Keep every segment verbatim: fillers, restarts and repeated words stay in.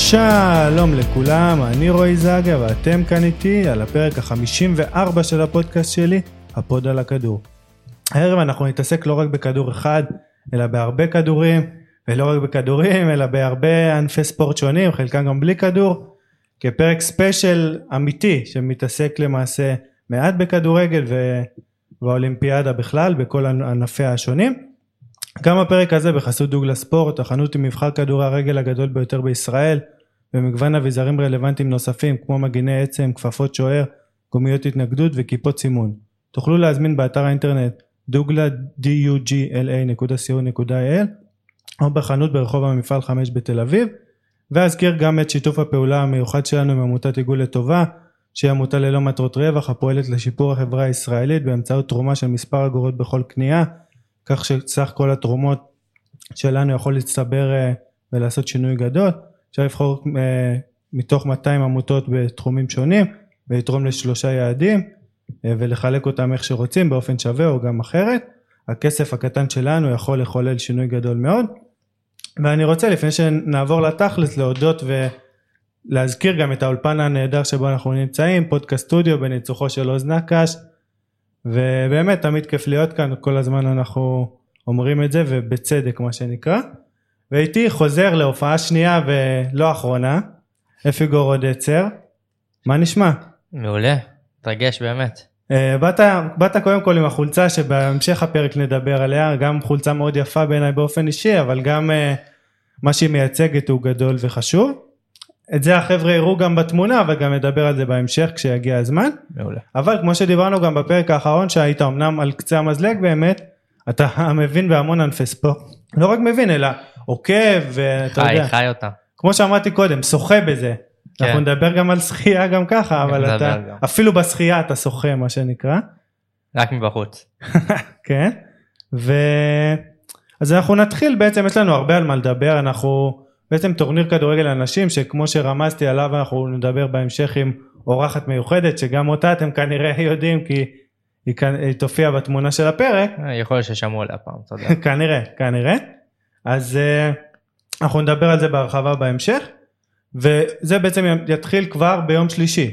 שלום לכולם, אני רועי זגה ואתם כאן איתי על הפרק ה-חמישים וארבע של הפודקאסט שלי, הפוד על הכדור. הערב אנחנו נתעסק לא רק בכדור אחד, אלא בהרבה כדורים, ולא רק בכדורים, אלא בהרבה ענפי ספורט שונים, חלקם גם בלי כדור, כפרק ספיישל אמיתי שמתעסק למעשה מעט בכדורגל ובאולימפיאדה בכלל, בכל ענפיה השונים. גם הפרק הזה בחסות דוגלס ספורט, החנות עם מבחר כדורי הרגל הגדול ביותר בישראל, ומגוון אביזרים רלוונטיים נוספים כמו מגיני עצם, כפפות שוער, גומיות התנגדות וכיפות סימון. תוכלו להזמין באתר האינטרנט דוגלה נקודה סי או נקודה איי אל או בחנות ברחוב המפעל חמש בתל אביב, ואזכיר גם את שיתוף הפעולה המיוחד שלנו עם עמותת עיגול לטובה, שהיא עמותה ללא מטרות רווח הפועלת לשיפור החברה הישראלית באמצעות תרומה של מספר אגורות בכל קנייה, כך שסך כל התרומות שלנו יכול להצטבר ולעשות שינוי גדול. אפשר לבחור מתוך מאתיים עמותות בתחומים שונים ולתרום לשלושה יעדים ולחלק אותם איך שרוצים באופן שווה או גם אחרת. הכסף הקטן שלנו יכול לחולל שינוי גדול מאוד. ואני רוצה לפני שנעבור לתכלס להודות ולהזכיר גם את האולפן הנהדר שבו אנחנו נמצאים, פודקאסט סטודיו בניצוחו של עוז נקש, ובאמת תמיד כיף להיות כאן, כל הזמן אנחנו אומרים את זה ובצדק מה שנקרא. ואיתי חוזר להופעה שנייה ולא אחרונה, אפי גורוד עצר. מה נשמע? מעולה, תרגש באמת. באת, באת קודם כל עם החולצה שבהמשך הפרק נדבר עליה, גם חולצה מאוד יפה בעיניי באופן אישי, אבל גם מה שהיא מייצגת הוא גדול וחשוב. את זה החבר'ה יראו גם בתמונה, אבל גם נדבר על זה בהמשך כשיגיע הזמן. מעולה. אבל כמו שדיברנו גם בפרק האחרון, שהיית אמנם על קצה המזלג באמת, אתה מבין בהמון ענפי ספורט. לא רק מבין, אלא עוקב, ואתה חי, יודע. חי אותה. כמו שאמרתי קודם, שוחה בזה. כן. אנחנו נדבר גם על שחייה גם ככה, אבל אתה, גם. אפילו בשחייה אתה שוחה, מה שנקרא. רק מבחוץ. כן. ו... אז אנחנו נתחיל, בעצם יש לנו הרבה על מה לדבר, אנחנו בעצם טורניר כדורגל לאנשים, שכמו שרמזתי עליו, אנחנו נדבר בהמשך עם אורחת מיוחדת, שגם אותה אתם כנראה יודעים, כי היא, היא תופיע בתמונה של הפרק. יכול להיות ששמעו עליה פעם, תודה. כנראה, כנראה. אז uh, אנחנו נדבר על זה בהרחבה בהמשך, וזה בעצם יתחיל כבר ביום שלישי.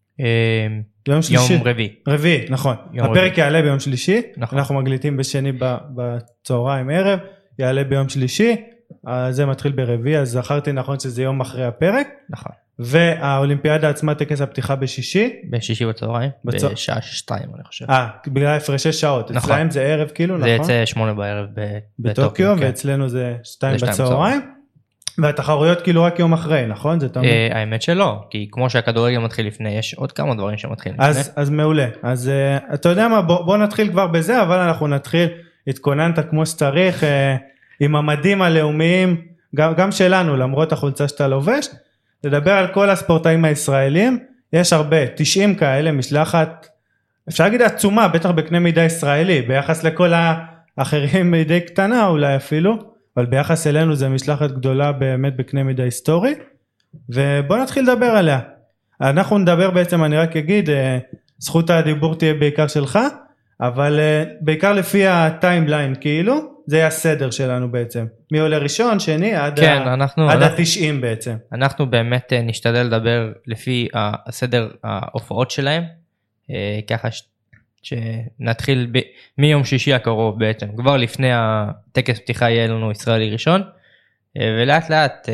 יום שלישי. יום רביעי. רביעי, נכון. הפרק יעלה ביום שלישי, אנחנו מגליטים בשני בצהריים ערב, יעלה ביום שלישי, זה מתחיל ברביעי, אז זכרתי נכון שזה יום אחרי הפרק. נכון. והאולימפיאדה עצמה טקס הפתיחה בשישי. בשישי בצהריים, בשעה שתיים אני חושב. אה, בגלל הפרשי שעות. נכון. אצלהם זה ערב כאילו, נכון? זה יצא שמונה בערב בטוקיו, ואצלנו זה שתיים בצהריים. והתחרויות כאילו רק יום אחרי, נכון? האמת שלא, כי כמו שהכדורגל מתחיל לפני, יש עוד כמה דברים שמתחילים לפני. אז מעולה. אז אתה יודע מה, בוא נתחיל כבר בזה, אבל אנחנו נתחיל, התכוננת כמו שצריך, עם המדים הלאומיים, גם שלנו, למרות החולצה שאתה לובש, לדבר על כל הספורטאים הישראלים, יש הרבה, תשעים כאלה, משלחת, אפשר להגיד עצומה, בטח בקנה מידה ישראלי, ביחס לכל האחרים מידי קטנה אולי אפילו, אבל ביחס אלינו זה משלחת גדולה באמת בקנה מידה היסטורי, ובוא נתחיל לדבר עליה. אנחנו נדבר בעצם, אני רק אגיד, זכות הדיבור תהיה בעיקר שלך, אבל בעיקר לפי הטיימליין כאילו, זה היה הסדר שלנו בעצם. מי עולה ראשון, שני, עד, כן, ה... אנחנו, עד אנחנו, ה-תשעים בעצם. אנחנו באמת נשתדל לדבר לפי הסדר ההופעות שלהם, ככה ש... שנתחיל ב... מיום שישי הקרוב בעצם. כבר לפני הטקס פתיחה יהיה לנו ישראלי ראשון, ולאט לאט,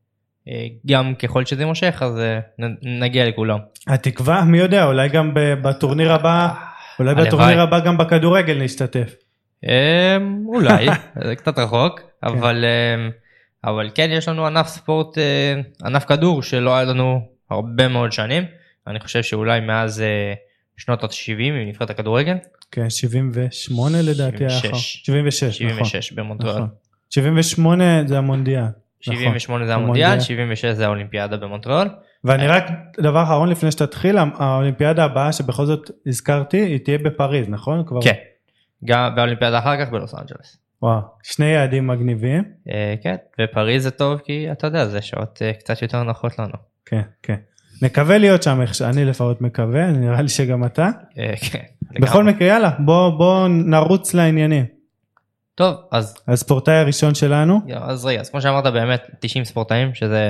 גם ככל שזה מושך, אז נגיע לכולם. התקווה, מי יודע, אולי גם בטורניר הבא, אולי בטורניר הבא גם בכדורגל נשתתף. אולי, זה קצת רחוק, אבל, אבל כן, יש לנו ענף ספורט, ענף כדור שלא היה לנו הרבה מאוד שנים, אני חושב שאולי מאז שנות ה-שבעים עם נבחרת הכדורגל. כן, שבעים ושמונה לדעתי האחר. שבעים ושש, שבעים ושש במונטריאל. שבעים ושמונה זה המונדיאל. שבעים ושמונה זה המונדיאל, שבעים ושש זה האולימפיאדה במונטריאל. ואני רק, דבר אחרון לפני שתתחיל, האולימפיאדה הבאה שבכל זאת הזכרתי, היא תהיה בפריז, נכון? כן. גם באולימפיאדה אחר כך בלוס אנג'לס. וואו, שני יעדים מגניבים. כן, ופריז זה טוב כי אתה יודע, זה שעות קצת יותר נוחות לנו. כן, כן. נקווה להיות שם, אני לפחות מקווה, נראה לי שגם אתה. כן. בכל מקרה, יאללה, בוא נרוץ לעניינים. טוב, אז... הספורטאי הראשון שלנו. אז רגע, אז כמו שאמרת באמת, תשעים ספורטאים, שזה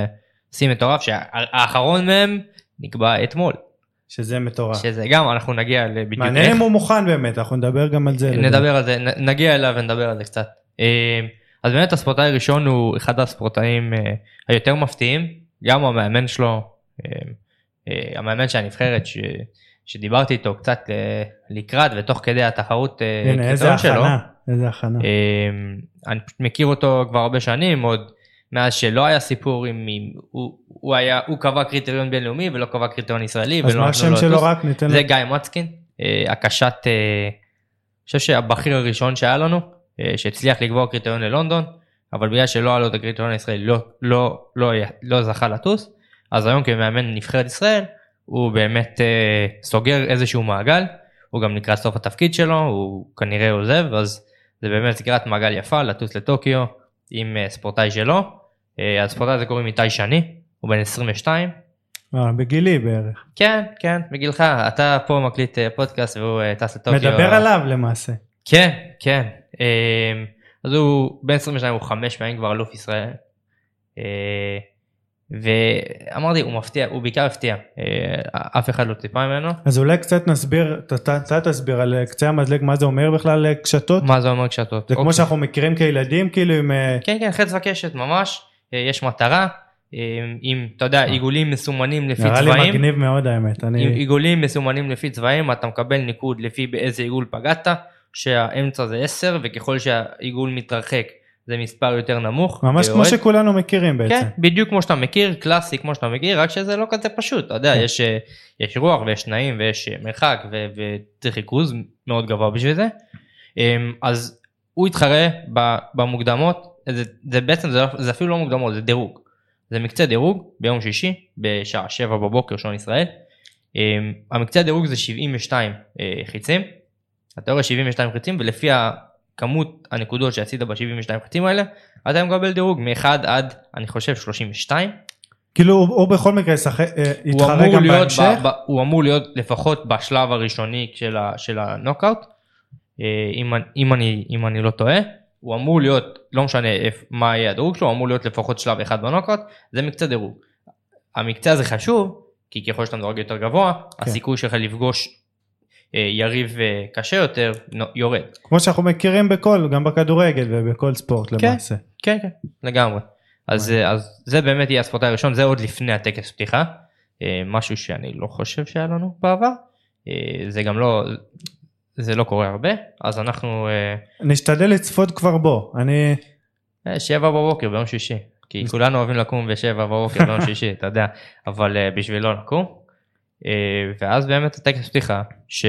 שיא מטורף, שהאחרון מהם נקבע אתמול. שזה מטורף. שזה גם, אנחנו נגיע בדיוק. מעניין אם הוא מוכן באמת, אנחנו נדבר גם על זה. נדבר על זה, נגיע אליו ונדבר על זה קצת. אז באמת הספורטאי הראשון הוא אחד הספורטאים היותר מפתיעים, גם המאמן שלו, המאמן של הנבחרת שדיברתי איתו קצת לקראת ותוך כדי התחרות קריטריון שלו. איזה הכנה. אני מכיר אותו כבר הרבה שנים, עוד מאז שלא היה סיפור עם, הוא, הוא היה, הוא קבע קריטריון בינלאומי ולא קבע קריטריון ישראלי. אז מה השם שלו רק ניתן? זה גיא מצקין, הקשת, אני חושב שהבכיר הראשון שהיה לנו, שהצליח לקבוע קריטריון ללונדון, אבל בגלל שלא היה לו את הקריטריון הישראלי, לא, לא, לא, לא זכה לטוס, אז היום כמאמן נבחרת ישראל, הוא באמת סוגר איזשהו מעגל, הוא גם לקראת סוף התפקיד שלו, הוא כנראה עוזב, אז זה באמת סגירת מעגל יפה, לטוס לטוקיו, עם ספורטאי שלו, הספורטאי הזה קוראים איתי שני, הוא בן עשרים ושתיים. אה, בגילי בערך. כן, כן, בגילך, אתה פה מקליט פודקאסט והוא טס לטוקיו. מדבר עליו למעשה. כן, כן, אז הוא בן עשרים ושתיים, הוא חמש פעמים כבר אלוף ישראל, ואמרתי, הוא מפתיע, הוא בעיקר הפתיע, אף אחד לא ציפה ממנו. אז אולי קצת נסביר, אתה תסביר על קצה המזלג, מה זה אומר בכלל קשתות? מה זה אומר קשתות? זה כמו שאנחנו מכירים כילדים, כאילו עם... כן, כן, חץ וקשת, ממש, יש מטרה, עם, אתה יודע, עיגולים מסומנים לפי צבעים. נראה לי מגניב מאוד האמת. עם עיגולים מסומנים לפי צבעים, אתה מקבל ניקוד לפי באיזה עיגול פגעת, שהאמצע זה עשר, וככל שהעיגול מתרחק, זה מספר יותר נמוך. ממש כמו שכולנו מכירים בעצם. כן, בדיוק כמו שאתה מכיר, קלאסי כמו שאתה מכיר, רק שזה לא כזה פשוט. אתה יודע, יש, יש רוח ויש תנאים ויש מרחק וצריך ריכוז מאוד גבוה בשביל זה. אז הוא התחרה במוקדמות, זה, זה בעצם, זה, זה אפילו לא מוקדמות, זה דירוג. זה מקצה דירוג ביום שישי, בשעה שבע בבוקר שעון ישראל. המקצה דירוג זה שבעים ושתיים חיצים. התיאוריה שבעים ושתיים חיצים, ולפי ה... כמות הנקודות שעשית ב-שבעים ושתיים חצים האלה, אתה מקבל דירוג מ-אחד עד, אני חושב, שלושים ושתיים. כאילו הוא בכל מקרה יתחרה גם בהמשך? הוא אמור להיות לפחות בשלב הראשוני של הנוקאוט, אם אני לא טועה. הוא אמור להיות, לא משנה מה יהיה הדירוג שלו, הוא אמור להיות לפחות שלב אחד בנוקאוט, זה מקצה דירוג. המקצה הזה חשוב, כי ככל שאתה מדורג יותר גבוה, הסיכוי שלך לפגוש יריב קשה יותר, יורד. כמו שאנחנו מכירים בכל, גם בכדורגל ובכל ספורט למעשה. כן, כן, לגמרי. אז, אז זה באמת יהיה הספורטאי הראשון, זה עוד לפני הטקס פתיחה, משהו שאני לא חושב שהיה לנו בעבר, זה גם לא, זה לא קורה הרבה, אז אנחנו... נשתדל לצפות כבר בו, אני... שבע בבוקר ביום שישי, כי כולנו אוהבים לקום בשבע בבוקר ביום שישי, אתה יודע, אבל בשביל לא לקום. ואז באמת הטקס פתיחה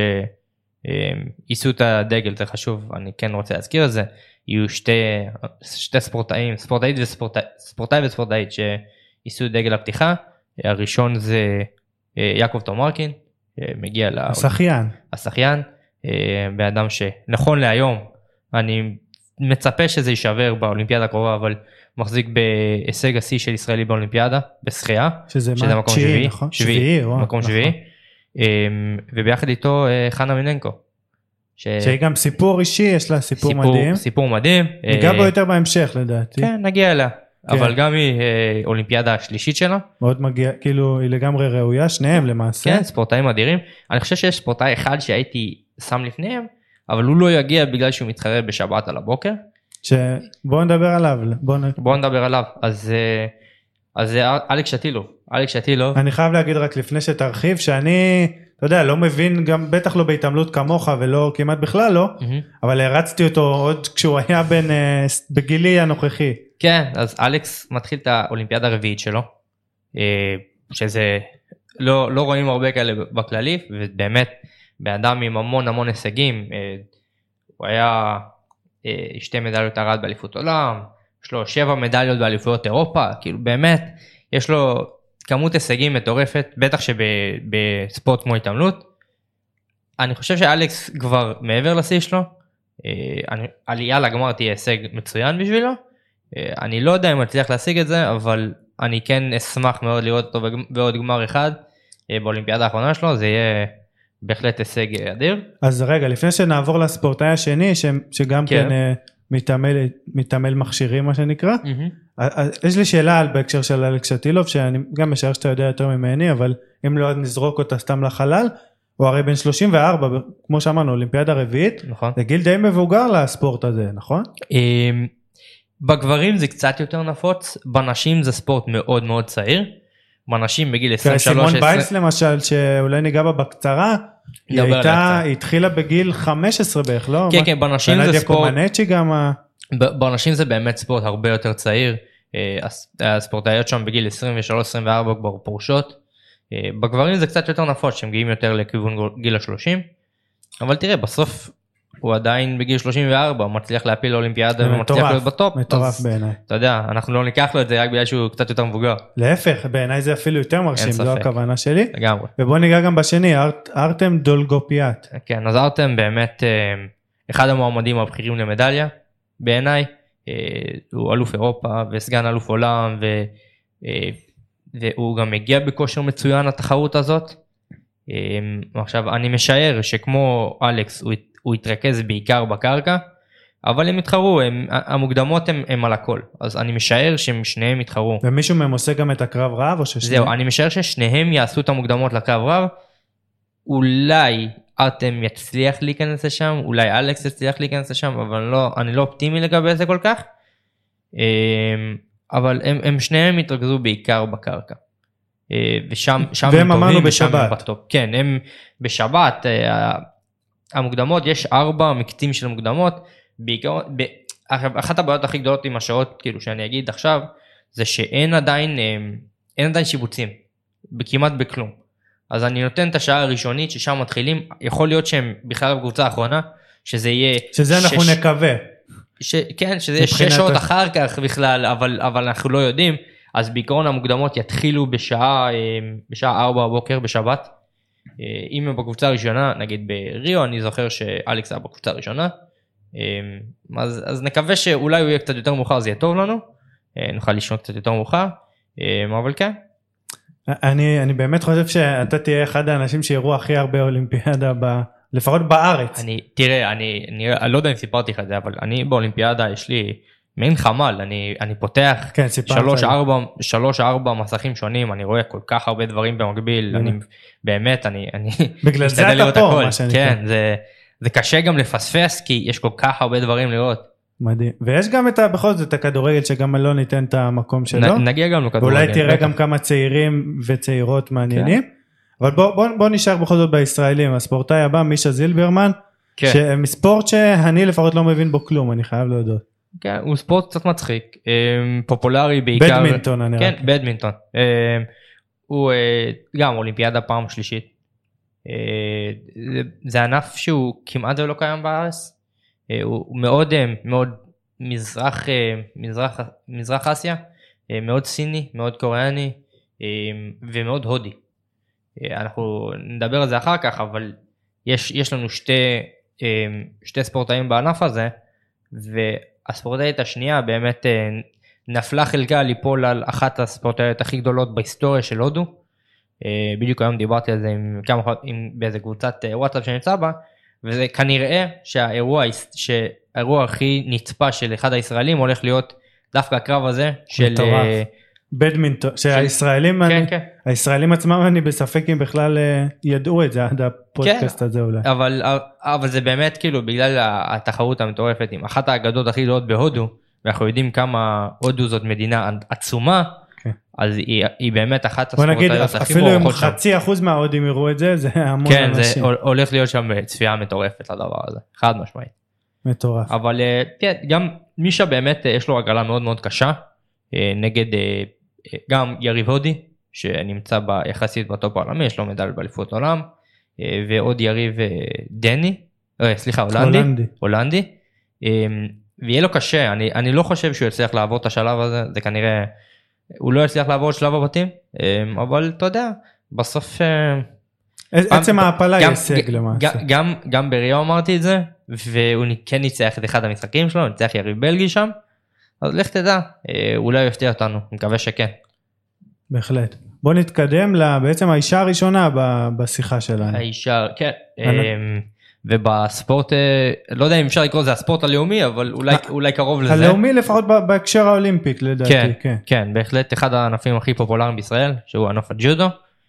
שייסו את הדגל, זה חשוב, אני כן רוצה להזכיר את זה, יהיו שתי, שתי ספורטאים, ספורטאית וספורטאי, ספורטאי וספורטאית שייסו את דגל הפתיחה. הראשון זה יעקב תומרקין, מגיע לשחיין, השחיין, באדם שנכון להיום אני מצפה שזה יישבר באולימפיאדה הקרובה, אבל מחזיק בהישג השיא של ישראלי באולימפיאדה, בשחייה, שזה, שזה מקום שביעי, נכון? שביעי, שביעי וואו, מקום נכון. שביעי, וביחד איתו חנה מיננקו. ש... שהיא גם סיפור אישי, יש לה סיפור, סיפור מדהים. סיפור מדהים. ניגע בו יותר בהמשך לדעתי. כן, נגיע אליה. כן. אבל גם היא אולימפיאדה השלישית שלה. מאוד מגיע, כאילו היא לגמרי ראויה, שניהם למעשה. כן, ספורטאים אדירים. אני חושב שיש ספורטאי אחד שהייתי שם לפניהם, אבל הוא לא יגיע בגלל שהוא מתחרה בשבת על הבוקר. בואו נדבר עליו. בואו בוא נדבר עליו. אז, אז זה אלכס שטילוב. אלכס שטילוב. אני חייב להגיד רק לפני שתרחיב, שאני, אתה יודע, לא מבין, גם בטח לא בהתעמלות כמוך, ולא כמעט בכלל לא, mm-hmm. אבל הרצתי אותו עוד כשהוא היה בין, בגילי הנוכחי. כן, אז אלכס מתחיל את האולימפיאדה הרביעית שלו, שזה לא, לא רואים הרבה כאלה בכללי, ובאמת, באדם עם המון המון הישגים, הוא היה שתי מדליות ארד באליפות עולם, יש לו שבע מדליות באליפויות אירופה, כאילו באמת, יש לו כמות הישגים מטורפת, בטח שבספורט כמו התעמלות. אני חושב שאלכס כבר מעבר לשיא שלו, עלייה לגמר תהיה הישג מצוין בשבילו, אני לא יודע אם אצליח להשיג את זה, אבל אני כן אשמח מאוד לראות אותו בעוד גמר אחד, באולימפיאדה האחרונה שלו, זה יהיה בהחלט הישג אדיר. אז רגע, לפני שנעבור לספורטאי השני, ש, שגם כן, כן מתעמל, מתעמל מכשירים מה שנקרא. אז יש לי שאלה על בהקשר של אלכס שטילוב, שאני גם משער שאתה יודע יותר ממני, אבל אם לא נזרוק אותה סתם לחלל, הוא הרי בן שלושים וארבע, כמו שאמרנו, אולימפיאדה רביעית, נכון. זה גיל די מבוגר לספורט הזה, נכון? בגברים זה קצת יותר נפוץ, בנשים זה ספורט מאוד מאוד צעיר, בנשים בגיל עשרים ושלוש... סימון ביילס למשל, שאולי ניגע בה בקצרה, היא הייתה, היא התחילה בגיל חמש עשרה בערך, לא? כן, כן, בנשים זה ספורט... גם... בנשים זה באמת ספורט הרבה יותר צעיר, הספורטאיות שם בגיל עשרים ושלוש עשרים וארבע כבר פורשות, בגברים זה קצת יותר נפוץ, שהם מגיעים יותר לכיוון גיל ה-שלושים, אבל תראה, בסוף הוא עדיין בגיל שלושים וארבע, הוא מצליח להפיל לאולימפיאדה ומצליח להיות בטופ. מטורף בעיניי. אתה יודע, אנחנו לא ניקח לו את זה רק בגלל שהוא קצת יותר מבוגר. להפך, בעיניי זה אפילו יותר מרשים, זו הכוונה שלי. לגמרי. ובוא ניגע גם בשני, ארטם דולגופיאט. כן, אז ארטם באמת אחד המועמדים הבכירים למדליה, בעיניי, הוא אלוף אירופה וסגן אלוף עולם, והוא גם הגיע בכושר מצוין לתחרות הזאת. עכשיו, אני משער שכמו אלכס, הוא הוא יתרכז בעיקר בקרקע, אבל הם יתחרו, הם, המוקדמות הם, הם על הכל, אז אני משער שהם שניהם יתחרו. ומישהו מהם עושה גם את הקרב רב או ששניהם? זהו, אני משער ששניהם יעשו את המוקדמות לקרב רב, אולי ארטם יצליח להיכנס לשם, אולי אלכס יצליח להיכנס לשם, אבל לא, אני לא אופטימי לגבי זה כל כך, אבל הם, הם שניהם יתרכזו בעיקר בקרקע. ושם, שם והם אמרנו בשבת. כן, הם בשבת, המוקדמות, יש ארבע מקטים של המוקדמות, בעיקר, אחת הבעיות הכי גדולות עם השעות, כאילו שאני אגיד עכשיו, זה שאין עדיין, אין עדיין שיבוצים, כמעט בכלום. אז אני נותן את השעה הראשונית ששם מתחילים, יכול להיות שהם בכלל בקבוצה האחרונה, שזה יהיה... שזה אנחנו שש, נקווה. ש, כן, שזה יהיה שש שעות אחר כך בכלל, אבל, אבל אנחנו לא יודעים, אז בעיקרון המוקדמות יתחילו בשעה, בשעה ארבע בבוקר בשבת, אם הם בקבוצה הראשונה, נגיד בריו, אני זוכר שאלכס היה בקבוצה הראשונה, אז, אז נקווה שאולי הוא יהיה קצת יותר מאוחר, זה יהיה טוב לנו, נוכל לישון קצת יותר מאוחר, אבל כן. אני, אני באמת חושב שאתה תהיה אחד האנשים שיראו הכי הרבה אולימפיאדה, ב, לפחות בארץ. אני, תראה, אני, אני, אני לא יודע אם סיפרתי לך את זה, אבל אני באולימפיאדה, יש לי מעין חמל, אני, אני פותח כן, שלוש, ארבע, שלוש, ארבע מסכים שונים, אני רואה כל כך הרבה דברים במקביל, אני, באמת, אני, אני, בגלל זה אתה פה, מה שאני כן, זה, זה קשה גם לפספס, כי יש כל כך הרבה דברים לראות. מדהים, ויש גם את, בכל זאת, את הכדורגל, שגם לא ניתן את המקום שלו. נ, נגיע גם לכדורגל. ואולי תראה גם כמה צעירים וצעירות מעניינים, כן. אבל בוא, בוא, בוא נשאר בכל זאת בישראלים, הספורטאי הבא, מישה זילברמן, כן. מספורט שאני לפחות לא מבין בו כלום, אני חייב להודות. כן, הוא ספורט קצת מצחיק, פופולרי בעיקר. בדמינטון, אני כן, רק. בדמינטון. הוא גם אולימפיאדה פעם שלישית. זה ענף שהוא כמעט לא קיים בארץ. הוא מאוד, מאוד מזרח, מזרח, מזרח אסיה, מאוד סיני, מאוד קוריאני, ומאוד הודי. אנחנו נדבר על זה אחר כך, אבל יש, יש לנו שתי, שתי ספורטאים בענף הזה, והספורטאית השנייה באמת נפלה חלקה ליפול על אחת הספורטאיות הכי גדולות בהיסטוריה של הודו. בדיוק היום דיברתי על זה עם כמה, עם, באיזה קבוצת וואטסאפ שנמצא בה, וזה כנראה שהאירוע, שהאירוע הכי נצפה של אחד הישראלים הולך להיות דווקא הקרב הזה של... בדמינטון, שהישראלים, כן, כן. הישראלים עצמם אני בספק אם בכלל ידעו את זה עד הפודקאסט כן, הזה אולי. אבל, אבל זה באמת כאילו בגלל התחרות המטורפת עם אחת האגדות הכי גדולות בהודו, ואנחנו יודעים כמה הודו זאת מדינה עצומה, כן. אז היא, היא באמת אחת הספורטאיות הכי מוערכות שם. אפילו אם חצי אחוז מההודים יראו את זה, זה המון כן, אנשים. כן, זה הולך להיות שם צפייה מטורפת לדבר הזה, חד משמעית. מטורף. אבל כן, גם מישה באמת יש לו הגרלה מאוד מאוד קשה, נגד גם יריב הודי, שנמצא ביחסית בטופ העולמי, יש לו מדל באליפות עולם, ועוד יריב דני, סליחה, הולנדי, הולנדי, הולנדי, ויהיה לו קשה, אני, אני לא חושב שהוא יצליח לעבור את השלב הזה, זה כנראה, הוא לא יצליח לעבור את שלב הבתים, אבל אתה יודע, בסוף... עצם ההפלה ישג למעשה. גם, גם בריאו אמרתי את זה, והוא כן ניצח את אחד המשחקים שלו, ניצח יריב בלגי שם, אז לך תדע, אולי הוא יפתיע אותנו, אני מקווה שכן. בהחלט. בוא נתקדם בעצם האישה הראשונה בשיחה שלנו. האישה, כן. ובספורט, לא יודע אם אפשר לקרוא זה הספורט הלאומי, אבל אולי, אולי קרוב לזה. הלאומי לפחות בהקשר האולימפית לדעתי. כן, כן, כן, בהחלט אחד הענפים הכי פופולריים בישראל, שהוא ענף הג'ודו.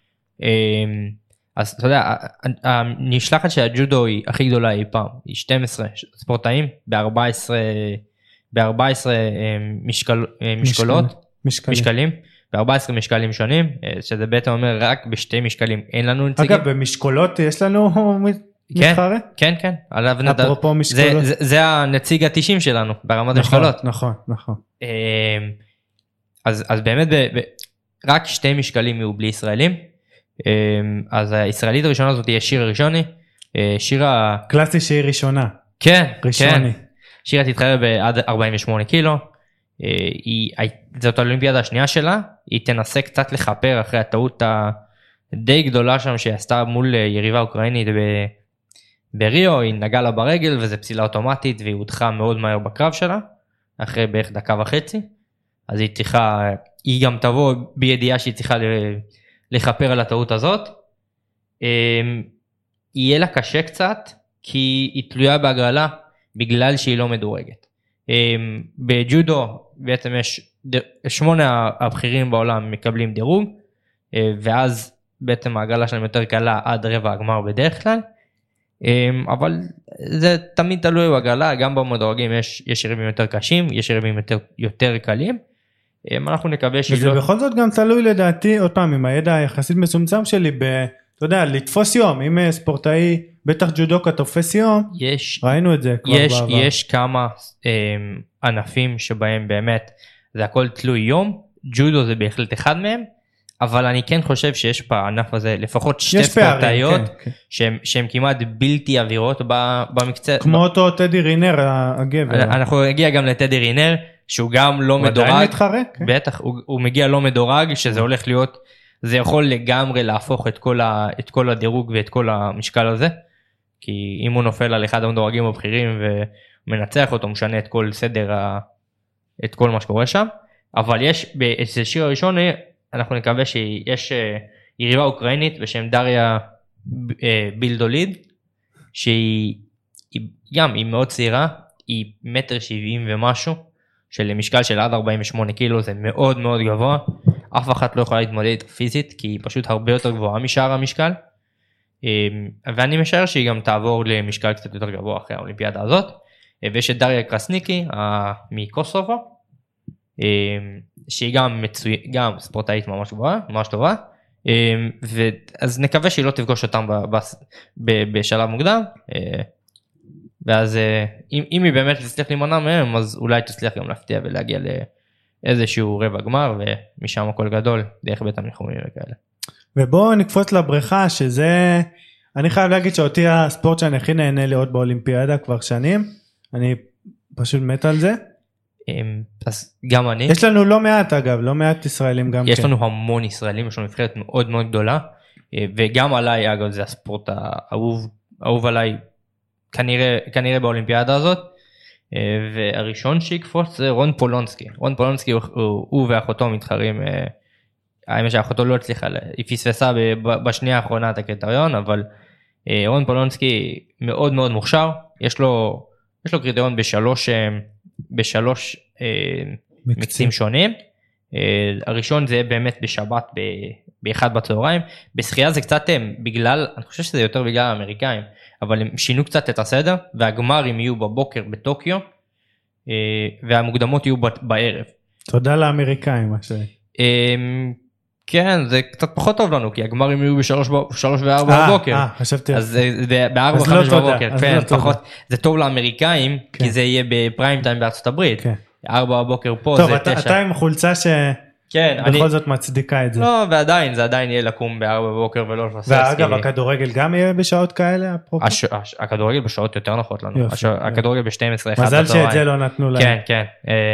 אז אתה יודע, הנשלחת של הג'ודו היא הכי גדולה אי פעם, היא שתים עשרה ספורטאים, ב-ארבע עשרה, ב-ארבע עשרה משקל, משקולות, משקלים. משקלים, ב-ארבע עשרה משקלים שונים, שזה בעצם אומר רק בשתי משקלים אין לנו נציגים. אגב, במשקולות יש לנו מתחרה? כן, כן. אפרופו משקולות. זה, זה הנציג ה-תשעים שלנו, ברמת המשקלות. נכון, נכון. אז, אז באמת, ב, ב, רק שתי משקלים יהיו בלי ישראלים, אז הישראלית הראשונה הזאת תהיה שירה ראשוני, שירה... קלאסי שהיא ראשונה. כן, ראשוני. כן. שירה תתחרה בעד ארבעים ושמונה קילו, היא, זאת האולימפיאדה השנייה שלה, היא תנסה קצת לחפר אחרי הטעות הדי גדולה שם שהיא עשתה מול יריבה אוקראינית ב, בריו, היא נגעה לה ברגל וזה פסילה אוטומטית והיא הודחה מאוד מהר בקרב שלה, אחרי בערך דקה וחצי, אז היא צריכה, היא גם תבוא בידיעה שהיא צריכה לחפר על הטעות הזאת, יהיה לה קשה קצת, כי היא תלויה בהגרלה, בגלל שהיא לא מדורגת. בג'ודו בעצם יש שמונה הבכירים בעולם מקבלים דירוג, ואז בעצם ההגרלה שלהם יותר קלה עד רבע הגמר בדרך כלל, אבל זה תמיד תלוי בהגרלה, גם במדורגים יש, יש יריבים יותר קשים, יש יריבים יותר, יותר קלים, אנחנו נקווה שהיא וזה לא... בכל זאת גם תלוי לדעתי, עוד פעם, עם הידע היחסית מסומצם שלי, ב, אתה יודע, לתפוס יום, אם ספורטאי, בטח ג'ודוקה תופס יום, יש, ראינו את זה כבר יש, בעבר. יש כמה אה, ענפים שבהם באמת, זה הכל תלוי יום, ג'ודו זה בהחלט אחד מהם, אבל אני כן חושב שיש בענף הזה לפחות שתי ספורטאיות, כן, כן. שהן, שהן כמעט בלתי עבירות במקצוע. כמו ב... אותו טדי רינר הגבר. אנחנו נגיע גם לטדי רינר, שהוא גם לא מדורג. הוא עדיין מתחרה? בטח, הוא, הוא מגיע לא מדורג, שזה הולך להיות, זה יכול לגמרי להפוך את כל, ה, את כל הדירוג ואת כל המשקל הזה, כי אם הוא נופל על אחד המדורגים הבכירים ומנצח אותו, משנה את כל סדר, ה, את כל מה שקורה שם, אבל יש, אצל שיר הראשון, אנחנו נקווה שיש יריבה אוקראינית בשם דריה בילדוליד, שהיא גם, היא מאוד צעירה, היא מטר שבעים ומשהו, של משקל של עד ארבעים ושמונה קילו, זה מאוד מאוד גבוה, אף אחת לא יכולה להתמודד פיזית, כי היא פשוט הרבה יותר גבוהה משאר המשקל, ואני משער שהיא גם תעבור למשקל קצת יותר גבוה אחרי האולימפיאדה הזאת, ויש את דריה קרסניקי מקוסובו, שהיא גם, מצוי... גם ספורטאית ממש גבוהה, ממש טובה, אז נקווה שהיא לא תפגוש אותם ב... ב... בשלב מוקדם, ואז אם, אם היא באמת תצליח להימנע מהם, אז אולי תצליח גם להפתיע ולהגיע לאיזשהו רבע גמר, ומשם הכל גדול, דרך בית המלחומים וכאלה. ובואו נקפוץ לבריכה, שזה, אני חייב להגיד שאותי הספורט שאני הכי נהנה לראות באולימפיאדה כבר שנים, אני פשוט מת על זה. אז גם אני. יש לנו לא מעט אגב, לא מעט ישראלים גם יש כן. יש לנו המון ישראלים, יש לנו נבחרת מאוד מאוד גדולה, וגם עליי אגב זה הספורט האהוב, האהוב עליי, כנראה, כנראה באולימפיאדה הזאת, והראשון שיקפוץ זה רון פולונסקי. רון פולונסקי הוא, הוא, הוא ואחותו מתחרים, האמת שאחותו לא הצליחה, היא פספסה בשנייה האחרונה את הקריטריון, אבל רון פולונסקי מאוד מאוד מוכשר, יש לו, יש לו קריטריון בשלוש, בשלוש מקצים שונים, הראשון זה באמת בשבת באחד בצהריים, בשחייה זה קצת בגלל, אני חושב שזה יותר בגלל האמריקאים, אבל הם שינו קצת את הסדר, והגמרים יהיו בבוקר בטוקיו, והמוקדמות יהיו בערב. תודה לאמריקאים, מה ש... כן, זה קצת פחות טוב לנו, כי הגמרים יהיו בשלוש וארבע בבוקר. אה, חשבתי. אז בארבע וחמש בבוקר, כן, פחות. זה טוב לאמריקאים, כי זה יהיה בפריים טיים בארצות הברית. ארבע בבוקר פה זה תשע. טוב, אתה עם חולצה שבכל זאת מצדיקה את זה. לא, ועדיין, זה עדיין יהיה לקום בארבע בבוקר ולא לפסס. ואגב, הכדורגל גם יהיה בשעות כאלה? הכדורגל בשעות יותר נוחות לנו. הכדורגל ב-שתים עשרה אחת מזל שאת זה לא נתנו להם. כן, כן.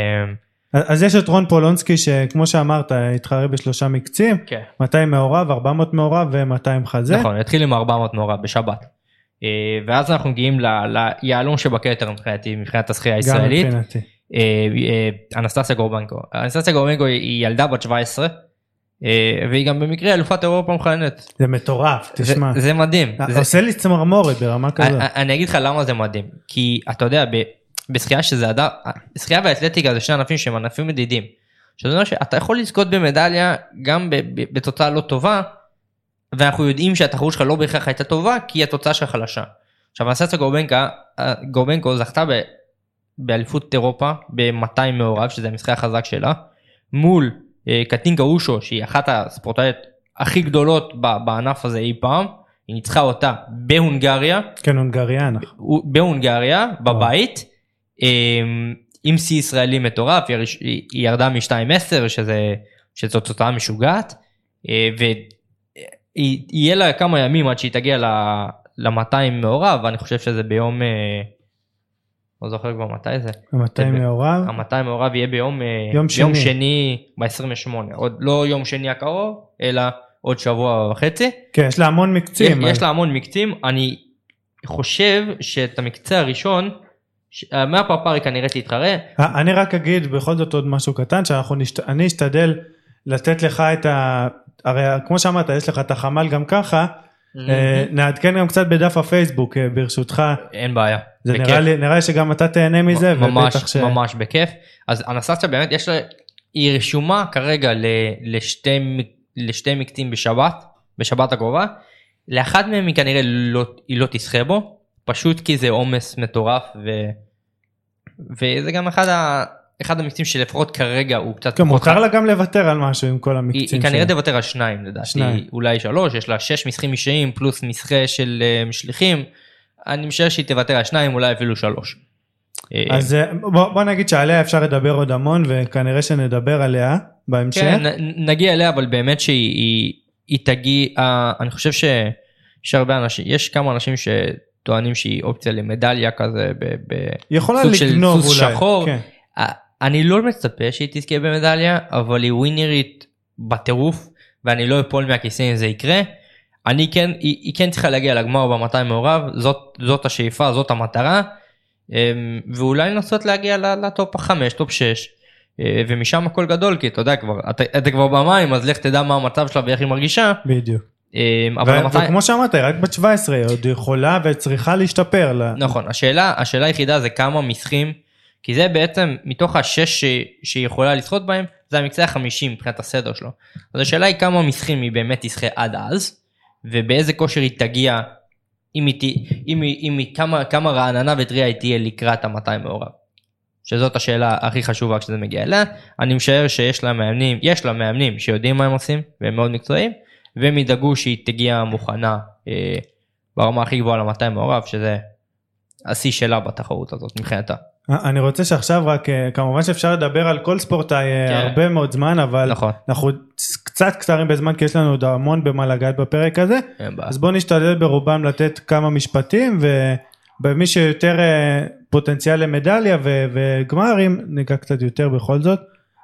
אז יש את רון פולונסקי שכמו שאמרת התחרה בשלושה מקצים, מאתיים מעורב, ארבע מאות מעורב ו-מאתיים חזה. נכון, התחיל עם ארבע מאות מעורב בשבת. ואז אנחנו מגיעים ליעלום שבכתר מבחינתי, מבחינת השחייה הישראלית. גם מבחינתי. אנסטסיה גורבנקו. אנסטסיה גורבנקו היא ילדה בת שבע עשרה, והיא גם במקרה אלופת אירופה מכהנת. זה מטורף, תשמע. זה, זה מדהים. זה עושה לי צמרמורת ברמה כזאת. אני, אני אגיד לך למה זה מדהים, כי אתה יודע, בשחייה שזה אדם, בשחייה ואתלטיקה זה שני ענפים שהם ענפים מדידים. שזה אומר שאתה יכול לזכות במדליה גם בתוצאה לא טובה, ואנחנו יודעים שהתחרות שלך לא בהכרח הייתה טובה, כי התוצאה שלך חלשה. עכשיו, אנסטסיה גורבנקו זכתה ב, באליפות אירופה, ב-מאתיים מעורב, שזה המשחק החזק שלה, מול אה, קטינקה אושו, שהיא אחת הספורטאיות הכי גדולות בענף הזה אי פעם, היא ניצחה אותה בהונגריה. כן, הונגריה, נכון. בהונגריה, בבית, אה, עם שיא ישראלי מטורף, היא, היא ירדה מ-שתיים עשר, שזה, שזו תוצאה משוגעת, אה, ו... יהיה לה כמה ימים עד שהיא תגיע ל-מאתיים מעורב, ואני חושב שזה ביום, לא זוכר כבר מתי זה. ה-מאתיים מעורב? ה-מאתיים מעורב יהיה ביום ביום שני ב-עשרים ושמונה, עוד לא יום שני הקרוב, אלא עוד שבוע וחצי. כן, יש לה המון מקצים. יש לה המון מקצים, אני חושב שאת המקצה הראשון, מהפרפרי כנראה תתחרה. אני רק אגיד בכל זאת עוד משהו קטן, שאני אשתדל לתת לך את ה... הרי כמו שאמרת, יש לך את החמ"ל גם ככה, נעדכן גם קצת בדף הפייסבוק ברשותך. אין בעיה. זה נראה לי, נראה לי שגם אתה תהנה מזה. ממש, ממש בכיף. אז אנסטסיה באמת יש לה, היא רשומה כרגע לשתי, לשתי מקצים בשבת, בשבת הקרובה. לאחד מהם היא כנראה לא, היא לא תשחה בו, פשוט כי זה עומס מטורף, ו, וזה גם אחד ה... אחד המקצים שלפחות כרגע הוא קצת... כן, מותר לה גם לוותר על משהו עם כל המקצים. היא כנראה תוותר על שניים לדעתי, אולי שלוש, יש לה שש משחים אישיים פלוס משחה של משליחים, אני משער שהיא תוותר על שניים, אולי אפילו שלוש. אז בוא נגיד שעליה אפשר לדבר עוד המון, וכנראה שנדבר עליה בהמשך. כן, נגיע אליה, אבל באמת שהיא תגיע, אני חושב שיש הרבה אנשים, יש כמה אנשים שטוענים שהיא אופציה למדליה כזה, בסוג של סוס שחור. אני לא מצפה שהיא תזכה במדליה, אבל היא ווינרית בטירוף, ואני לא אפול מהכיסא אם זה יקרה. אני כן, היא, היא כן צריכה להגיע לגמר ב-מאתיים מעורב, זאת, זאת השאיפה, זאת המטרה, ואולי לנסות להגיע לטופ החמש, טופ שש, ומשם הכל גדול, כי אתה יודע כבר, אתה, אתה כבר במים, אז לך תדע מה המצב שלה ואיך היא מרגישה. בדיוק. וכמו שאמרת, היא רק בת שבע עשרה, היא עוד יכולה וצריכה להשתפר. נכון, השאלה, השאלה היחידה זה כמה משחקים, כי זה בעצם מתוך השש שהיא יכולה לשחות בהם, זה המקצה החמישים מבחינת הסדר שלו. אז השאלה היא כמה משחקים היא באמת תשחה עד אז, ובאיזה כושר היא תגיע, אם היא, אם היא, אם היא כמה, כמה רעננה וטריה היא תהיה לקראת ה-מאתיים מעורב. שזאת השאלה הכי חשובה כשזה מגיע אליה. אני משער שיש לה מאמנים, יש לה מאמנים שיודעים מה הם עושים, והם מאוד מקצועיים, והם ידאגו שהיא תגיע מוכנה אה, ברמה הכי גבוהה ל-מאתיים מעורב, שזה השיא שלה בתחרות הזאת מבחינתה. אני רוצה שעכשיו רק, כמובן שאפשר לדבר על כל ספורטאי הרבה מאוד זמן, אבל אנחנו קצת קצרים בזמן, כי יש לנו עוד המון במה לגעת בפרק הזה, אז בואו נשתדל ברובם לתת כמה משפטים, ובמי שיותר פוטנציאל למדליה וגמרים, ניגע קצת יותר בכל זאת.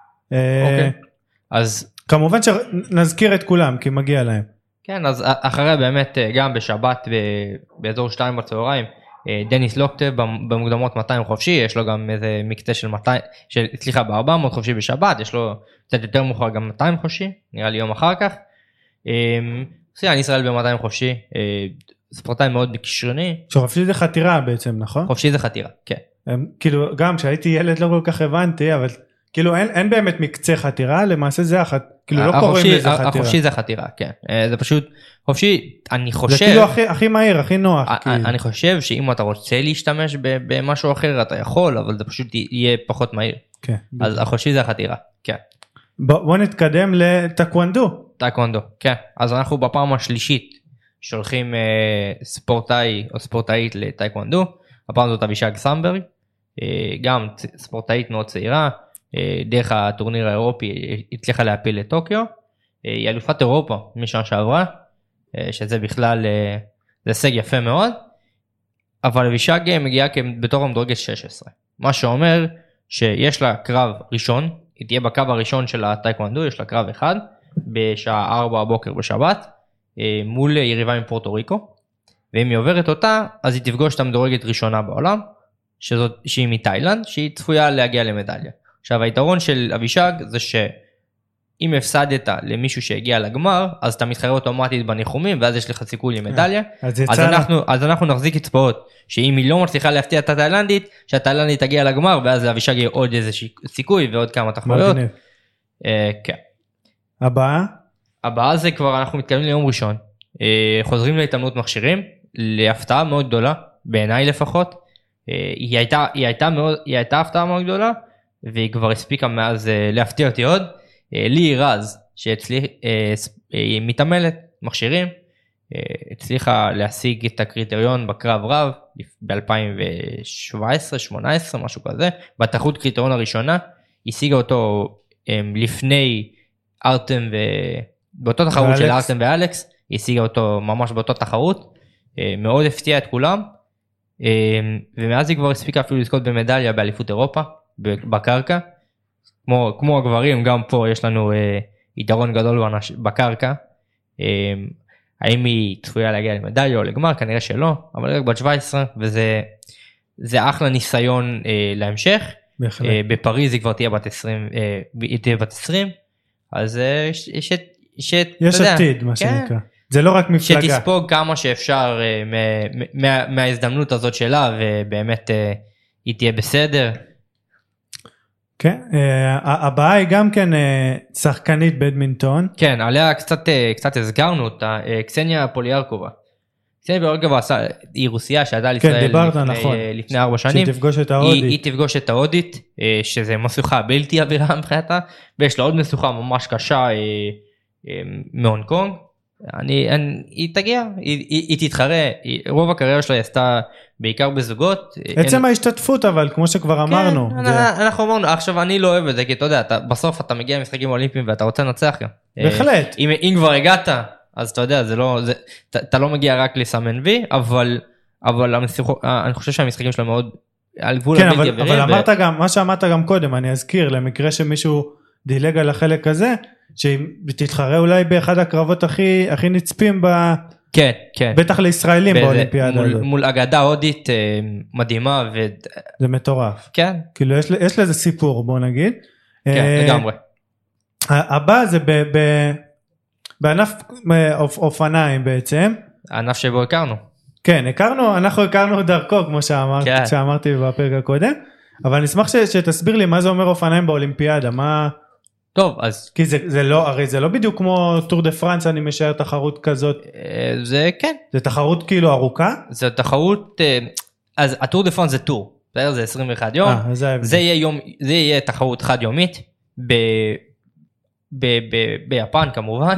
אז כמובן שנזכיר את כולם, כי מגיע להם. כן, אז אחרי באמת גם בשבת באזור שתיים בצהריים, דניס לוקטב במוקדמות מאתיים חופשי, יש לו גם איזה מקצה של מאתיים, של, סליחה, ב-ארבע מאות חופשי בשבת, יש לו קצת יותר מאוחר גם מאתיים חופשי, נראה לי יום אחר כך. סייאן ישראל ב-מאתיים חופשי, ספורטאי מאוד בכישרוני. שחופשי זה חתירה בעצם, נכון? חופשי זה חתירה, כן. כאילו, גם כשהייתי ילד לא כל כך הבנתי, אבל כאילו אין, אין באמת מקצה חתירה, למעשה זה החת... כאילו לא קוראים לזה חתירה. החופשי זה חתירה, כן. זה פשוט, חופשי, אני חושב... זה כאילו הכי, הכי מהיר, הכי נוח. אני חושב שאם אתה רוצה להשתמש במשהו אחר, אתה יכול, אבל זה פשוט יהיה פחות מהיר. כן. אז החופשי זה החתירה, כן. בוא נתקדם לטקוונדו. טקוונדו, כן. אז אנחנו בפעם השלישית שולחים ספורטאי או ספורטאית לטקוונדו. הפעם זאת אבישג סמברג, גם ספורטאית מאוד צעירה. דרך הטורניר האירופי הצליחה להפיל לטוקיו, היא אלופת אירופה משנה שעברה, שזה בכלל, זה הישג יפה מאוד, אבל אבישג מגיעה בתור המדורגת שש עשרה, מה שאומר שיש לה קרב ראשון, היא תהיה בקו הראשון של הטייקוונדו, יש לה קרב אחד, בשעה ארבע הבוקר בשבת, מול יריבה מפורטו ריקו, ואם היא עוברת אותה, אז היא תפגוש את המדורגת ראשונה בעולם, שזאת, שהיא מתאילנד, שהיא צפויה להגיע למדליה. עכשיו, היתרון של אבישג זה אם הפסדת למישהו שהגיע לגמר, אז אתה מתחרה אוטומטית בניחומים, ואז יש לך סיכוי למדליה. אז אז יצא... אנחנו, אז אנחנו נחזיק אצבעות, שאם היא לא מצליחה להפתיע את התאילנדית, שהתאילנדית תגיע לגמר, ואז לאבישג יהיה עוד איזה סיכוי, ועוד כמה תחרויות. אה, כן. הבאה? הבאה זה כבר, אנחנו מתקדמים ליום ראשון. אה, חוזרים להתאמנות מכשירים, להפתעה מאוד גדולה, בעיניי לפחות. אה, היא הייתה, היא הייתה מאוד, היא הייתה הפתעה מאוד גדולה, והיא כבר הספיקה מאז אה, להפתיע אותי עוד. לי רז, שהצליח, היא מתעמלת מכשירים, הצליחה להשיג את הקריטריון בקרב רב, ב-אלפיים שבע עשרה שמונה עשרה, משהו כזה, בתחרות קריטריון הראשונה, השיגה אותו לפני ארטם, באותו תחרות של ארטם ואלכס, היא השיגה אותו ממש באותו תחרות, מאוד הפתיעה את כולם, ומאז היא כבר הספיקה אפילו לזכות במדליה באליפות אירופה, בקרקע, כמו, כמו הגברים, גם פה יש לנו אה, יתרון גדול בנש... בקרקע. אה, האם היא צפויה להגיע למדליה או לגמר? כנראה שלא, אבל רק בת שבע עשרה, וזה זה אחלה ניסיון אה, להמשך. אה, בפריז היא כבר תהיה בת עשרים, אה, היא תהיה בת עשרים, אז אה, ש, ש, ש, יש יודע, עתיד, מה כן, שנקרא. זה לא רק מפלגה. שתספוג כמה שאפשר אה, מה, מה, מההזדמנות הזאת שלה, ובאמת אה, היא תהיה בסדר. כן, הבאה היא גם כן שחקנית בדמינטון. כן, עליה קצת, קצת הזכרנו אותה, קסניה פוליארקובה. קסניה פוליארקובה היא רוסיה שעדה על ישראל לפני ארבע שנים. שתפגוש את ההודית. היא תפגוש את ההודית, שזה משוכה בלתי אווירה מבחינתה, ויש לה עוד משוכה ממש קשה מהונג קונג. אני, אני, היא תגיע, היא, היא, היא תתחרה, היא, רוב הקריירה שלה עשתה בעיקר בזוגות. עצם אין... ההשתתפות אבל, כמו שכבר אמרנו. כן, זה... אנחנו אמרנו, עכשיו אני לא אוהב את זה, כי אתה יודע, אתה, בסוף אתה מגיע למשחקים אולימפיים ואתה רוצה לנצח גם. בהחלט. אם, אם כבר הגעת, אז אתה יודע, זה לא, זה, אתה, אתה לא מגיע רק לסמן וי, אבל, אבל המשחק, אני חושב שהמשחקים שלהם מאוד, על גבול כן, הבלתי אבל, אווירים. אבל ו... אמרת גם, מה שאמרת גם קודם, אני אזכיר, למקרה שמישהו דילג על החלק הזה, שהיא תתחרה אולי באחד הקרבות הכי, הכי נצפים ב... כן, כן. בטח לישראלים באולימפיאדה מול, הזאת. מול אגדה הודית אה, מדהימה. ו... זה מטורף. כן. כאילו יש, יש לזה סיפור, בוא נגיד. כן, אה, לגמרי. הבא זה ב, ב, בענף אופ, אופניים בעצם. הענף שבו הכרנו. כן, הכרנו, אנחנו הכרנו דרכו, כמו שאמר, כן. שאמרתי בפרק הקודם. אבל נשמח ש, שתסביר לי מה זה אומר אופניים באולימפיאדה, מה... טוב, אז... כי זה, זה לא, הרי זה לא בדיוק כמו טור דה פרנס, אני משער תחרות כזאת. זה כן. זה תחרות כאילו ארוכה? זה תחרות, אז הטור דה פרנס זה טור, זה עשרים ואחד יום. אה, זה, זה יהיה יום, זה יהיה תחרות חד יומית, ב, ב, ב, ביפן כמובן,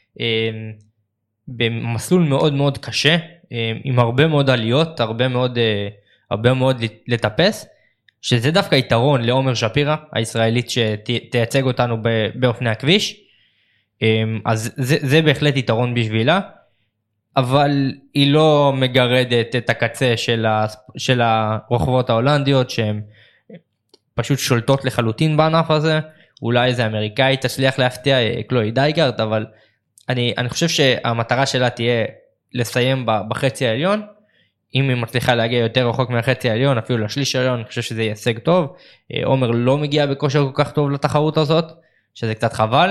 במסלול מאוד מאוד קשה, עם הרבה מאוד עליות, הרבה מאוד, הרבה מאוד לטפס, שזה דווקא יתרון לעומר שפירה, הישראלית שתייצג אותנו באופני הכביש, אז זה, זה בהחלט יתרון בשבילה, אבל היא לא מגרדת את הקצה של, ה, של הרוכבות ההולנדיות, שהן פשוט שולטות לחלוטין בענף הזה, אולי איזה אמריקאי תצליח להפתיע, קלוי דייגרט, אבל אני, אני חושב שהמטרה שלה תהיה לסיים בחצי העליון, אם היא מצליחה להגיע יותר רחוק מהחצי העליון, אפילו לשליש העליון, אני חושב שזה יהיה הישג טוב. עומר לא מגיע בכושר כל כך טוב לתחרות הזאת, שזה קצת חבל,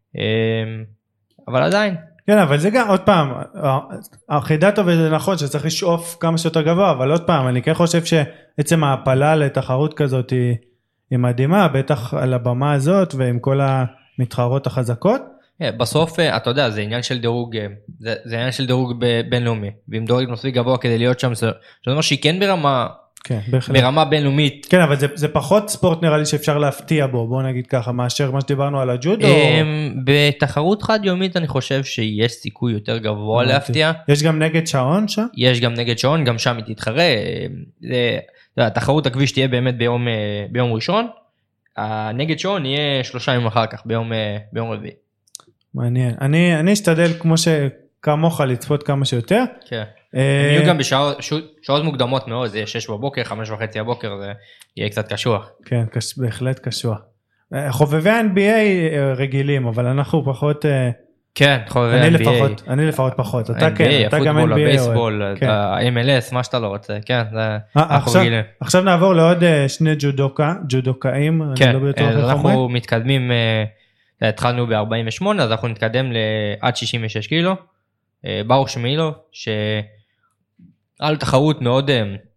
אבל עדיין. כן, אבל זה גם, עוד פעם, החידה טוב וזה נכון שצריך לשאוף כמה שיותר גבוה, אבל עוד פעם, אני כן חושב שעצם ההפלה לתחרות כזאת היא, היא מדהימה, בטח על הבמה הזאת ועם כל המתחרות החזקות. בסוף, אתה יודע, זה עניין של דירוג, זה, זה עניין של דירוג בינלאומי, ואם דירוג מספיק גבוה כדי להיות שם, זה אומר שהיא כן ברמה, כן, ברמה בינלאומית. כן, אבל זה, זה פחות ספורט נראה לי שאפשר להפתיע בו, בוא נגיד ככה, מאשר מה שדיברנו על הג'ודו. בתחרות חד יומית אני חושב שיש סיכוי יותר גבוה להפתיע. יש גם נגד שעון שם? יש גם נגד שעון, גם שם היא תתחרה. התחרות הכביש תהיה באמת ביום, ביום ראשון, הנגד שעון יהיה שלושה ימים אחר כך, ביום, ביום רביעי. מעניין. אני, אני אשתדל כמו שכמוך לצפות כמה שיותר. כן. הם יהיו גם בשעות מוקדמות מאוד, זה יהיה שש בבוקר, חמש וחצי הבוקר, זה יהיה קצת קשוח. כן, בהחלט קשוח. חובבי ה-אן בי איי רגילים, אבל אנחנו פחות... כן, חובבי ה-אן בי איי. אני לפחות פחות. אתה כן, אתה גם אן בי איי. הפוטבול, הבייסבול, ה-אם אל אס, מה שאתה לא רוצה. כן, אנחנו רגילים. עכשיו נעבור לעוד שני ג'ודוקה, ג'ודוקאים. כן, אנחנו מתקדמים... התחלנו ב-ארבעים ושמונה, אז אנחנו נתקדם לעד שישים ושש קילו. ברוך שמילוב, שעל תחרות מאוד,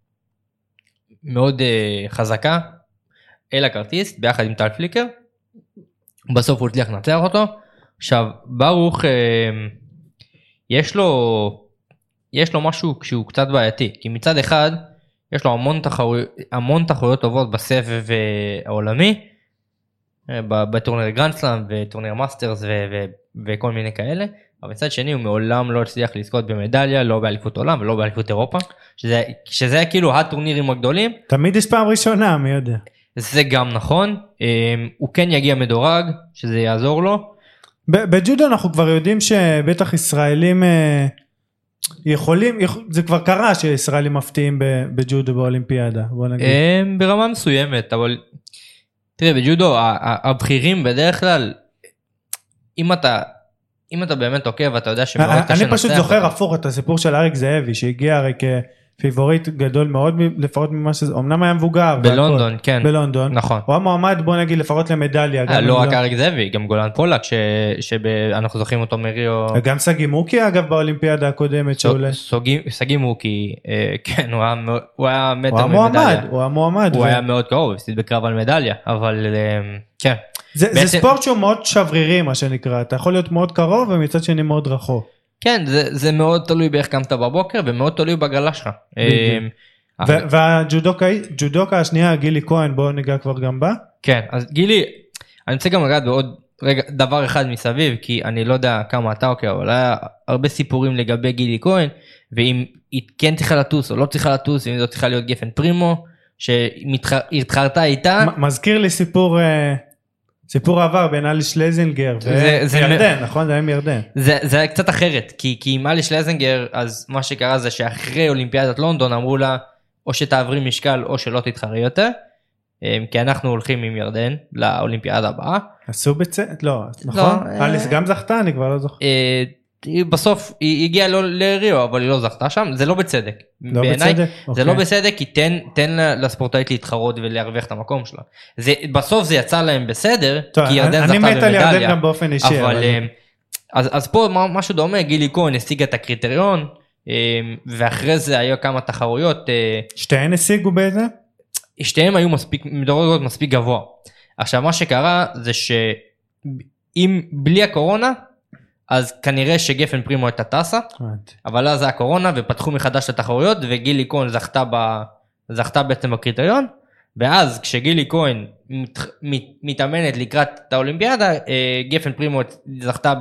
מאוד חזקה, אל הכרטיס, ביחד עם טל פליקר. בסוף הוא הצליח לנצח אותו. עכשיו, ברוך, יש לו, יש לו משהו שהוא קצת בעייתי, כי מצד אחד, יש לו המון תחרויות, המון תחרויות טובות בסבב העולמי, בטורניר גרנדסלאם וטורניר מאסטרס וכל מיני כאלה, אבל מצד שני הוא מעולם לא הצליח לזכות במדליה, לא באליפות עולם ולא באליפות אירופה, שזה, שזה היה כאילו הטורנירים הגדולים. תמיד יש פעם ראשונה, מי יודע. זה גם נכון, הוא כן יגיע מדורג, שזה יעזור לו. בג'ודו אנחנו כבר יודעים שבטח ישראלים יכולים, זה כבר קרה שישראלים מפתיעים בג'ודו באולימפיאדה, בוא נגיד. ברמה מסוימת, אבל תראה, בג'ודו הבכירים בדרך כלל, אם אתה, אם אתה באמת עוקב, אתה יודע שמאוד קשה לנצח. אני פשוט זוכר הפוך את הסיפור של אריק זאבי, שהגיע הרי כפיבוריט גדול מאוד, לפחות ממה שזה, אמנם היה מבוגר. בלונדון, כן. בלונדון. נכון. הוא המועמד, בוא נגיד, לפחות למדליה. לא רק אריק זאבי, גם גולן פולק, שאנחנו זוכרים אותו מריו. גם סגי מוקי, אגב, באולימפיאדה הקודמת שעולה. סגי מוקי, כן, הוא היה מטר ממדליה. הוא המועמד, הוא המועמד. הוא היה מאוד קרוב, הפסיד בקרב על מדליה, אבל כן. זה ספורט שהוא מאוד שברירי, מה שנקרא. אתה יכול להיות מאוד קרוב, ומצד שני מאוד רחוק. כן, זה, זה מאוד תלוי באיך קמת בבוקר, ומאוד תלוי בגלה שלך. והג'ודוקה השנייה, גילי כהן, בואו ניגע כבר גם בה. כן, אז גילי, אני רוצה גם לגעת בעוד רגע, דבר אחד מסביב, כי אני לא יודע כמה אתה עוקב, אבל היה הרבה סיפורים לגבי גילי כהן, ואם היא כן צריכה לטוס או לא צריכה לטוס, ואם זו צריכה להיות גפן פרימו, שהתחרתה איתה. מזכיר לי סיפור... סיפור עבר בין אלי שלזינגר וירדן, נכון? זה היה מירדן. זה היה קצת אחרת, כי עם אלי שלזינגר, אז מה שקרה זה שאחרי אולימפיאדת לונדון אמרו לה, או שתעברי משקל או שלא תתחרי יותר, כי אנחנו הולכים עם ירדן לאולימפיאדה הבאה. עשו בצד? לא, נכון? אליס גם זכתה, אני כבר לא זוכר. בסוף היא הגיעה לריו, אבל היא לא זכתה שם, זה לא בצדק. לא בצדק? זה לא בצדק, כי תן לספורטאית להתחרות ולהרוויח את המקום שלה. בסוף זה יצא להם בסדר, כי ירדן זכתה במדליה. אני מת על ירדן גם באופן אישי. אז פה משהו דומה, גילי כהן השיגה את הקריטריון, ואחרי זה היו כמה תחרויות. שתיהן השיגו באיזה? שתיהן היו מדורגות מספיק גבוה. עכשיו מה שקרה זה שאם בלי הקורונה, אז כנראה שגפן פרימו הייתה טסה, אבל אז זה הקורונה ופתחו מחדש את התחרויות, וגילי כהן זכתה, ב, זכתה בעצם בקריטריון, ואז כשגילי כהן מת, מת, מתאמנת לקראת את האולימפיאדה, גפן פרימו זכתה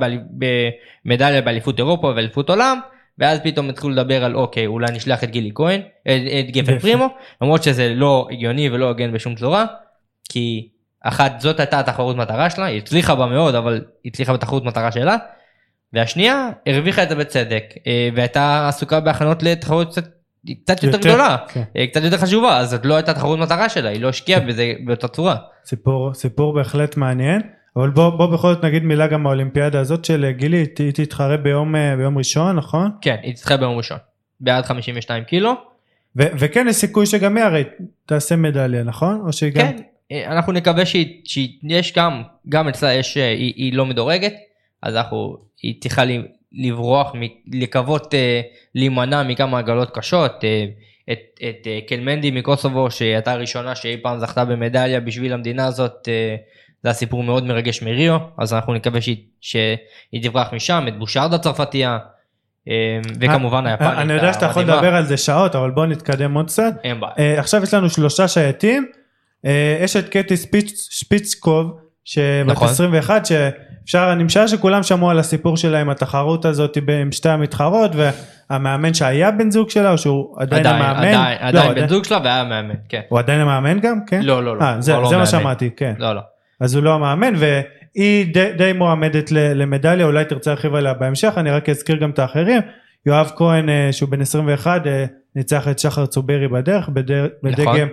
במדליה באליפות אירופה ואליפות עולם, ואז פתאום התחילו לדבר על אוקיי, אולי נשלח את גילי כהן, את גפן פרימו, למרות שזה לא הגיוני ולא הגן בשום צורה, כי אחת, זאת הייתה התחרות מטרה שלה, היא הצליחה בה מאוד, אבל היא הצליחה בתחרות מטרה שלה, והשנייה הרוויחה את זה בצדק, והייתה עסוקה בהכנות לתחרות קצת, קצת יותר גדולה, קצת יותר חשובה, אז זאת לא הייתה תחרות מטרה שלה, היא לא השקיעה בזה באותה צורה. סיפור, סיפור בהחלט מעניין, אבל בוא, בוא בכל זאת נגיד מילה גם מהאולימפיאדה הזאת של גילי, היא תתחרה ביום, ביום ראשון, נכון? כן, היא תתחרה ביום ראשון, בעד חמישים ושתיים קילו. ו- וכן, יש סיכוי שגם היא הרי תעשה מדליה, נכון? או שהיא גם... כן, אנחנו נקווה שיש גם, גם אצלה יש, היא, היא לא מדורגת, אז אנחנו, היא צריכה לברוח, לקוות להימנע מכמה עגלות קשות, את, את קלמנדי מקוסובו, שהייתה הראשונה שאי פעם זכתה במדליה בשביל המדינה הזאת, זה הסיפור מאוד מרגש מריו, אז אנחנו נקווה שהיא, שהיא תברח משם, את בושארד הצרפתייה, וכמובן היפנית. אני יודע שאתה יכול לדבר על זה שעות, אבל בואו נתקדם עוד קצת. עכשיו יש לנו שלושה שייטים, יש את קטי שפיצקוב, שבת עשרים ואחת, שאפשר, אני משער שכולם שמעו על הסיפור שלה עם התחרות הזאת עם שתי המתחרות, והמאמן שהיה בן זוג שלה, או שהוא עדיין המאמן? עדיין, עדיין בן זוג שלה והיה המאמן, כן. הוא עדיין המאמן גם? כן? לא, לא, לא. זה מה שמעתי, כן. לא, לא. אז הוא לא המאמן, והיא די מועמדת למדליה, אולי תרצה להרחיב עליה בהמשך, אני רק אזכיר גם את האחרים, יואב כהן, שהוא בן עשרים ואחת, ניצח את שחר צוברי בדרך, בדגם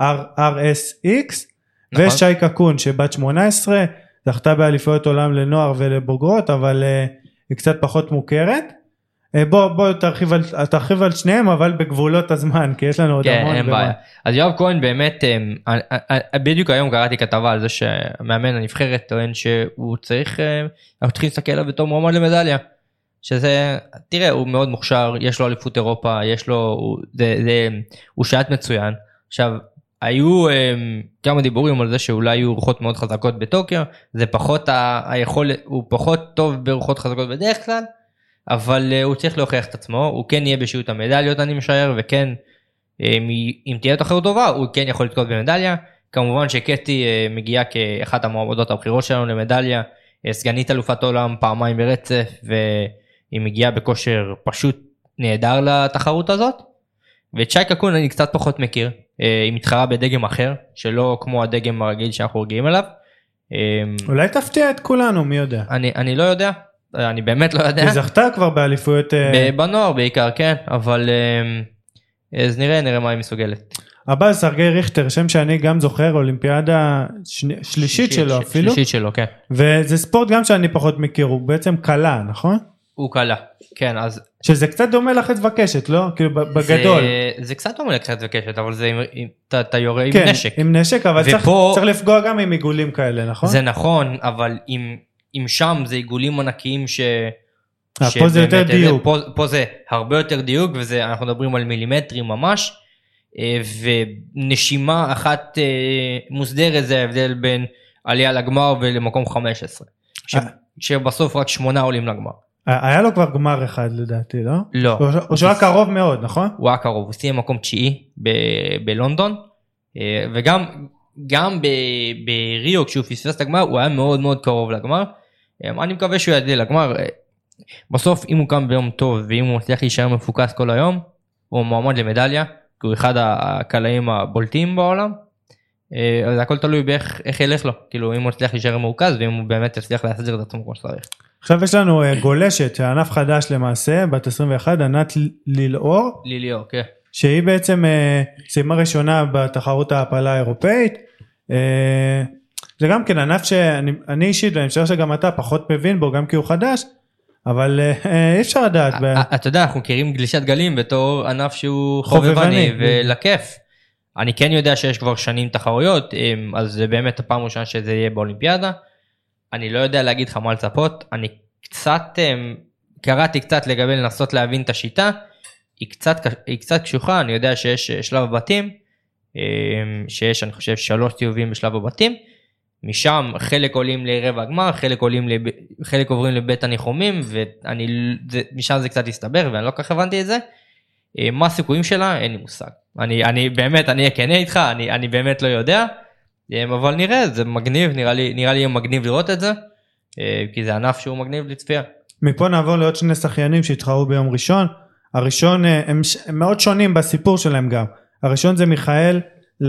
אר אס איקס, ושייקה קון שבת שמונה עשרה, זכתה באליפויות עולם לנוער ולבוגרות, אבל היא קצת פחות מוכרת, בוא, בוא תרחיב על, תרחיב על שניהם, אבל בגבולות הזמן, כי יש לנו עוד כן, המון. אין בעיה. אז יואב כהן באמת, בדיוק היום קראתי כתבה על זה שמאמן הנבחרת טוען שהוא צריך, אנחנו צריכים להסתכל עליו בתור מועמד למדליה. שזה, תראה, הוא מאוד מוכשר, יש לו אליפות אירופה, יש לו, הוא, זה, זה, הוא שייט מצוין. עכשיו, היו כמה דיבורים על זה שאולי יהיו רוחות מאוד חזקות בטוקיו, זה פחות היכולת, הוא פחות טוב ברוחות חזקות בדרך כלל, אבל הוא צריך להוכיח את עצמו, הוא כן יהיה בשיעוט המדליות אני משער, וכן, אם תהיה תחרות טובה, הוא כן יכול לתקוד במדליה, כמובן שקטי מגיעה כאחת המועמדות הבחירות שלנו למדליה, סגנית אלופת עולם פעמיים ברצף, והיא מגיעה בכושר פשוט נהדר לתחרות הזאת, ואת שי קקון אני קצת פחות מכיר, היא מתחרה בדגם אחר, שלא כמו הדגם הרגיל שאנחנו רגילים אליו. אולי תפתיע את כולנו, מי יודע? אני, אני לא יודע, אני באמת לא יודע. היא זכתה כבר באליפויות... בנוער בעיקר, כן, אבל אז נראה, נראה מה היא מסוגלת. הבא, סרגי ריכטר, שם שאני גם זוכר, אולימפיאדה שלישית, שלישית שלו אפילו. שלישית שלו, כן. וזה ספורט גם שאני פחות מכיר, הוא בעצם קלה, נכון? הוא קלה, כן, אז... שזה קצת דומה לחץ וקשת, לא? כאילו בגדול. זה, זה קצת דומה לחץ וקשת, אבל זה, אתה, אתה יורה עם כן, נשק. עם נשק, אבל ופה, צריך, צריך לפגוע גם עם עיגולים כאלה, נכון? זה נכון, אבל אם, אם שם זה עיגולים ענקיים ש... 아, פה זה יותר דיוק. פה, פה זה הרבה יותר דיוק, וזה, אנחנו מדברים על מילימטרים ממש, ונשימה אחת מוסדרת, זה ההבדל בין עלייה לגמר ולמקום חמש עשרה, ש, שבסוף רק שמונה עולים לגמר. היה לו כבר גמר אחד לדעתי, לא? לא. הוא שהיה קרוב מאוד, נכון? הוא היה קרוב, הוא סיים מקום תשיעי בלונדון, וגם גם בריו כשהוא פספס את הגמר, הוא היה מאוד מאוד קרוב לגמר. אני מקווה שהוא יעלה לגמר. בסוף אם הוא קם ביום טוב, ואם הוא מצליח להישאר מפוקס כל היום, הוא מועמד למדליה, כי הוא אחד הקלעים הבולטים בעולם. אז הכל תלוי באיך ילך לו, כאילו אם הוא מצליח להישאר מרוכז, ואם הוא באמת יצליח להסדיר את עצמו כמו שצריך. עכשיו יש לנו גולשת, ענף חדש למעשה, בת עשרים ואחת, ענת לילאור. לילאור, כן. שהיא בעצם סיימה ראשונה בתחרות ההעפלה האירופאית. זה גם כן ענף שאני אישית, ואני חושב שגם אתה פחות מבין בו, גם כי הוא חדש, אבל אי אפשר לדעת. אתה יודע, אנחנו מכירים גלישת גלים בתור ענף שהוא חובבני ולכיף. אני כן יודע שיש כבר שנים תחרויות, אז זה באמת הפעם ראשונה שזה יהיה באולימפיאדה. אני לא יודע להגיד לך מה לצפות, אני קצת, קראתי קצת לגבי לנסות להבין את השיטה, היא קצת, היא קצת קשוחה, אני יודע שיש שלב הבתים, שיש אני חושב שלוש סיבובים בשלב הבתים, משם חלק עולים לרבע הגמר, חלק עולים, לב... חלק עוברים לבית הניחומים, ואני, זה, משם זה קצת הסתבר, ואני לא כך הבנתי את זה. מה הסיכויים שלה? אין לי מושג. אני, אני באמת, אני אכנה איתך, אני, אני באמת לא יודע, אבל נראה, זה מגניב, נראה לי, נראה לי מגניב לראות את זה, כי זה ענף שהוא מגניב לצפייה. מפה נעבור לעוד שני שחיינים שהתחרו ביום ראשון. הראשון, הם, הם מאוד שונים בסיפור שלהם גם. הראשון זה מיכאל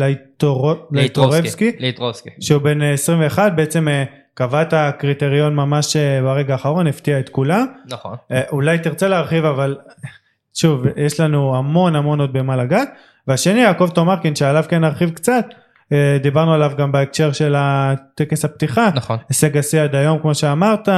לייטרובסקי, שהוא בן עשרים ואחת, בעצם קבע את הקריטריון ממש ברגע האחרון, הפתיע את כולם. נכון. אולי תרצה להרחיב, אבל שוב, יש לנו המון המון עוד במה לגעת. והשני, יעקב תומרקין, שעליו כן נרחיב קצת, דיברנו עליו גם בהקשר של הטקס הפתיחה. נכון. הישג השיא עד היום, כמו שאמרת,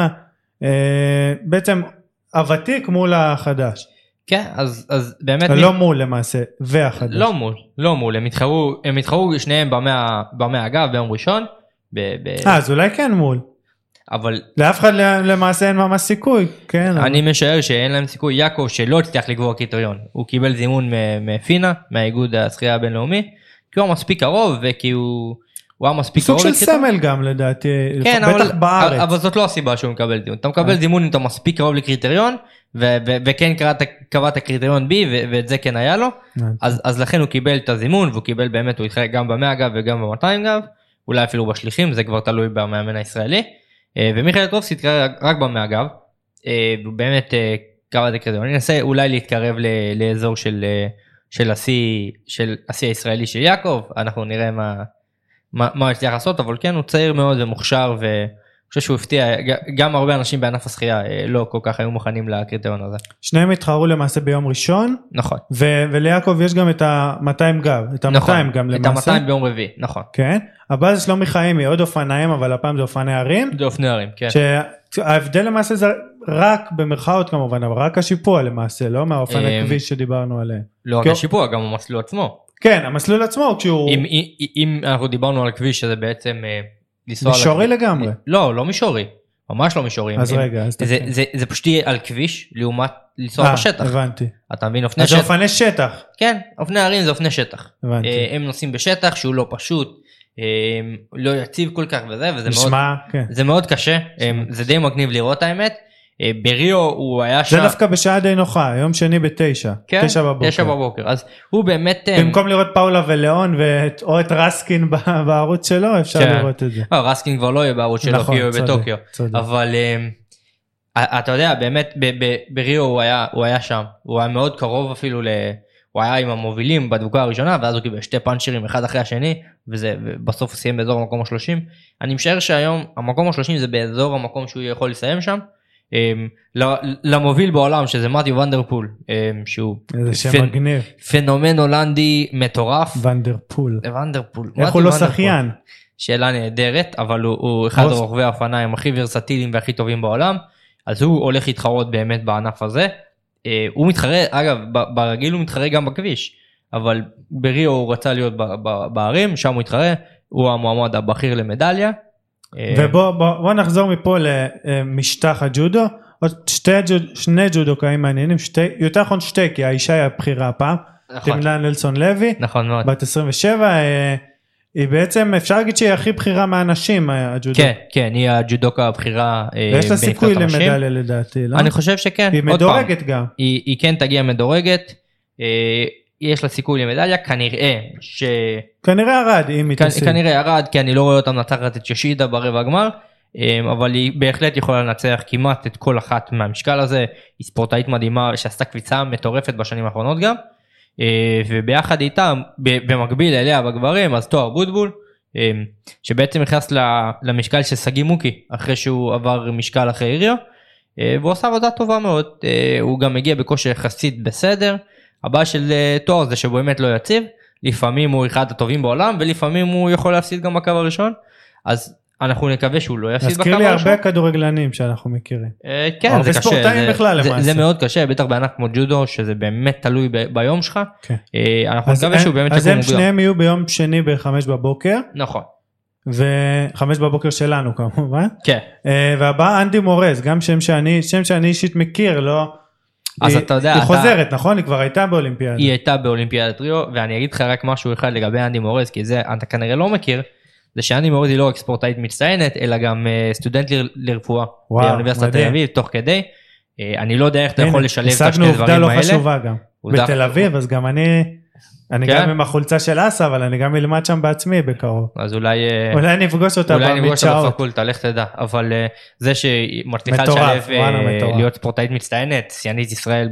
בעצם הוותיק מול החדש. כן, אז, אז באמת... לא מ... מול למעשה, והחדש. לא מול, לא מול, הם התחרו, הם התחרו שניהם במאה, במאה אגב, ביום ראשון. ב, ב... אה, אז אולי כן מול. אבל... לאף אחד למעשה אין ממש סיכוי, כן. אני אבל... משער שאין להם סיכוי. יעקב שלא הצליח לקבוע קריטריון, הוא קיבל זימון מפינה, מהאיגוד השחייה הבינלאומי, כי הוא מספיק קרוב, וכי הוא... הוא היה מספיק סוג של סמל גם לדעתי, כן, בטח אבל, בארץ. אבל זאת לא הסיבה שהוא מקבל זימון. אתה מקבל זימון אם אתה מספיק קרוב לקריטריון, ו- ו- וכן קבעת הקריטריון B, ו- ואת זה כן היה לו, אז, אז לכן הוא קיבל את הזימון, והוא קיבל באמת, הוא התחלק גם במאה גב וגם ב-מאתיים גב, אולי אפילו בשליחים, זה כבר תלוי במאמן הישראלי, ומיכאל לייטרובסקי התקרב רק במאה גב, הוא באמת קבע את הקריטריון. אני אנסה אולי להתקרב ל- לאזור של, של השיא, של השיא הישראלי של יעקב, אנחנו נראה מה... מה הוא הצליח לעשות, אבל כן הוא צעיר מאוד ומוכשר, חושב שהוא הפתיע, גם הרבה אנשים בענף השחייה לא כל כך היו מוכנים לקריטריון הזה. שניהם התחרו למעשה ביום ראשון. נכון. ו- וליעקב יש גם את ה-מאתיים גב, את ה-מאתיים נכון, גם את למעשה. את ה-מאתיים ביום רביעי, נכון. כן, הבא זה שלומי חיימי, עוד אופניים, אבל הפעם זה אופני הרים. זה אופני הרים, כן. שההבדל למעשה זה רק במרכאות כמובן, אבל רק השיפוע למעשה, לא מהאופני כביש שדיברנו עליהם. לא רק השיפוע, גם המסלול עצמו. כן, המסלול עצמו, כשהוא... אם, אם אנחנו דיברנו על כביש, שזה בעצם לנסוע... מישורי לגמרי. לא, לא מישורי. ממש לא מישורי. אז רגע, אז זה, זה, זה פשוט יהיה על כביש, לעומת לנסוע בשטח. הבנתי. אתה מבין, אופני שטח. אז זה אופני שטח. כן, אופני הרים זה אופני שטח. הבנתי. הם נוסעים בשטח שהוא לא פשוט, לא יציב כל כך וזה, וזה נשמע, מאוד, כן. זה מאוד קשה, זה די מגניב לראות האמת. בריו הוא היה שם... זה דווקא בשעה די נוחה, יום שני בתשע, כן, תשע בבוקר. תשע בבוקר, אז הוא באמת... במקום לראות פאולה ולאון, או את רסקין בערוץ שלו, אפשר כן. לראות את זה. לא, רסקין כבר לא יהיה בערוץ שלו, נכון, כי הוא יהיה בטוקיו. צודק. אבל אתה יודע, באמת, בריו הוא היה, הוא היה שם, הוא היה מאוד קרוב אפילו ל... הוא היה עם המובילים בדבוקה הראשונה, ואז הוא קיבל שתי פאנצ'רים אחד אחרי השני, וזה, ובסוף הוא סיים באזור המקום ה-שלושים. אני משער שהיום המקום ה-שלושים זה באזור המקום שהוא יכול לסיים שם. למוביל בעולם שזה מתיו ונדרפול, שהוא פנומן הולנדי מטורף. ונדרפול. ונדרפול. איך הוא לא שחיין? שאלה נהדרת, אבל הוא אחד הרוכבי האופניים הכי ורסטיליים והכי טובים בעולם, אז הוא הולך להתחרות באמת בענף הזה. הוא מתחרה, אגב, ברגיל הוא מתחרה גם בכביש, אבל בריו הוא רצה להיות בערים, שם הוא מתחרה, הוא המועמד הבכיר למדליה. ובוא בוא, בוא נחזור מפה למשטח הג'ודו, עוד שתי, שני ג'ודוקאים מעניינים, שתי, יותר נכון שתי, כי האישה היא הבחירה הפעם, נכון. תמלה נלסון לוי, נכון מאוד. בת עשרים ושבע, היא בעצם, אפשר להגיד שהיא הכי בחירה מהנשים, הג'ודו. כן, כן, היא הג'ודוקה הבחירה. ויש לה סיכוי למדליה לדעתי, לא? אני חושב שכן. היא מדורגת גם. היא, היא כן תגיע מדורגת, יש לה סיכוי למדליה, כנראה ש... כנראה ארד, אם היא תשיג. כנראה ארד, כי אני לא רואה אותם נצחת את יושידה ברבע הגמר, אבל היא בהחלט יכולה לנצח כמעט את כל אחת מהמשקל הזה, היא ספורטאית מדהימה שעשתה קפיצה מטורפת בשנים האחרונות גם, וביחד איתה, במקביל אליה בגברים, אז תואר בוטבול, שבעצם נכנס למשקל של סגי מוקי, אחרי שהוא עבר משקל אחרי איריו, והוא עושה עבודה טובה מאוד, הוא גם הגיע בכושר יחסית בסדר, הבעיה של תואר זה שהוא באמת לא יציב, לפעמים הוא אחד הטובים בעולם, ולפעמים הוא יכול להפסיד גם בקו הראשון, אז אנחנו נקווה שהוא לא יפסיד בקו הראשון. מזכיר לי הרבה כדורגלנים שאנחנו מכירים. כן, זה קשה, זה מאוד קשה, בטח בענף כמו ג'ודו, שזה באמת תלוי ביום שלך, אנחנו נקווה שהוא באמת אז הם שניהם יהיו ביום שני בחמש בבוקר. נכון. וחמש בבוקר שלנו כמובן. כן. והבא אנדי מורז, גם שם שאני, שם שאני אישית מכיר, לא... אז היא, אתה יודע, היא אתה... חוזרת, נכון? היא כבר הייתה באולימפיאדה. היא הייתה באולימפיאדת ריו, ואני אגיד לך רק משהו אחד לגבי אנדי מורז, כי זה אתה כנראה לא מכיר, זה שאנדי מורז היא לא רק ספורטאית מצטיינת, אלא גם uh, סטודנט ל... לרפואה, באוניברסיטת תל אביב, תוך כדי. Uh, אני לא יודע איך אתה יכול לשלב את השני דברים האלה. השגנו עובדה לא חשובה גם. בתל אביב, אז גם אני... אני גם עם החולצה של אסה, אבל אני גם אלמד שם בעצמי בקרוב. אז אולי... אולי נפגוש אותה במדשאות. אולי נפגוש אותה בפקולטה, לך תדע. אבל זה שהיא מצליחה לשלב להיות ספורטאית מצטיינת, סיינית ישראל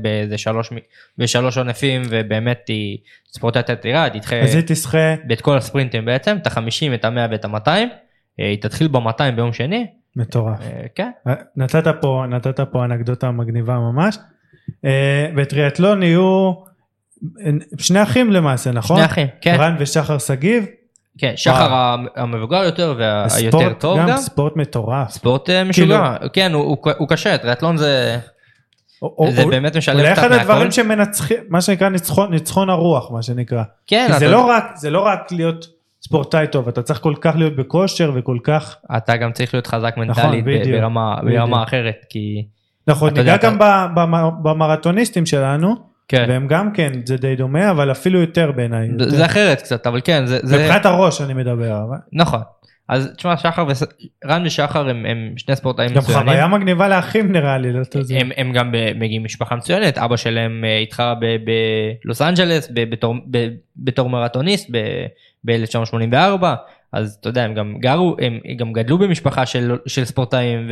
בשלוש עונפים, ובאמת היא ספורטאית עתירה, היא תדחה... אז היא תשחה... בית כל הספרינטים בעצם, את ה-חמישים, את ה-מאה ואת ה-מאתיים. היא תתחיל ב-מאתיים ביום שני. מטורף. כן. נתת פה, נתת פה אנקדוטה מגניבה ממש. בטריאטלון יהיו... שני אחים למעשה, נכון? שני אחים, כן. רן ושחר סגיב. כן, שחר המבוגר יותר והיותר טוב גם. גם ספורט מטורף. ספורט משוגע, כן, הוא קשה, טריאטלון זה באמת משלב אולי אחד הדברים שמנצחים, מה שנקרא ניצחון הרוח, מה שנקרא. כן. זה לא רק להיות ספורטאי טוב, אתה צריך כל כך להיות בכושר וכל כך... אתה גם צריך להיות חזק מנטלית ברמה אחרת, כי... נכון, ניגע גם במרתוניסטים שלנו, כן. והם גם כן, זה די דומה, אבל אפילו יותר בעיניי. זה, זה אחרת קצת, אבל כן. זה, זה... מבחינת הראש אני מדבר. אבל... נכון. אז תשמע, שחר ו... רן ושחר הם, הם שני ספורטאים מצוינים. גם חוויה מגניבה לאחים נראה לי. לא הם, הם גם מגיעים משפחה מצוינת, אבא שלהם התחרה בלוס אנג'לס, בתור, בתור מרתוניסט ב-אלף תשע מאות שמונים וארבע, אז אתה יודע, הם גם גרו, הם גם גדלו במשפחה של, של ספורטאים,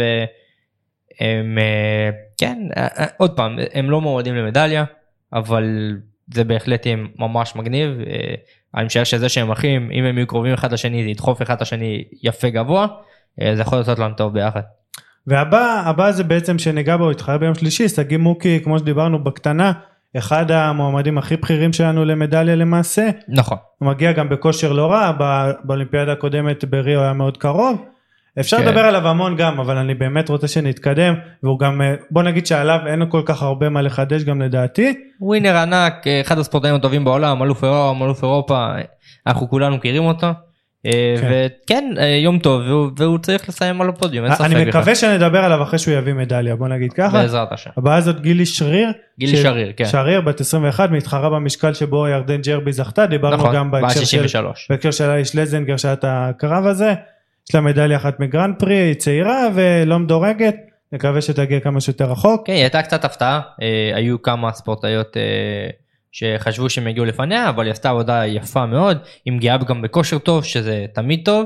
והם, כן, עוד פעם, הם לא מועמדים למדליה, אבל זה בהחלט יהיה ממש מגניב, אני משער שזה שהם אחים, אם הם יהיו קרובים אחד לשני, זה ידחוף אחד לשני יפה גבוה, זה יכול לעשות להם טוב ביחד. והבא, הבא זה בעצם שניגע בו, התחרה ביום שלישי, סגי מוקי, כמו שדיברנו בקטנה, אחד המועמדים הכי בכירים שלנו למדליה למעשה. נכון. הוא מגיע גם בכושר לא רע, באולימפיאדה הקודמת בריו היה מאוד קרוב. אפשר לדבר עליו המון גם, אבל אני באמת רוצה שנתקדם, והוא גם, בוא נגיד שעליו אין כל כך הרבה מה לחדש גם לדעתי. ווינר ענק, אחד הספורטאים הטובים בעולם, אלוף אירופה, אלוף אירופה, אנחנו כולנו מכירים אותו. וכן, יום טוב, והוא צריך לסיים על הפודיום. אני מקווה שנדבר עליו אחרי שהוא יביא מדליה, בוא נגיד ככה. בעזרת השם. הבאה הזאת גילי שריר. גילי שריר, כן. שריר, בת עשרים ואחת, מתחרה במשקל שבו ירדן ג'רבי זכתה, דיברנו גם בהקשר של האיש לזנגר שהיה את הקרב הזה. יש לה מדליה אחת מגרנד פרי, היא צעירה ולא מדורגת, נקווה שתגיע כמה שיותר רחוק. כן, היא הייתה קצת הפתעה, היו כמה ספורטאיות שחשבו שהם הגיעו לפניה, אבל היא עשתה עבודה יפה מאוד, היא מגיעה גם בכושר טוב, שזה תמיד טוב,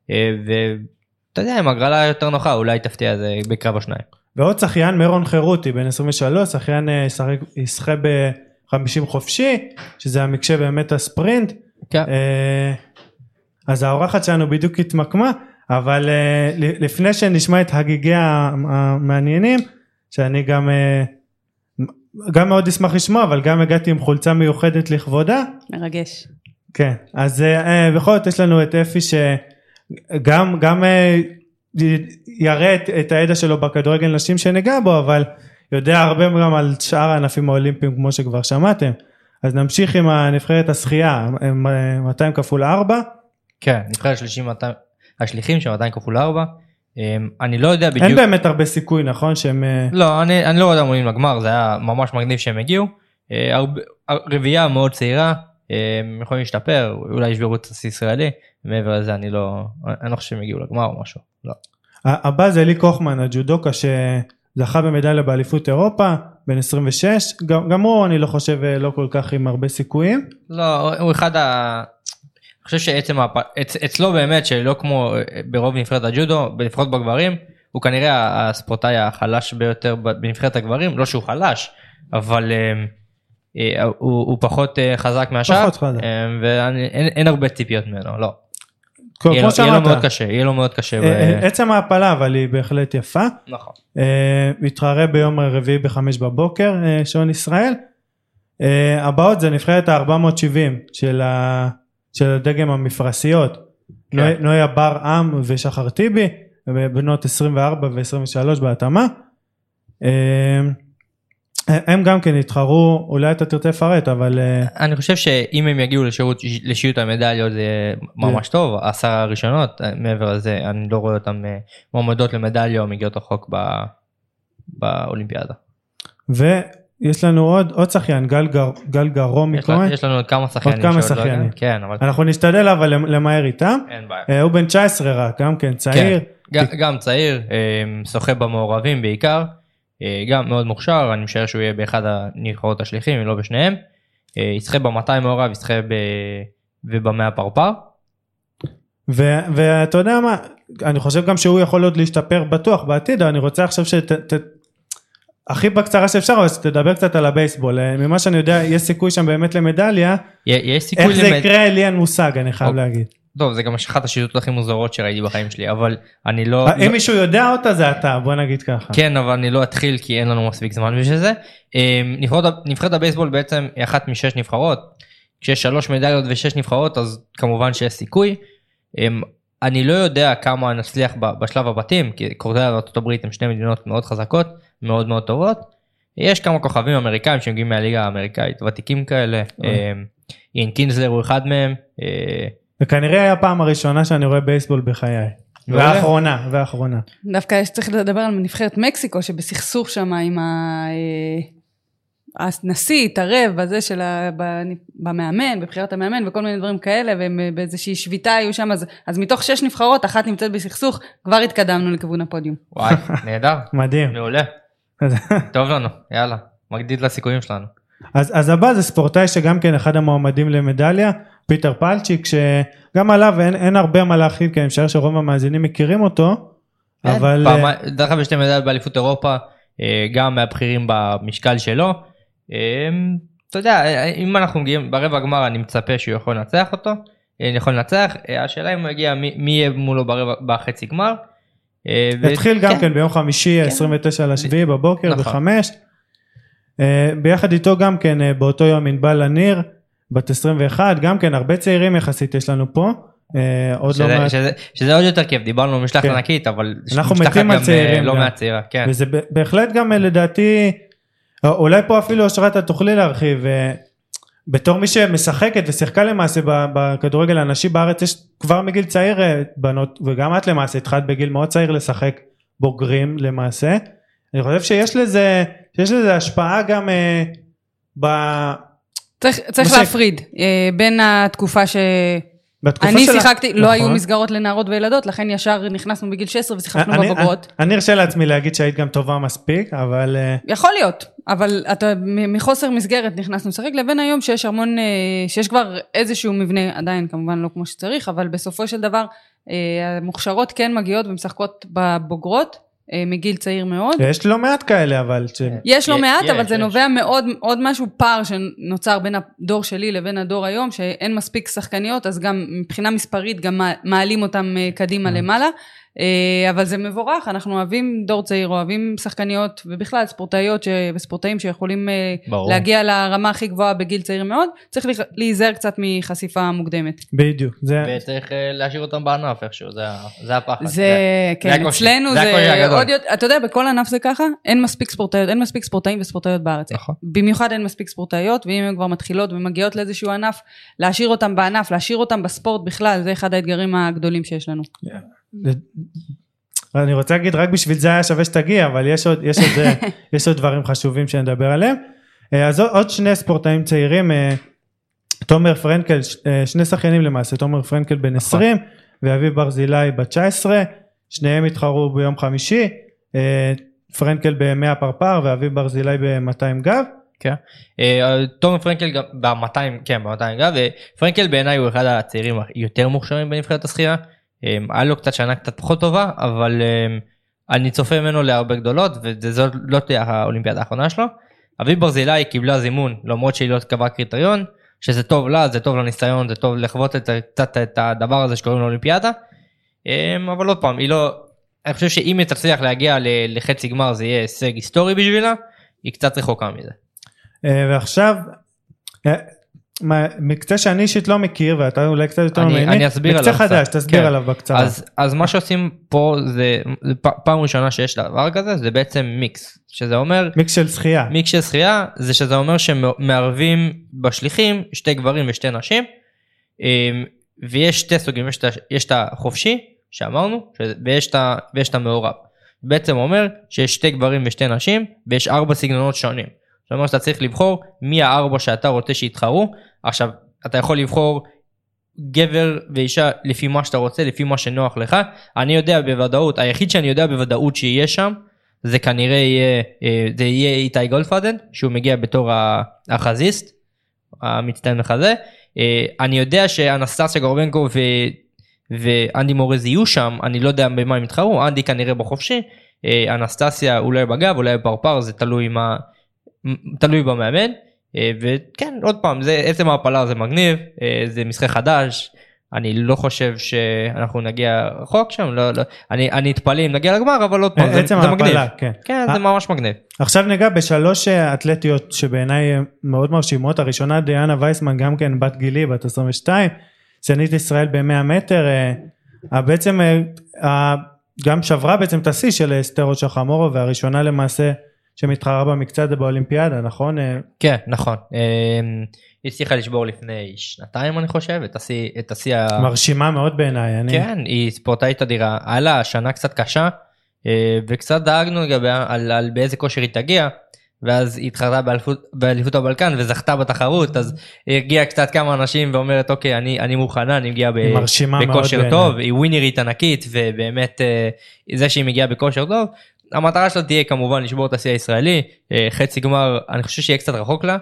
ואתה יודע, עם הגרלה יותר נוחה, אולי תפתיע זה בקרב השניים. ועוד שחיין מרון חירותי, בן עשרים ושלוש, שחיין ישחה ב-חמישים חופשי, שזה המקשה באמת הספרינט. כן. אז האורחת שלנו בדיוק התמקמה, אבל uh, לפני שנשמע את הגיגי המעניינים, שאני גם, uh, גם מאוד אשמח לשמוע, אבל גם הגעתי עם חולצה מיוחדת לכבודה. מרגש. כן, אז uh, בכל זאת יש לנו את אפי שגם גם, uh, יראה את, את הידע שלו בכדורגל נשים שניגע בו, אבל יודע הרבה גם על שאר הענפים האולימפיים כמו שכבר שמעתם. אז נמשיך עם הנבחרת השחייה, מאתיים כפול ארבע. כן, נבחרת השליחים של מאתיים כפול ארבע, אני לא יודע בדיוק. אין באמת הרבה סיכוי, נכון? שהם... לא, אני, אני לא יודע מולים לגמר, זה היה ממש מגניב שהם הגיעו, רביעייה מאוד צעירה, הם יכולים להשתפר, אולי ישברו את השיא ישראלי, מעבר לזה אני לא, אני לא חושב שהם הגיעו לגמר או משהו, לא. הבא זה אלי קוחמן, הג'ודוקה שזכה במדליה באליפות אירופה, בן עשרים ושש, גם, גם הוא אני לא חושב לא כל כך עם הרבה סיכויים. לא, הוא אחד ה... אני חושב שעצם, אצ, אצלו באמת שלא כמו ברוב נבחרת הג'ודו, לפחות בגברים, הוא כנראה הספורטאי החלש ביותר בנבחרת הגברים, לא שהוא חלש, אבל אה, הוא, הוא פחות אה, חזק מהשאר, פחות חזק. אה, ואין אין הרבה ציפיות ממנו, לא. כמו יהיה, שאמרת. יהיה לו מאוד קשה, יהיה לו מאוד קשה. ב... עצם ההפלה, אבל היא בהחלט יפה. נכון. אה, מתחרה ביום רביעי בחמש בבוקר, אה, שעון ישראל. אה, הבאות זה נבחרת ה-ארבע מאות שבעים של ה... של הדגם המפרסיות, כן. נויה בר עם ושחר טיבי, בנות עשרים וארבע ו-עשרים ושלוש בהתאמה, הם גם כן התחרו, אולי אתה תרצה לפרט, אבל... אני חושב שאם הם יגיעו לשירות המדליות זה ממש yeah. טוב, עשר הראשונות, מעבר לזה אני לא רואה אותם מועמדות למדליה או מגיעות רחוק בא... באולימפיאדה. ו... יש לנו עוד, עוד שחיין, גל, גר, גל גרומי כהן. יש לנו עוד כמה שחיינים. עוד כמה שחיינים. כן, אבל... אנחנו נשתדל אבל למהר איתם. אין בעיה. הוא בן תשע עשרה רק, גם כן, צעיר. כן, גם צעיר, שוחה במעורבים בעיקר, גם מאוד מוכשר, אני משער שהוא יהיה באחד הנבחרות השליחים, אם לא בשניהם. ישחה ב-מאתיים מעורב, ישחה וב-מאה פרפר. ואתה יודע מה, אני חושב גם שהוא יכול עוד להשתפר בטוח בעתיד, אני רוצה עכשיו שת... הכי בקצרה שאפשר, אבל שתדבר קצת על הבייסבול. ממה שאני יודע, יש סיכוי שם באמת למדליה. יש סיכוי איך זה יקרה, לי אין מושג, אני חייב להגיד. טוב, זה גם אחת השיטות הכי מוזרות שראיתי בחיים שלי, אבל אני לא... אם מישהו יודע אותה, זה אתה, בוא נגיד ככה. כן, אבל אני לא אתחיל, כי אין לנו מספיק זמן בשביל זה. נבחרת הבייסבול בעצם היא אחת משש נבחרות. כשיש שלוש מדליות ושש נבחרות, אז כמובן שיש סיכוי. אני לא יודע כמה נצליח בשלב הבתים, כי קוריאה וארצות הברית הם שני מדינות מאוד חזקות, מאוד מאוד טובות. יש כמה כוכבים אמריקאים שמגיעים מהליגה האמריקאית, ותיקים כאלה. איין קינזלר הוא אחד מהם. וכנראה היה הפעם הראשונה שאני רואה בייסבול בחיי. והאחרונה, והאחרונה. דווקא יש צריך לדבר על נבחרת מקסיקו, שבסכסוך שם עם הנשיא, התערב בזה של במאמן, בבחירת המאמן, וכל מיני דברים כאלה, ובאיזושהי שביתה היו שם, אז, אז מתוך שש נבחרות, אחת נמצאת בסכסוך, כבר התקדמנו לכיוון הפודיום. וואי, נהדר. מדהים. מעולה. טוב לנו, יאללה, מגדיל לסיכויים שלנו. אז, אז הבא זה ספורטאי שגם כן אחד המועמדים למדליה, פיטר פלצ'יק, שגם עליו אין, אין הרבה מה להכיל, כי אני משער שרוב המאזינים מכירים אותו, כן, אבל... פעם, דרך כלל יש להם מדליה באליפות אירופה, גם מהבכירים במשקל שלו, אתה יודע, אם אנחנו מגיעים ברבע הגמר, אני מצפה שהוא יכול לנצח אותו, אני יכול לנצח, השאלה אם הוא יגיע, מי, מי יהיה מולו ברבע, בחצי גמר, התחיל גם כן ביום חמישי עשרים ותשע לשביעי בבוקר בחמש, ביחד איתו גם כן באותו יום ענבל לניר, בת עשרים ואחת, גם כן הרבה צעירים יחסית יש לנו פה, עוד לא מעט. שזה עוד יותר כיף, דיברנו משלחת ענקית, אבל אנחנו מתים על צעירים. לא מהצעירה, כן. וזה בהחלט גם לדעתי, אולי פה אפילו אשרת תוכלי להרחיב, בתור מי שמשחקת ושיחקה למעשה בכדורגל הנשי בארץ, יש כבר מגיל צעיר בנות, וגם את למעשה התחלת בגיל מאוד צעיר לשחק בוגרים למעשה. אני חושב שיש לזה, שיש לזה השפעה גם ב... צריך, צריך להפריד בין התקופה ש... אני שיחקתי, לא היו מסגרות לנערות וילדות, לכן ישר נכנסנו בגיל שש עשרה ושיחקנו בבוגרות. אני ארשה לעצמי להגיד שהיית גם טובה מספיק, אבל... יכול להיות, אבל מחוסר מסגרת נכנסנו לשחק, לבין היום שיש המון, שיש כבר איזשהו מבנה, עדיין כמובן לא כמו שצריך, אבל בסופו של דבר, המוכשרות כן מגיעות ומשחקות בבוגרות, מגיל צעיר מאוד. יש לא מעט כאלה, אבל... יש לא מעט, אבל זה נובע מאוד, עוד משהו פער שנוצר בין הדור שלי לבין הדור היום, שאין מספיק שחקניות, אז גם מבחינה מספרית גם מעלים אותם קדימה למעלה, אבל זה מבורך, אנחנו אוהבים דור צעיר, אוהבים שחקניות, ובכלל ספורטאיות וספורטאים שיכולים להגיע לרמה הכי גבוהה בגיל צעיר מאוד, צריך להיזהר קצת מחשיפה מוקדמת. בדיוק. וצריך להשאיר אותם בענף איכשהו, זה הפחד. זה, כן, אצלנו זה עוד יותר, אתה יודע, בכל ענף זה ככה, אין מספיק ספורטאיות, אין מספיק ספורטאים וספורטאיות בארץ. במיוחד אין מספיק ספורטאיות, ואם הן כבר מתחילות ומגיעות לאיזשהו ענף, להשאיר אותם בענף, להשאיר אותם בספורט בכלל, זה אחד האתגרים הגדולים שיש לנו. אני רוצה להגיד רק בשביל זה היה שווה שתגיע, אבל יש עוד, יש עוד, יש עוד דברים חשובים שנדבר עליהם. אז עוד שני ספורטאים צעירים, תומר פרנקל, שני שחיינים למעשה, תומר פרנקל בן עשרים ואביב ברזילי בת תשע עשרה, שניהם התחרו ביום חמישי, פרנקל ב-מאה פרפר ואביב ברזילי ב-מאתיים גב. כן, תומר פרנקל ב-מאתיים, כן, ב-מאתיים גב, ופרנקל בעיניי הוא אחד הצעירים יותר מוכשרים בנבחרת השחייה. היה לו קצת שנה קצת פחות טובה, אבל אני צופה ממנו להרבה גדולות, וזאת לא תהיה האולימפיאדה האחרונה שלו. אביב ברזילי קיבלה זימון, למרות שהיא לא קבעה קריטריון, שזה טוב לה, זה טוב לניסיון, זה טוב לחוות קצת את הדבר הזה שקוראים לאולימפיאדה, אבל עוד פעם, היא לא, אני חושב שאם היא תצליח להגיע לחצי גמר, זה יהיה הישג היסטורי בשבילה, היא קצת רחוקה מזה. ועכשיו, מקצה שאני אישית לא מכיר, ואתה אולי קצת יותר ממני, אני אסביר עליו. מקצה חדש, תסביר עליו בקצרה. אז מה שעושים פה, זה פעם ראשונה שיש דבר כזה, זה בעצם מיקס, שזה אומר... מיקס של שחייה. מיקס של שחייה, זה שזה אומר שמערבים בשליחים, שתי גברים ושתי נשים, ויש שתי סוגים, יש את החופשי, שאמרנו, ויש את המעורב. בעצם אומר שיש שתי גברים ושתי נשים, ויש ארבע סגנונות שונים. זאת אומרת שאתה צריך לבחור מי הארבע שאתה רוצה שיתחרו. עכשיו, אתה יכול לבחור גבר ואישה לפי מה שאתה רוצה, לפי מה שנוח לך. אני יודע בוודאות, היחיד שאני יודע בוודאות שיהיה שם, זה כנראה יהיה, זה יהיה איתי גולדפרדן, שהוא מגיע בתור החזיסט, המצטיין לחזה. אני יודע שאנסטסיה גורבנקו ו... ואנדי מורז יהיו שם, אני לא יודע במה הם יתחרו, אנדי כנראה בחופשי, אנסטסיה אולי בגב, אולי בפרפר, זה תלוי מה... תלוי במאמן, וכן, עוד פעם, זה, עצם ההפלה זה מגניב, זה משחק חדש, אני לא חושב שאנחנו נגיע רחוק שם, לא, לא, אני, אני אתפלא אם נגיע לגמר, אבל עוד פעם, זה, זה מגניב. כן, כן זה ממש מגניב. עכשיו ניגע בשלוש אתלטיות שבעיניי מאוד מרשימות, הראשונה דיאנה וייסמן, גם כן בת גילי, בת עשרים ושתיים, סנית ישראל ב-מאה מטר, בעצם גם שברה בעצם את השיא של אסתר רושה חמורו, והראשונה למעשה, שמתחרה במקצת באולימפיאדה, נכון? כן, נכון. היא הצליחה לשבור לפני שנתיים, אני חושב, את השיא ה... מרשימה מאוד בעיניי. כן, היא ספורטאית אדירה. היה לה שנה קצת קשה, וקצת דאגנו לגביה על באיזה כושר היא תגיע, ואז היא התחרתה באליפות הבלקן, וזכתה בתחרות, אז היא הגיעה קצת כמה אנשים, ואומרת, אוקיי, אני מוכנה, אני מגיעה בכושר טוב, היא ווינרית ענקית, ובאמת, זה שהיא מגיעה בכושר טוב, המטרה שלה תהיה כמובן לשבור את השיא הישראלי, חצי גמר, אני חושב שיהיה קצת רחוק לה,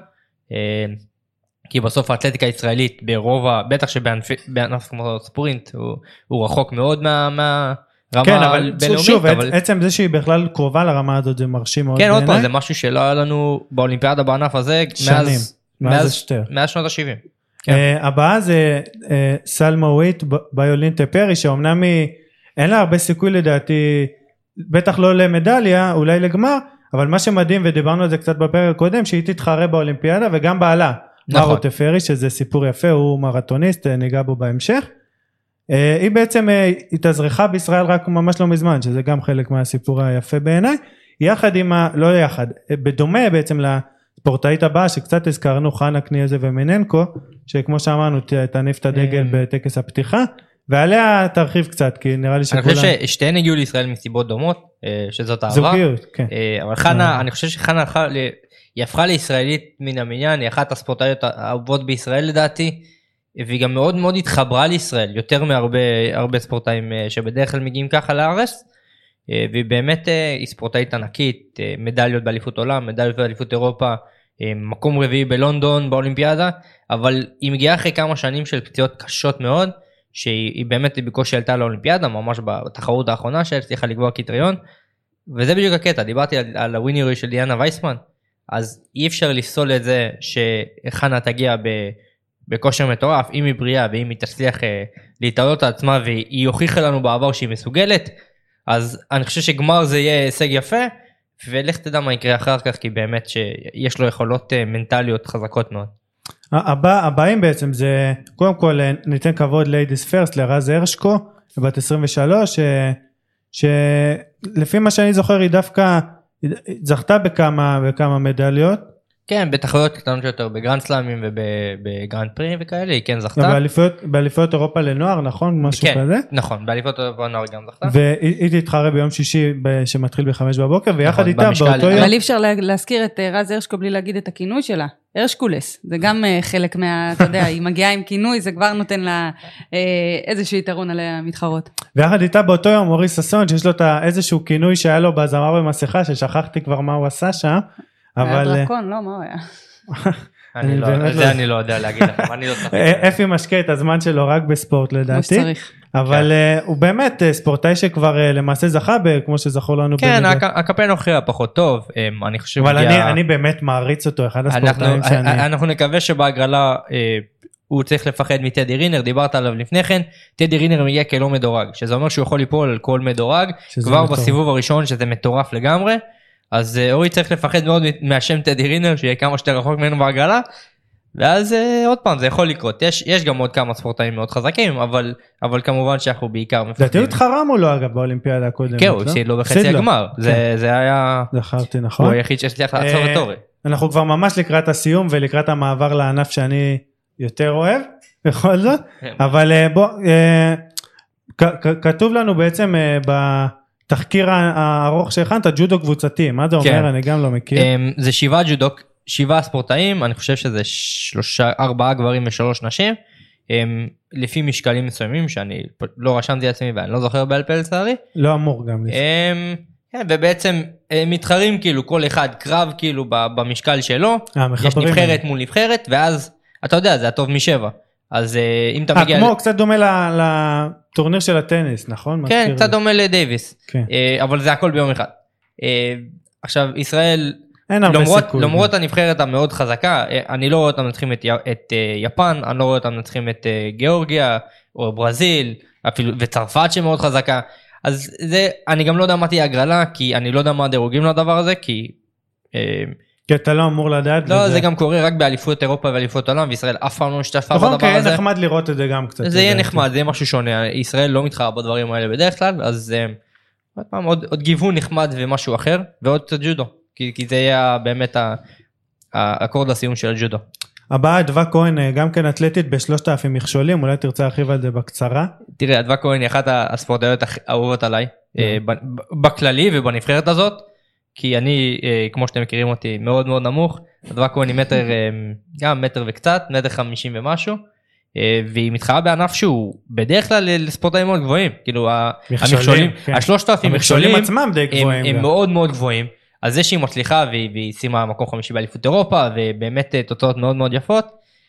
כי בסוף האתלטיקה הישראלית ברוב, בטח שבענף כמו ספורינט, הוא, הוא רחוק מאוד מה, מהרמה כן, אבל בינלאומית. שוב, אבל... עצם זה שהיא בכלל קרובה לרמה הזאת, זה מרשים מאוד כן, בעיניי. עוד פעם, זה משהו שלא היה לנו באולימפיאדה בענף הזה, שנים, מאז, מאז, מאז, מאז שנות ה-שבעים. כן. Uh, הבאה זה uh, סלמה וויט, ביולין טפרי, שאומנם היא אין לה הרבה סיכוי לדעתי, בטח לא למדליה, אולי לגמר, אבל מה שמדהים, ודיברנו על זה קצת בפרק הקודם, שהיא תתחרה באולימפיאדה, וגם בעלה, נכון. מרו טפרי, שזה סיפור יפה, הוא מרתוניסט, ניגע בו בהמשך. היא בעצם התאזרחה בישראל רק ממש לא מזמן, שזה גם חלק מהסיפור היפה בעיניי, יחד עם, ה... לא יחד, בדומה בעצם לספורטאית הבאה, שקצת הזכרנו, חנה קניאזה ומננקו, שכמו שאמרנו, תניף את הדגל בטקס הפתיחה, ועליה תרחיב קצת, כי נראה לי שכולם... אני חושב ששתיהן הגיעו לישראל מסיבות דומות, שזאת אהבה. זוגיות, כן. אבל חנה, אני חושב שחנה היא הפכה לישראלית מן המניין, היא אחת הספורטאיות האהובות בישראל לדעתי, והיא גם מאוד מאוד התחברה לישראל, יותר מהרבה ספורטאים שבדרך כלל מגיעים ככה לארץ, והיא באמת, היא ספורטאית ענקית, מדליות באליפות עולם, מדליות באליפות אירופה, מקום רביעי בלונדון באולימפיאדה, אבל היא מגיעה אחרי כמה שנים של פציעות קשות מאוד, שהיא באמת בקושי עלתה לאולימפיאדה, ממש בתחרות האחרונה שהצליחה לקבוע קריטריון, וזה בדיוק הקטע, דיברתי על, על הווינרי של דיאנה וייסמן, אז אי אפשר לפסול את זה שחנה תגיע ב, בכושר מטורף, אם היא בריאה ואם היא תצליח אה, להתעלות על עצמה, והיא הוכיחה לנו בעבר שהיא מסוגלת, אז אני חושב שגמר זה יהיה הישג יפה, ולך תדע מה יקרה אחר כך, כי באמת שיש לו יכולות אה, מנטליות חזקות מאוד. הבא, הבאים בעצם זה, קודם כל ניתן כבוד ליידיס פרסט, לרז הרשקו, בת עשרים ושלוש, שלפי מה שאני זוכר היא דווקא זכתה בכמה, בכמה מדליות. כן, בתחרויות קטנות יותר, בגרנד סלאמים ובגרנד פרי וכאלה, היא כן זכתה. באליפויות, באליפויות אירופה לנוער, נכון? משהו כן, כזה? נכון, באליפויות אירופה לנוער גם זכתה. והיא תתחרה ביום שישי שמתחיל בחמש בבוקר, ויחד איתה באותו יום. אבל אי אפשר להזכיר את רז הרשקו בלי להגיד את הכינוי שלה. הרשקולס, זה גם חלק מה, אתה יודע, היא מגיעה עם כינוי, זה כבר נותן לה איזשהו יתרון עליה מתחרות. ויחד איתה באותו יום אורי ססון, שיש לו איזשהו כינוי שהיה לו בזמר במסכה, ששכחתי כבר מה הוא עשה שם. היה דרקון, לא, מה הוא היה? זה אני לא יודע להגיד לכם, אני לא צריך. אפי משקה את הזמן שלו רק בספורט לדעתי. כמו שצריך. אבל הוא באמת ספורטאי שכבר למעשה זכה, כמו שזכור לנו. כן, הקמפיין הוכיח פחות טוב, אני חושב. אבל אני באמת מעריץ אותו, אחד הספורטאים שאני... אנחנו נקווה שבהגרלה הוא צריך לפחד מטדי רינר, דיברת עליו לפני כן, טדי רינר מגיע כלא מדורג, שזה אומר שהוא יכול ליפול על כל מדורג, כבר בסיבוב הראשון שזה מטורף לגמרי, אז אורי צריך לפחד מאוד מהשם טדי רינר, שיהיה כמה שתי רחוק ממנו בהגרלה, ואז עוד פעם זה יכול לקרות, יש, יש גם עוד כמה ספורטאים מאוד חזקים, אבל, אבל כמובן שאנחנו בעיקר מפחדים. דעתי הוא התחרם או לא אגב באולימפיאדה הקודמת? כן, הוא הפסיד לו בחצי הגמר, זה, זה היה... זכרתי, נכון. הוא היחיד שהצליח לעצור את אורי. אנחנו כבר ממש לקראת הסיום ולקראת המעבר לענף שאני יותר אוהב, בכל זאת, אבל בוא, כתוב לנו בעצם בתחקיר הארוך שהכנת, ג'ודו קבוצתי, מה זה אומר? אני גם לא מכיר. זה שבעה ג'ודו, שבעה ספורטאים, אני חושב שזה שלושה, ארבעה גברים ושלוש נשים, לפי משקלים מסוימים, שאני לא רשמתי לעצמי ואני לא זוכר בעל פה לצערי. לא אמור גם. ובעצם מתחרים כאילו כל אחד קרב כאילו במשקל שלו, יש נבחרת מול נבחרת, ואז אתה יודע, זה הטוב משבע. אז אם אתה מגיע... כמו, קצת דומה לטורניר של הטניס, נכון? כן, קצת דומה לדייביס. אבל זה הכל ביום אחד. עכשיו, ישראל, למרות הנבחרת המאוד חזקה, אני לא רואה אותם מנצחים את יפן, אני לא רואה אותם מנצחים את גיאורגיה, או ברזיל, וצרפת שמאוד חזקה. אז זה, אני גם לא יודע מה תהיה הגרלה, כי אני לא יודע מה הדירוגים לדבר הזה, כי... כי אתה לא אמור לדעת. לא, זה גם קורה רק באליפות אירופה ואליפות עולם, וישראל אף פעם לא משתתפה בדבר הזה. נכון, כי יהיה נחמד לראות את זה גם קצת. זה יהיה נחמד, זה יהיה משהו שונה. ישראל לא מתחרה בדברים האלה בדרך כלל, אז עוד פעם, עוד גיוון נחמד ומשהו אחר, ועוד קצת ג'ודו, כי זה יהיה באמת האקורד לסיום של הג'ודו. הבאה, אדווה כהן, גם כן אתלטית בשלושת אלפים מכשולים, אולי תרצה להרחיב על זה בקצרה. תראה, אדווה כהן היא אחת הספורטאיות האהובות עליי, בכללי ובנבחרת הזאת, כי אני, כמו שאתם מכירים אותי, מאוד מאוד נמוך, אדווה כהן היא מטר, גם מטר וקצת, מטר חמישים ומשהו, והיא מתחרה בענף שהוא בדרך כלל לספורטאים מאוד גבוהים, כאילו המכשולים, השלושת אלפים מכשולים עצמם די גבוהים, הם מאוד מאוד גבוהים, אז זה שהיא מצליחה והיא שימה מקום חמישי באליפות אירופה, ובאמת תוצאות מאוד מאוד יפות,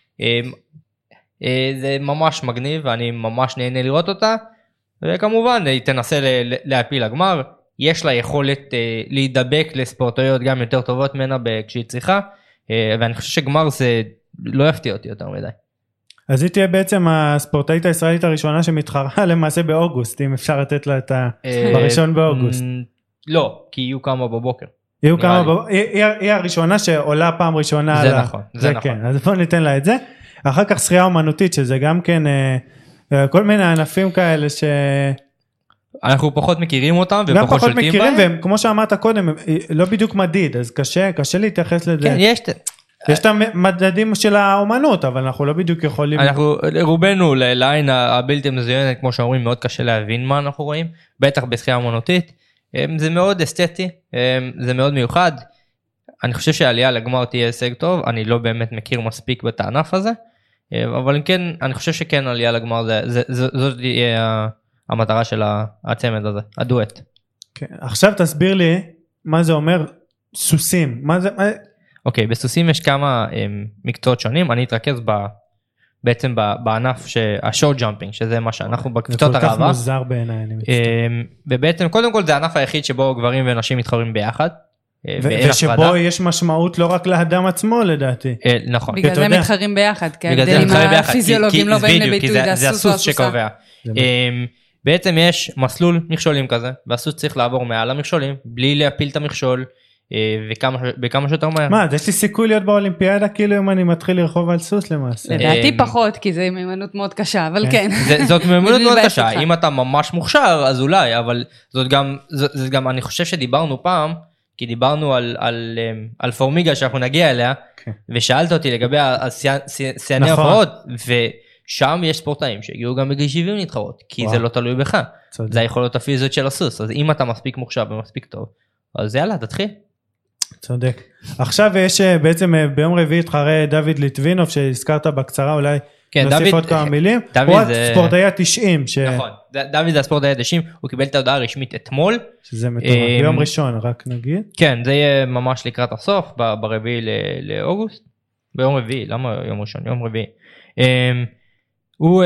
זה ממש מגניב, ואני ממש נהנה לראות אותה, וכמובן היא תנסה להפיל לגמר, יש לה יכולת להידבק לספורטאיות גם יותר טובות ממנה כשהיא צריכה, ואני חושב שגמר זה לא יפתיע אותי יותר מדי. אז היא תהיה בעצם הספורטאית הישראלית הראשונה שמתחרה למעשה באוגוסט, אם אפשר לתת לה את ה... בראשון באוגוסט. לא, כי יהיו כמה בבוקר. יהיו כמה בבוקר, היא הראשונה שעולה פעם ראשונה. זה נכון, זה נכון. אז בואו ניתן לה את זה. אחר כך שחייה אומנותית, שזה גם כן כל מיני ענפים כאלה ש... אנחנו פחות מכירים אותם ופחות שולטים בהם. גם פחות מכירים, וכמו שאמרת קודם, לא בדיוק מדיד, אז קשה, קשה להתייחס לזה. כן, יש... יש את המדדים של האומנות, אבל אנחנו לא בדיוק יכולים... אנחנו, רובנו, לעין הבלתי מזוינת, כמו שאומרים, מאוד קשה להבין מה אנחנו רואים, בטח בשחייה אומנותית. זה מאוד אסתטי, זה מאוד מיוחד. אני חושב שהעלייה לגמר תהיה הישג טוב, אני לא באמת מכיר מספיק את הענף הזה, אבל כן, אני חושב שכן עלייה לגמר, זה, זה, זה, זאת תהיה המטרה של הצמד הזה, הדואט. כן, עכשיו תסביר לי מה זה אומר סוסים, מה זה... אוקיי, בסוסים יש כמה מקצועות שונים, אני אתרכז ב... בעצם בענף השורט ג'אמפינג, שזה מה שאנחנו בקבוצות הרעבה. זה כל כך מוזר בעיניי, אני מצטער. ובעצם, קודם כל, זה הענף היחיד שבו גברים ונשים מתחרים ביחד. ושבו יש משמעות לא רק לאדם עצמו, לדעתי. נכון. בגלל זה מתחרים ביחד, כי ההבדלים הפיזיולוגיים לא באים לביטוי, זה הסוס שקובע. בעצם יש מסלול מכשולים כזה, והסוס צריך לעבור מעל המכשולים, בלי להפיל את המכשול, וכמה שיותר מהר. מה, יש לי סיכוי להיות באולימפיאדה כאילו אם אני מתחיל לרחוב על סוס למעשה? לדעתי פחות, כי זה מיומנות מאוד קשה, אבל כן. זאת מיומנות מאוד קשה, אם אתה ממש מוכשר אז אולי, אבל זאת גם, אני חושב שדיברנו פעם, כי דיברנו על פורמיגה שאנחנו נגיע אליה, ושאלת אותי לגבי שיאני ההופעות, ושם יש ספורטאים שהגיעו גם בגיל שבעים להתחרות, כי זה לא תלוי בך, זה היכולות הפיזיות של הסוס, אז אם אתה מספיק מוכשר ומספיק טוב, אז יאללה, תתחיל. צודק. עכשיו יש בעצם ביום רביעי התחרה דוד ליטבינוב שהזכרת בקצרה, אולי נוסיף עוד כמה מילים. הוא הספורטאי ה-תשעים. נכון, דוד זה הספורטאי ה-תשעים, הוא קיבל את ההודעה הרשמית אתמול. שזה מטורף, ביום ראשון רק נגיד. כן, זה יהיה ממש לקראת הסוף, ברביעי לאוגוסט. ביום רביעי, למה יום ראשון? יום רביעי. הוא...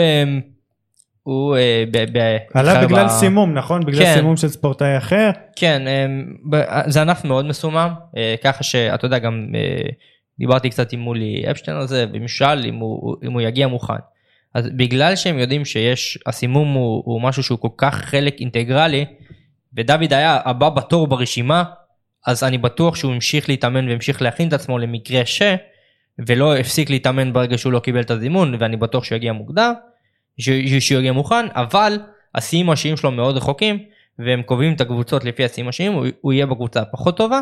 הוא עלה בגלל סימום, נכון? בגלל סימום של ספורטאי אחר? כן, זה ענף מאוד מסומם, ככה שאתה יודע, גם דיברתי קצת עם מולי אפשטיין על זה, ומשאל אם הוא יגיע מוכן. אז בגלל שהם יודעים שיש, הסימום הוא משהו שהוא כל כך חלק אינטגרלי, ודוד היה הבא בתור ברשימה, אז אני בטוח שהוא המשיך להתאמן והמשיך להכין את עצמו למקרה ש, ולא הפסיק להתאמן ברגע שהוא לא קיבל את הזימון, ואני בטוח שהוא יגיע מוקדם, שהוא יגיע מוכן, אבל השיאים השיים שלו מאוד רחוקים, והם קובעים את הקבוצות לפי השיאים השיים, הוא, הוא יהיה בקבוצה הפחות טובה,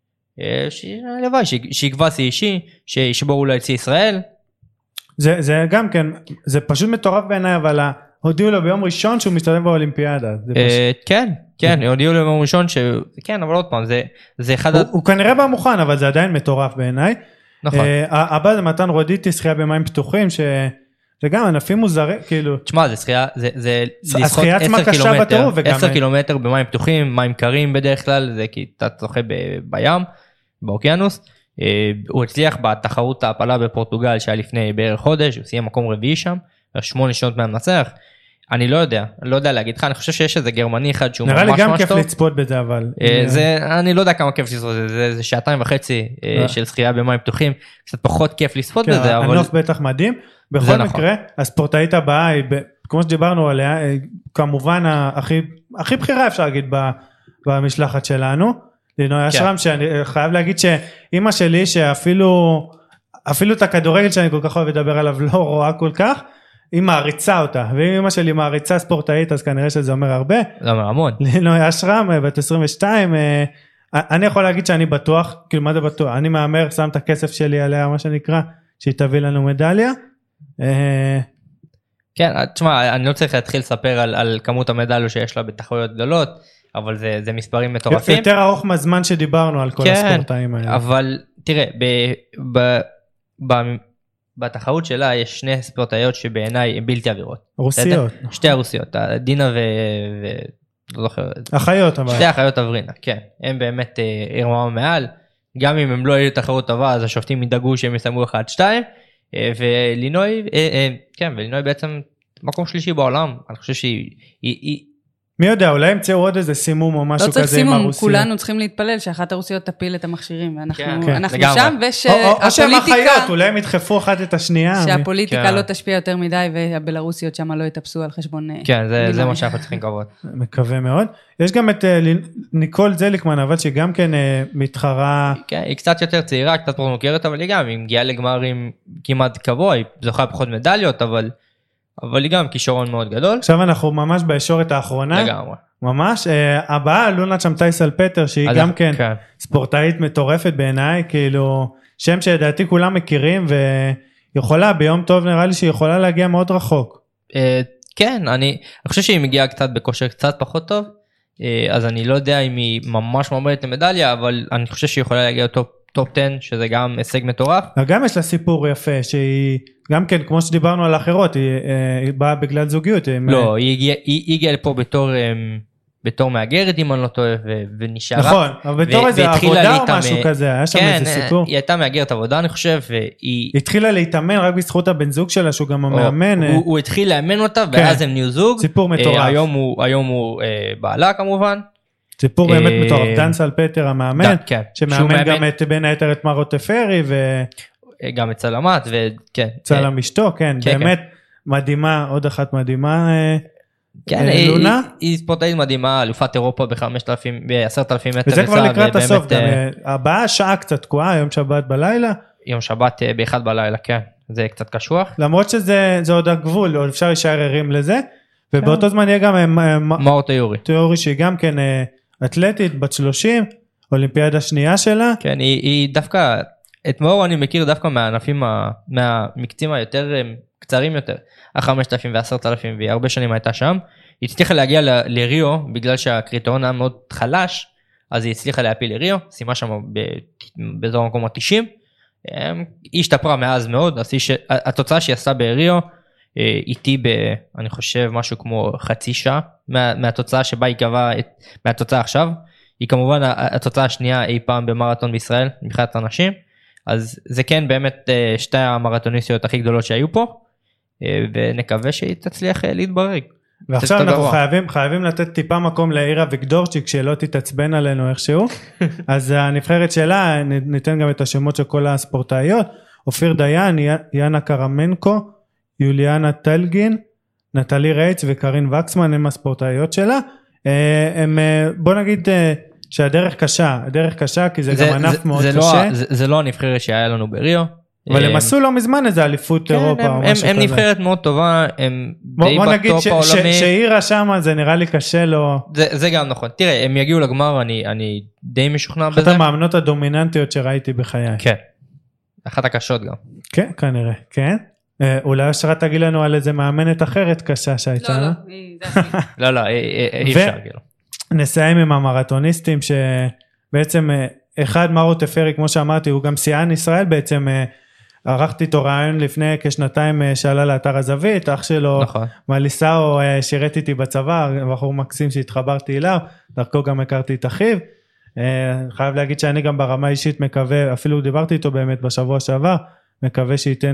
הלוואי, שיקבע שיא אישי, שישבור אולי את שיא ישראל. זה, זה גם כן, זה פשוט מטורף בעיניי, אבל הודיעו לו ביום ראשון שהוא משתתף באולימפיאדה. כן, כן, הודיעו לו ביום ראשון, כן, אבל עוד פעם, זה, זה אחד... הוא, הוא כנראה בא מוכן, אבל זה עדיין מטורף בעיניי. נכון. הבא זה מתן רודיטי, שחייה במים פתוחים, ש... זה גם ענפים מוזרים, כאילו... תשמע, זה שחייה, זה, זה... השחייה עצמה קשה בטירוף, וגם... עשר קילומטר במים פתוחים, מים קרים בדרך כלל, זה כי אתה צוחה בים, באוקיינוס. הוא הצליח בתחרות ההפלה בפורטוגל, שהיה לפני בערך חודש, הוא סיים מקום רביעי שם, שמונה שנות מהמנצח. אני לא יודע, אני לא יודע להגיד לך, אני חושב שיש איזה גרמני אחד שהוא ממש ממש טוב. נראה לי גם כיף לצפות בזה, אבל... זה, אני לא יודע כמה כיף לצפות בזה, זה שעתיים וחצי של שחייה במים פתוחים, קצת פחות כיף לצפות בזה, אבל... הנוף בטח מדהים. בכל מקרה, הספורטאית הבאה היא, כמו שדיברנו עליה, כמובן הכי, הכי בחירה אפשר להגיד במשלחת שלנו, לינוי אשרם, שאני חייב להגיד שאמא שלי, שאפילו, אפילו את הכדורגל שאני כל כך אוהב לדבר עליו, לא רואה כל כך, היא מעריצה אותה, ואם אמא שלי מעריצה ספורטאית, אז כנראה שזה אומר הרבה. זה אומר המון. לינוי אשרם, בת עשרים ושתיים, אני יכול להגיד שאני בטוח, כאילו מה זה בטוח, אני מאמר, שם את הכסף שלי עליה, מה שנקרא, שהיא תביא לנו מדליה. כן, תשמע, אני לא צריך להתחיל לספר על, על כמות המדליות שיש לה בתחרויות גדולות, אבל זה, זה מספרים מטורפים. יותר ארוך מהזמן שדיברנו על כל כן, הספורטאים האלה. אבל תראה, ב, ב, ב, בתחרות שלה יש שני ספורטאיות שבעיניי הן בלתי עבירות. רוסיות. שתי הרוסיות, דינה ו... ו לא זוכר. אחיות אבל. שתי אחיות אברינה, כן. הן באמת הרמה מעל, גם אם הם לא יהיו תחרות טובה, אז השופטים ידאגו שהם יסיימו אחד שתיים, ולינוי, כן, ולינוי בעצם מקום שלישי בעולם, אני חושב שהיא... מי יודע, אולי ימצאו עוד איזה סימום או משהו כזה עם הרוסיות. לא צריך סימום, כולנו צריכים להתפלל שאחת הרוסיות תפיל את המכשירים, ואנחנו שם, ושהפוליטיקה... או שהם אחיות, אולי הם ידחפו אחת את השנייה. שהפוליטיקה לא תשפיע יותר מדי, והבלרוסיות שם לא יתאפסו על חשבון... כן, זה מה שאנחנו צריכים לקוות. מקווה מאוד. יש גם את ניקול זליקמן, אבל שהיא גם כן מתחרה... כן, היא קצת יותר צעירה, קצת פחות מוכרת, אבל היא גם, היא מגיעה לגמרים כמעט קבוע, היא זוכה פחות מדליות, אבל... אבל היא גם כישרון מאוד גדול. עכשיו אנחנו ממש בישורת האחרונה. לגמרי. ממש. הבאה, לונה צ'מטאי סלפטר, שהיא גם כן, כן ספורטאית מטורפת בעיניי, כאילו, שם שלדעתי כולם מכירים, ויכולה, ביום טוב נראה לי שהיא יכולה להגיע מאוד רחוק. כן, אני, אני חושב שהיא מגיעה קצת בכושר קצת פחות טוב, אז אני לא יודע אם היא ממש מועמדת למדליה, אבל אני חושב שהיא יכולה להגיע טופ, טופ עשר, שזה גם הישג מטורף. גם יש לה סיפור יפה, שהיא גם כן, כמו שדיברנו על האחרות, היא, היא באה בגלל זוגיות. לא, היא הגיעה, היא הגיעה לפה בתור, בתור מאגרת, אם אני לא טועה, ונשארה. נכון, אבל בתור איזה עבודה או משהו כזה, היה שם איזה סיפור. היא הייתה מאגרת עבודה, אני חושב, והיא... התחילה להתאמן רק בזכות הבן זוג שלה, שהוא גם המאמן. הוא התחיל לאמן אותה, ואז הם נהיו זוג. סיפור מטורף. היום הוא בעלה כמובן. סיפור באמת מטורף, דן סלפטר המאמן, שמאמן גם את בין היתר את מרו תפארי, גם את צלמת, וכן. צלם אשתו, כן, באמת מדהימה, עוד אחת מדהימה, כן, היא ספורטאית מדהימה, אלופת אירופה ב-חמשת אלפים, ב-עשרת אלפים מטר. וזה כבר לקראת הסוף, גם הבאה שעה קצת תקועה, יום שבת בלילה. יום שבת באחד בלילה, כן, זה קצת קשוח. למרות שזה עוד הגבול, עוד אפשר להישאר ערים לזה, ובאותו זמן יהיה גם מאור תיאורי. תיאורי שהיא גם כן אתלטית, בת שלושים, אולימפיאדה שנייה שלה. כן, היא דווקא, את מאור אני מכיר דווקא מהענפים, מהמקצים היותר קצרים יותר, ה-חמשת אלפים ועשרת אלפים, והיא הרבה שנים הייתה שם. היא הצליחה להגיע לריו, בגלל שהקריטריון היה מאוד חלש, אז היא הצליחה להפיל לריו, שימה שם באזור המקום ה-תשעים, היא השתפרה מאז מאוד, אז התוצאה שהיא עשתה בריו, איתי ב, אני חושב, משהו כמו חצי שעה, מה, מהתוצאה שבה היא קבעה, מהתוצאה עכשיו, היא כמובן התוצאה השנייה אי פעם במרתון בישראל, מבחינת אנשים, אז זה כן באמת שתי המרתוניסטיות הכי גדולות שהיו פה, ונקווה שהיא תצליח להתברג. ועכשיו אנחנו חייבים, חייבים לתת טיפה מקום לאירה וגדורצ'יק, שלא תתעצבן עלינו איכשהו, אז הנבחרת שלה, ניתן גם את השמות של כל הספורטאיות, אופיר דיין, יאנה קרמנקו, יוליאנה טלגין, נטלי רייץ וקרין וקסמן הם הספורטאיות שלה. הם, בוא נגיד שהדרך קשה, הדרך קשה כי זה, זה גם ענף זה, מאוד זה קשה. לא, זה, זה לא הנבחרת שהיה לנו בריו. אבל הם עשו לא מזמן איזה אליפות כן, אירופה הם, או הם, משהו הם כזה. הם נבחרת מאוד טובה, הם בוא, די בוא נגיד בטופ ש, העולמי. ש, שאירה שמה זה נראה לי קשה לו. זה, זה גם נכון. תראה, הם יגיעו לגמר, אני, אני די משוכנע בזה. אחת המאמנות הדומיננטיות שראיתי בחיי. כן. אחת הקשות גם. כן, כנראה, כן. אולי אשרת תגיד לנו על איזה מאמנת אחרת קשה שהייתה. לא, לא, לא, לא, אי אפשר. נסיים עם המרתוניסטים שבעצם אחד מרו תפארי, כמו שאמרתי, הוא גם שיאן ישראל, בעצם ערכתי איתו רעיון לפני כשנתיים שעלה לאתר הזווית, אח שלו מליסאו שירת איתי בצבא, בחור מקסים שהתחברתי אליו, דרכו גם הכרתי את אחיו, חייב להגיד שאני גם ברמה אישית מקווה, אפילו דיברתי איתו באמת בשבוע שעבר, מקווה שייתן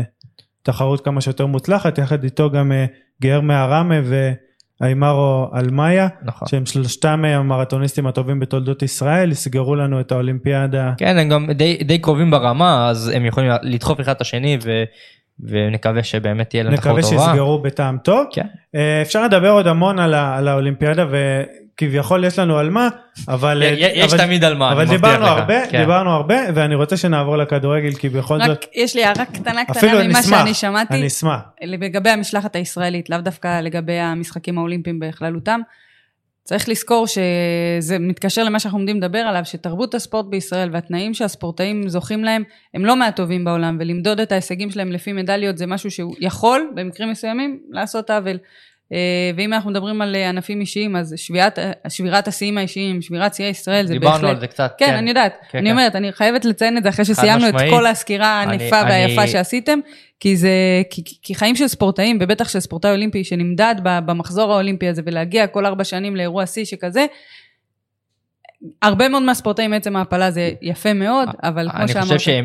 תחרות כמה שיותר מוצלחת, יחד איתו גם גאר מהרמה ואיימרו אלמאיה, נכון. שהם שלושתם המרתוניסטים הטובים בתולדות ישראל, יסגרו לנו את האולימפיאדה. כן, הם גם די, די קרובים ברמה, אז הם יכולים לדחוף אחד את השני, ו... ונקווה שבאמת תהיה להם תחרות טובה. נקווה שיסגרו בטעם טוב. כן. אפשר לדבר עוד המון על, ה... על האולימפיאדה, וכביכול יש לנו על מה, אבל... יש אבל... תמיד על מה, אבל דיברנו הרבה, כן. דיברנו הרבה, ואני רוצה שנעבור לכדורגל, כי בכל רק זאת... יש לי הערה קטנה קטנה ממה נשמח, שאני שמעתי. אני אשמח. לגבי המשלחת הישראלית, לאו דווקא לגבי המשחקים האולימפיים בכללותם, צריך לזכור שזה מתקשר למה שאנחנו עומדים לדבר עליו, שתרבות הספורט בישראל והתנאים שהספורטאים זוכים להם, הם לא מהטובים בעולם, ולמדוד את ההישגים שלהם לפי מדליות, זה משהו שהוא יכול, במקרים מסוימים, לעשות עוול. ואם אנחנו מדברים על ענפים אישיים, אז שבירת, שבירת השיאים האישיים, שבירת שיאי ישראל, זה בהחלט... דיברנו על זה קצת. כן, כן. אני יודעת. כן, אני כן. אומרת, אני חייבת לציין את זה אחרי שסיימנו את כל הסקירה הענפה והיפה אני... שעשיתם, כי זה, כי, כי חיים של ספורטאים, ובטח של ספורטאי אולימפי, שנמדד במחזור האולימפי הזה, ולהגיע כל ארבע שנים לאירוע שיא שכזה, הרבה מאוד מהספורטאים בעצם ההפלה זה יפה מאוד, אבל כמו שאמרת... אני חושב שהם, הם,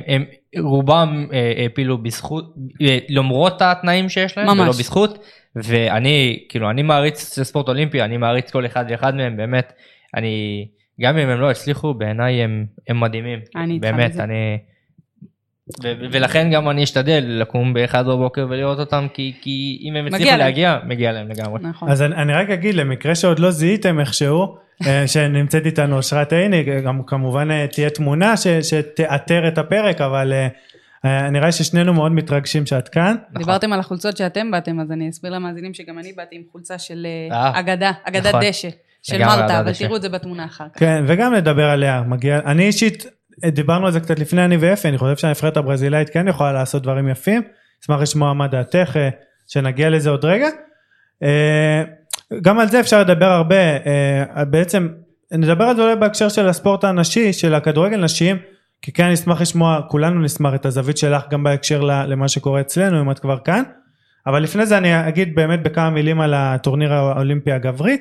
רובם הפילו בזכות, למרות התנאים שיש להם, ולא בזכות, ואני, כאילו, אני מעריץ ספורט אולימפי, אני מעריץ כל אחד ואחד מהם, באמת, אני, גם אם הם לא הצליחו, בעיניי הם, הם מדהימים. באמת, אני, ו- ולכן גם אני אשתדל לקום באחד בבוקר ולראות אותם, כי, כי אם הם הצליחו להגיע, מגיע להם לגמרי. נכון. אז אני, אני רק אגיד, למקרה שעוד לא זיהיתם איכשהו, שנמצאת איתנו אושרת עיני, גם כמובן תהיה תמונה ש- שתאתר את הפרק, אבל נראה ששנינו מאוד מתרגשים שאת כאן. דיברתם על החולצות שאתם באתם, אז אני אסביר למאזינים שגם אני באתי עם חולצה של אגדה, אגדת דשא, של מלטה, אבל תראו את זה בתמונה אחר כך. כן, וגם נדבר עליה, מגיע, אני אישית, דיברנו על זה קצת לפני אני ואפי, אני חושב שהנבחרת הברזילאית כן יכולה לעשות דברים יפים, אשמח לשמוע מה דעתך, שנגיע לזה עוד רגע. גם על זה אפשר לדבר הרבה, בעצם נדבר על זה אולי בהקשר של הספורט הנשי, של הכדורגל נשים, כי כן נשמח לשמוע, כולנו נשמח את הזווית שלך גם בהקשר למה שקורה אצלנו, אם את כבר כאן, אבל לפני זה אני אגיד באמת בכמה מילים על הטורניר האולימפי הגברי,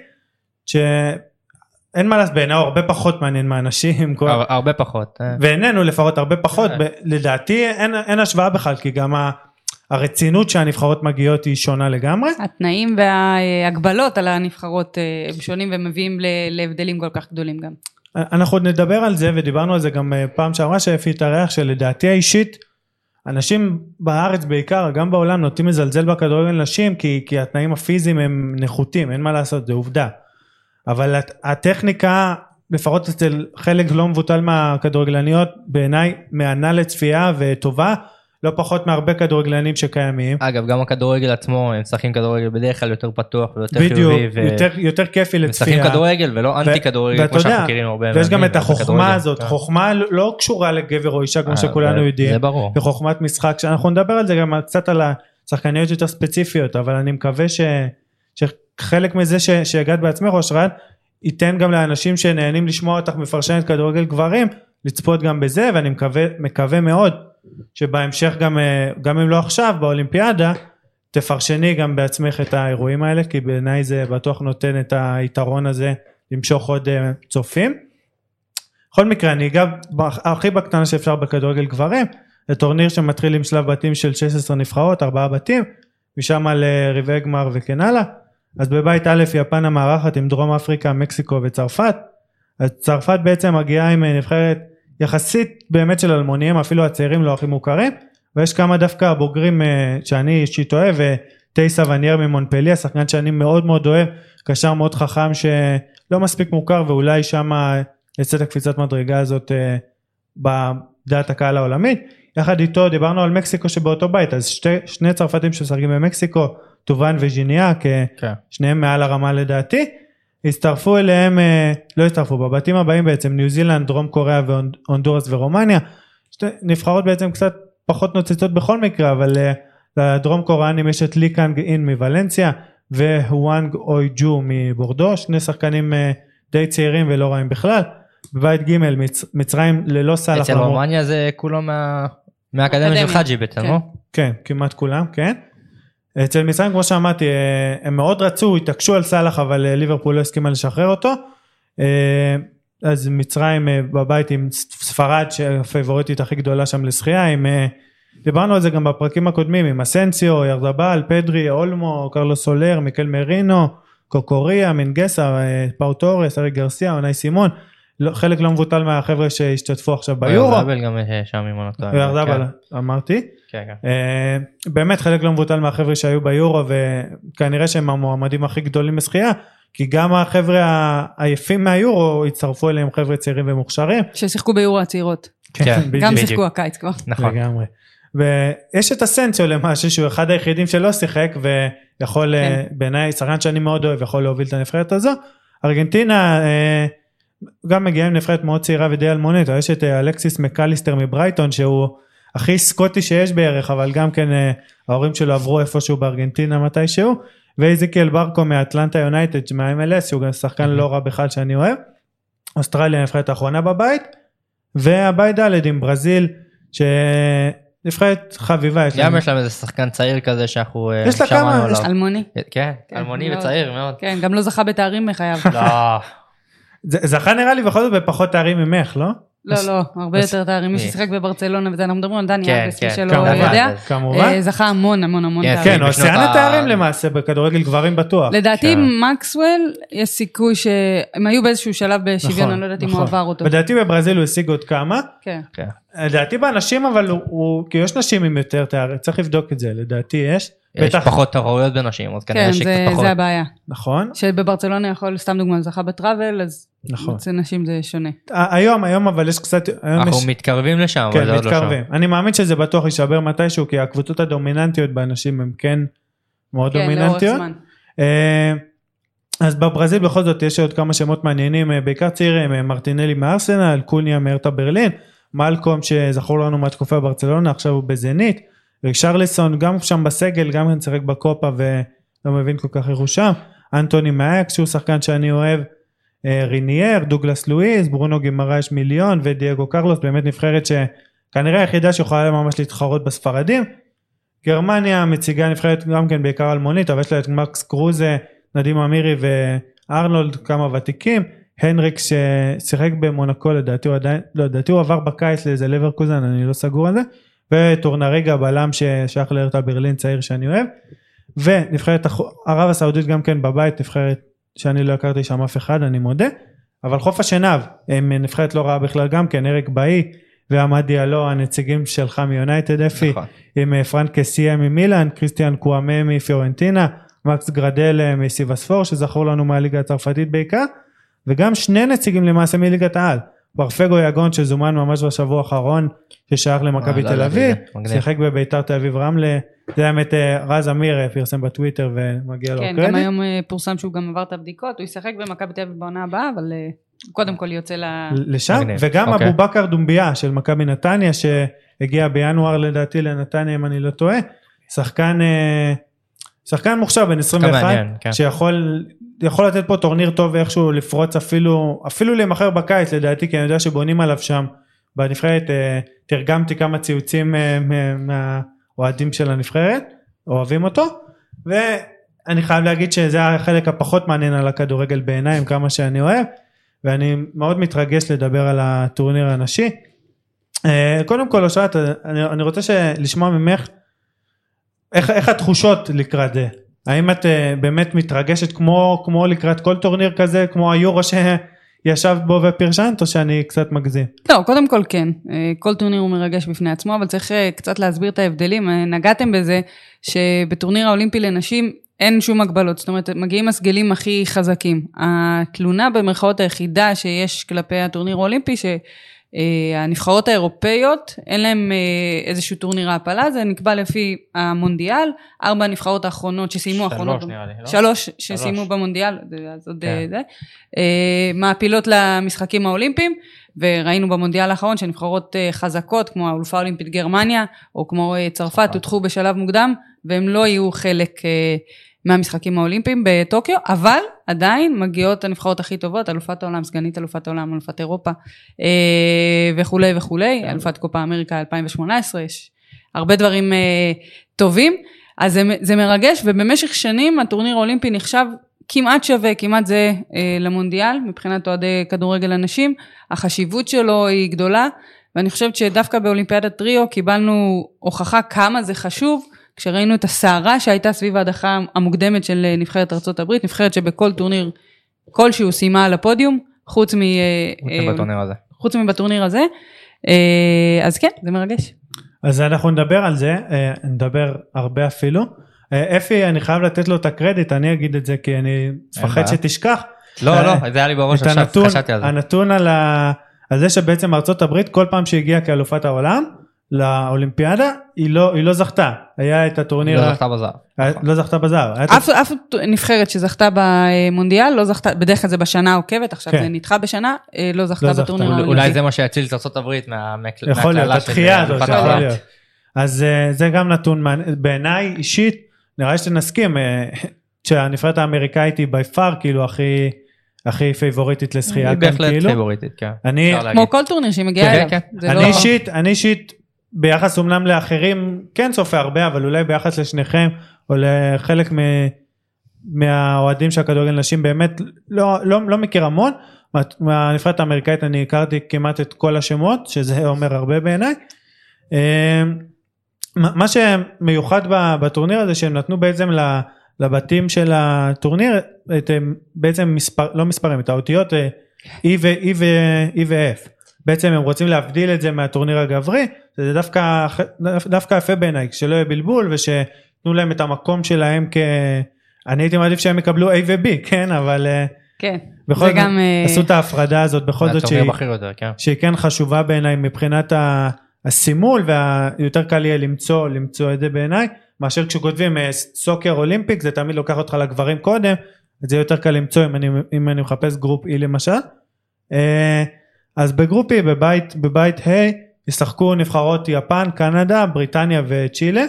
שאין מה לעשות בעיניו, הרבה פחות מעניין מהנשים. הרבה פחות. ואיננו לפחות הרבה פחות, לדעתי אין השוואה בכלל, כי גם הרצינות שהנבחרות מגיעות היא שונה לגמרי. התנאים וההגבלות על הנבחרות הם שונים ומביאים להבדלים כל כך גדולים גם. אנחנו עוד נדבר על זה, ודיברנו על זה גם פעם שעברה שאפי התארח, שלדעתי האישית, אנשים בארץ בעיקר, גם בעולם, נוטים לזלזל בכדורגל נשים, כי, כי התנאים הפיזיים הם נחותים, אין מה לעשות, זה עובדה. אבל הטכניקה, לפחות אצל חלק לא מבוטל מהכדורגלניות, בעיניי מענה לצפייה וטובה, לא פחות מהרבה כדורגלנים שקיימים. אגב, גם הכדורגל עצמו, הם משחקים כדורגל בדרך כלל יותר פתוח ויותר חיובי. בדיוק, ו... יותר, יותר כיפי לצפייה. משחקים כדורגל ולא אנטי כדורגל, כמו שאנחנו מכירים הרבה. ויש גם את החוכמה הזאת, חוכמה לא קשורה לגבר או אישה, כמו שכולנו יודעים. זה ברור. וחוכמת משחק, שאנחנו נדבר על זה גם קצת על השחקניות יותר ספציפיות, אבל אני מקווה ש... שחלק מזה ש... שהגעת בעצמך, אושרת, ייתן גם לאנשים שנהנים לשמוע אותך מפרשנת כדורגל גברים, לצפות גם בזה, ואני מקווה, מקווה מאוד שבהמשך גם, גם אם לא עכשיו באולימפיאדה, תפרשני גם בעצמך את האירועים האלה, כי בעיניי זה בטוח נותן את היתרון הזה למשוך עוד צופים. בכל מקרה, אני אגע הכי בקטנה שאפשר בכדורגל גברים, זה טורניר שמתחיל עם שלב בתים של שש עשרה נבחרות, ארבעה בתים, משם על רבעי גמר וכן הלאה. אז בבית א' יפן המארחת עם דרום אפריקה, מקסיקו וצרפת. אז צרפת בעצם מגיעה עם נבחרת יחסית באמת של אלמונים, אפילו הצעירים לא הכי מוכרים, ויש כמה דווקא הבוגרים שאני אישית אוהב, וטייסה ונייר ממונפליה, שחקן שאני מאוד מאוד אוהב, קשר מאוד חכם שלא מספיק מוכר, ואולי שם יצא את הקפיצת מדרגה הזאת בדעת הקהל העולמית. יחד איתו דיברנו על מקסיקו שבאותו בית, אז שתי, שני צרפתים ששחקים במקסיקו, טובן וג'יניה, שניהם מעל הרמה לדעתי, הצטרפו אליהם, לא הצטרפו, בבתים הבאים בעצם, ניו זילנד, דרום קוריאה והונדורס ורומניה, נבחרות בעצם קצת פחות נוצצות בכל מקרה, אבל לדרום קוריאנים יש את לי קאנג אין מוולנסיה, והואנג אוי ג'ו מבורדו, שני שחקנים די צעירים ולא רעים בכלל, בבית ג' מצרים ללא סלח. אצל רומניה זה כולו מהאקדמיה של חג'י בעצם, לא? כן, כמעט כולם, כן. אצל מצרים, כמו שאמרתי, הם מאוד רצו, התעקשו על סלח, אבל ליברפול לא הסכימה לשחרר אותו. אז מצרים בבית עם ספרד, שהפייבוריטית הכי גדולה שם לשחייה, עם, דיברנו על זה גם בפרקים הקודמים, עם אסנסיו, ירדבל, פדרי, אולמו, קרלוס סולר, מיקל מרינו, קוקוריה, מנגסה, פאו טורס, ארי גרסיה, עוני סימון, חלק לא מבוטל מהחבר'ה שהשתתפו עכשיו ביורו. ירדבל גם שם עם אותו. ירדבל, אמרתי. באמת חלק לא מבוטל מהחבר'ה שהיו ביורו, וכנראה שהם המועמדים הכי גדולים לשחייה, כי גם החבר'ה היפים מהיורו הצטרפו אליהם חבר'ה צעירים ומוכשרים. ששיחקו ביורו הצעירות. גם שיחקו הקיץ כבר. נכון. לגמרי. ויש את הסנסיו למשהו שהוא אחד היחידים שלא שיחק, ויכול בעיניי, שחקן שאני מאוד אוהב, יכול להוביל את הנבחרת הזו. ארגנטינה גם מגיעה עם נבחרת מאוד צעירה ודי אלמונית, יש את אלכסיס מקליסטר מברייטון, שהוא הכי סקוטי שיש בערך, אבל גם כן ההורים שלו עברו איפשהו בארגנטינה מתישהו, ואיזיקיאל ברקו מאטלנטה יונייטד, מה-אם אל אס, שהוא גם שחקן לא רע בכלל שאני אוהב, אוסטרליה נבחרת האחרונה בבית, והבית ד' עם ברזיל, שנבחרת חביבה. גם יש להם איזה שחקן צעיר כזה שאנחנו יש לה כמה, אלמוני. כן, אלמוני וצעיר מאוד. כן, גם לא זכה בתארים מחייו. לא. זכה נראה לי בכל זאת בפחות תארים ממך, לא? לא, לא, הרבה יותר תארים, מי ששיחק בברצלונה, וזה אנחנו מדברים על דני אלבס, מי שלא יודע, זכה המון המון המון תארים. כן, הוא שיאן התארים למעשה, בכדורגל גברים בטוח. לדעתי מקסוול, יש סיכוי שהם היו באיזשהו שלב בשוויון, אני לא יודעת אם הוא עבר אותו. לדעתי בברזיל הוא השיג עוד כמה, כן. לדעתי באנשים, אבל הוא, כי יש נשים עם יותר תארים, צריך לבדוק את זה, לדעתי יש. יש פחות תחרויות בנשים, אז כנראה שקצת פחות. כן, זה הבעיה. נכון. שבברצלונה יכול, סתם דוגמה, זכה בטראבל, אז אצל נשים זה שונה. היום, היום, אבל יש קצת... אנחנו מתקרבים לשם, אבל זה עוד לא שם. אני מאמין שזה בטוח יישבר מתישהו, כי הקבוצות הדומיננטיות באנשים הן כן מאוד דומיננטיות. כן, לאורך זמן. אז בברזיל בכל זאת יש עוד כמה שמות מעניינים, בעיקר צעירים, מרטינלי מארסנל, קוניה מהרטה ברלין, מלקום שזכור לנו מהתקופה בברצלונה, עכשיו הוא בזנית, ושרלסון גם שם בסגל, גם כן צחק בקופה ולא מבין כל כך איך הוא שם, אנטוני מאקס שהוא שחקן שאני אוהב, רינייר, דוגלס לואיס, ברונו גימרש מיליון ודייגו קרלוס, באמת נבחרת שכנראה היחידה שיכולה ממש להתחרות בספרדים. גרמניה מציגה נבחרת גם כן בעיקר אלמונית, אבל יש לה את מקס קרוזה, נדים אמירי וארנולד, כמה ותיקים, הנריק ששיחק במונקו, לדעתי הוא עדיין, לא, לדעתי הוא עבר בקיץ לאיזה לברקוזן, אני לא סגור על זה, וטורנריגה בלם ששייך להרטה ברלין, צעיר שאני אוהב, ונבחרת ערב הסעודית גם כן בבית, נבחרת שאני לא הכרתי שם אף אחד, אני מודה, אבל חוף השנהב, הם נבחרת לא רעה בכלל גם כן, אריק באי ועמד דיאלו, הנציגים שלך מיונייטד אפי, נכון. עם פרנק קסיה ממילאן, קריסטיאן קואמה מפיורנטינה, מקס גרדל מסיבספור, שזכור לנו מהליגה הצרפתית בעיקר, וגם שני נציגים למעשה מליגת העל, ברפגו יגון שזומן ממש בשבוע האחרון, ששייך למכבי תל אביב, שיחק בביתר תל אביב רמלה, זה האמת רז אמיר פרסם בטוויטר ומגיע לו קרדיט. כן, גם היום פורסם שהוא גם עבר את הבדיקות, הוא ישחק במכבי תל אביב בעונה הבאה, אבל קודם כל יוצא לשם, וגם אבו בכר דומביה של מכבי נתניה, שהגיע בינואר לדעתי לנתניה אם אני לא טועה, שחקן שחקן מוכשר בן עשרים ואחת, שיכול יכול לתת פה טורניר טוב איכשהו לפרוץ אפילו, אפילו למחר בקיץ לדעתי, כי אני יודע שבונים עליו שם בנבחרת, תרגמתי כמה ציוצים מהאוהדים של הנבחרת, אוהבים אותו, ואני חייב להגיד שזה החלק הפחות מעניין על הכדורגל בעיניים, כמה שאני אוהב, ואני מאוד מתרגש לדבר על הטורניר הנשי. קודם כל, אושרת, אני, אני רוצה לשמוע ממך, איך, איך התחושות לקראת זה? האם את באמת מתרגשת כמו, כמו לקראת כל טורניר כזה, כמו היורו שישבת בו ופרשנת, או שאני קצת מגזים? לא, קודם כל כן. כל טורניר הוא מרגש בפני עצמו, אבל צריך קצת להסביר את ההבדלים. נגעתם בזה שבטורניר האולימפי לנשים אין שום הגבלות, זאת אומרת, מגיעים הסגלים הכי חזקים. התלונה במרכאות היחידה שיש כלפי הטורניר האולימפי, ש... הנבחרות האירופאיות, אין להם איזשהו טורניר העפלה, זה נקבע לפי המונדיאל, ארבע הנבחרות האחרונות שסיימו האחרונות, שלוש נראה לי, לא? שלוש שסיימו במונדיאל, אז עוד זה, מעפילות למשחקים האולימפיים, וראינו במונדיאל האחרון שנבחרות חזקות, כמו האלופה האולימפית גרמניה, או כמו צרפת, הודחו בשלב מוקדם, והם לא יהיו חלק מהמשחקים האולימפיים בטוקיו, אבל עדיין מגיעות הנבחרות הכי טובות, אלופת העולם, סגנית אלופת העולם, אלופת אירופה, וכו' וכו', אלופת קופה אמריקה אלפיים שמונה עשרה, יש הרבה דברים טובים, אז זה, זה מרגש, ובמשך שנים הטורניר האולימפי נחשב כמעט שווה, כמעט זה למונדיאל, מבחינת אוהדי כדורגל הנשים, החשיבות שלו היא גדולה, ואני חושבת שדווקא באולימפיאדת ריו קיבלנו הוכחה כמה זה חשוב, כשראינו את הסערה שהייתה סביב ההדחה המוקדמת של נבחרת ארצות הברית, נבחרת שבכל טורניר כלשהו סיימה על הפודיום, חוץ מ... בטורניר הזה. חוץ מבטורניר הזה, אז כן, זה מרגש. אז אנחנו נדבר על זה, נדבר הרבה אפילו. אפי, אני חייב לתת לו את הקרדיט, אני אגיד את זה כי אני מפחד שתשכח. לא, לא, זה היה לי בראש עכשיו, חשבתי על זה. הנתון על זה שבעצם ארצות הברית, כל פעם שהגיעה כאלופת העולם, לאולימפיאדה, היא לא, היא לא זכתה. היה את הטורניר... לא זכתה בזהב. לא זכתה בזהב. אף, אף נבחרת שזכתה במונדיאל, לא זכתה, בדרך כלל זה בשנה העוקבת, עכשיו זה נדחה בשנה, לא זכתה בטורניר האולימפי. אולי זה מה שיציל את ארצות הברית מהקללה של... יכול להיות, התחייה הזאת, יכול להיות. אז זה גם נתון, בעיניי אישית, נראה שנסכים, שהנבחרת האמריקאית היא by far, כאילו הכי... הכי פייבוריטית לשחייה. היא בהחלט פייבוריטית, כן. כמו כל טורניר שהיא מגיעה אליו. אני אישית, אני אישית, ביחס אומנם לאחרים, כן צופה הרבה, אבל אולי ביחס לשניכם, או לחלק מהאוהדים של הכדורגל נשים, באמת לא מכיר המון, מהנבחרת האמריקאית אני הכרתי כמעט את כל השמות, שזה אומר הרבה בעיניי. מה שמיוחד בטורניר הזה, שהם נתנו בעצם לבתים של הטורניר, בעצם מספר, לא מספרים, את האותיות E ו-F. בעצם הם רוצים להבדיל את זה מהטורניר הגברי, זה דווקא, דווקא יפה בעיניי, שלא יהיה בלבול, ושתנו להם את המקום שלהם כ... אני הייתי מעדיף שהם יקבלו A ו-B, כן, אבל... כן. בכל זאת גם... עשו את ההפרדה הזאת, בכל זאת שהיא, יותר, כן. שהיא כן חשובה בעיניי, מבחינת הסימול, ויותר קל יהיה למצוא, למצוא את זה בעיניי, מאשר כשכותבים סוקר אולימפיק, זה תמיד לוקח אותך לגברים קודם, זה יותר קל למצוא אם אני, אם אני מחפש גרופ E למשל. אז בגרופ E, בבית, בבית ה' ישחקו נבחרות יפן, קנדה, בריטניה וצ'ילה.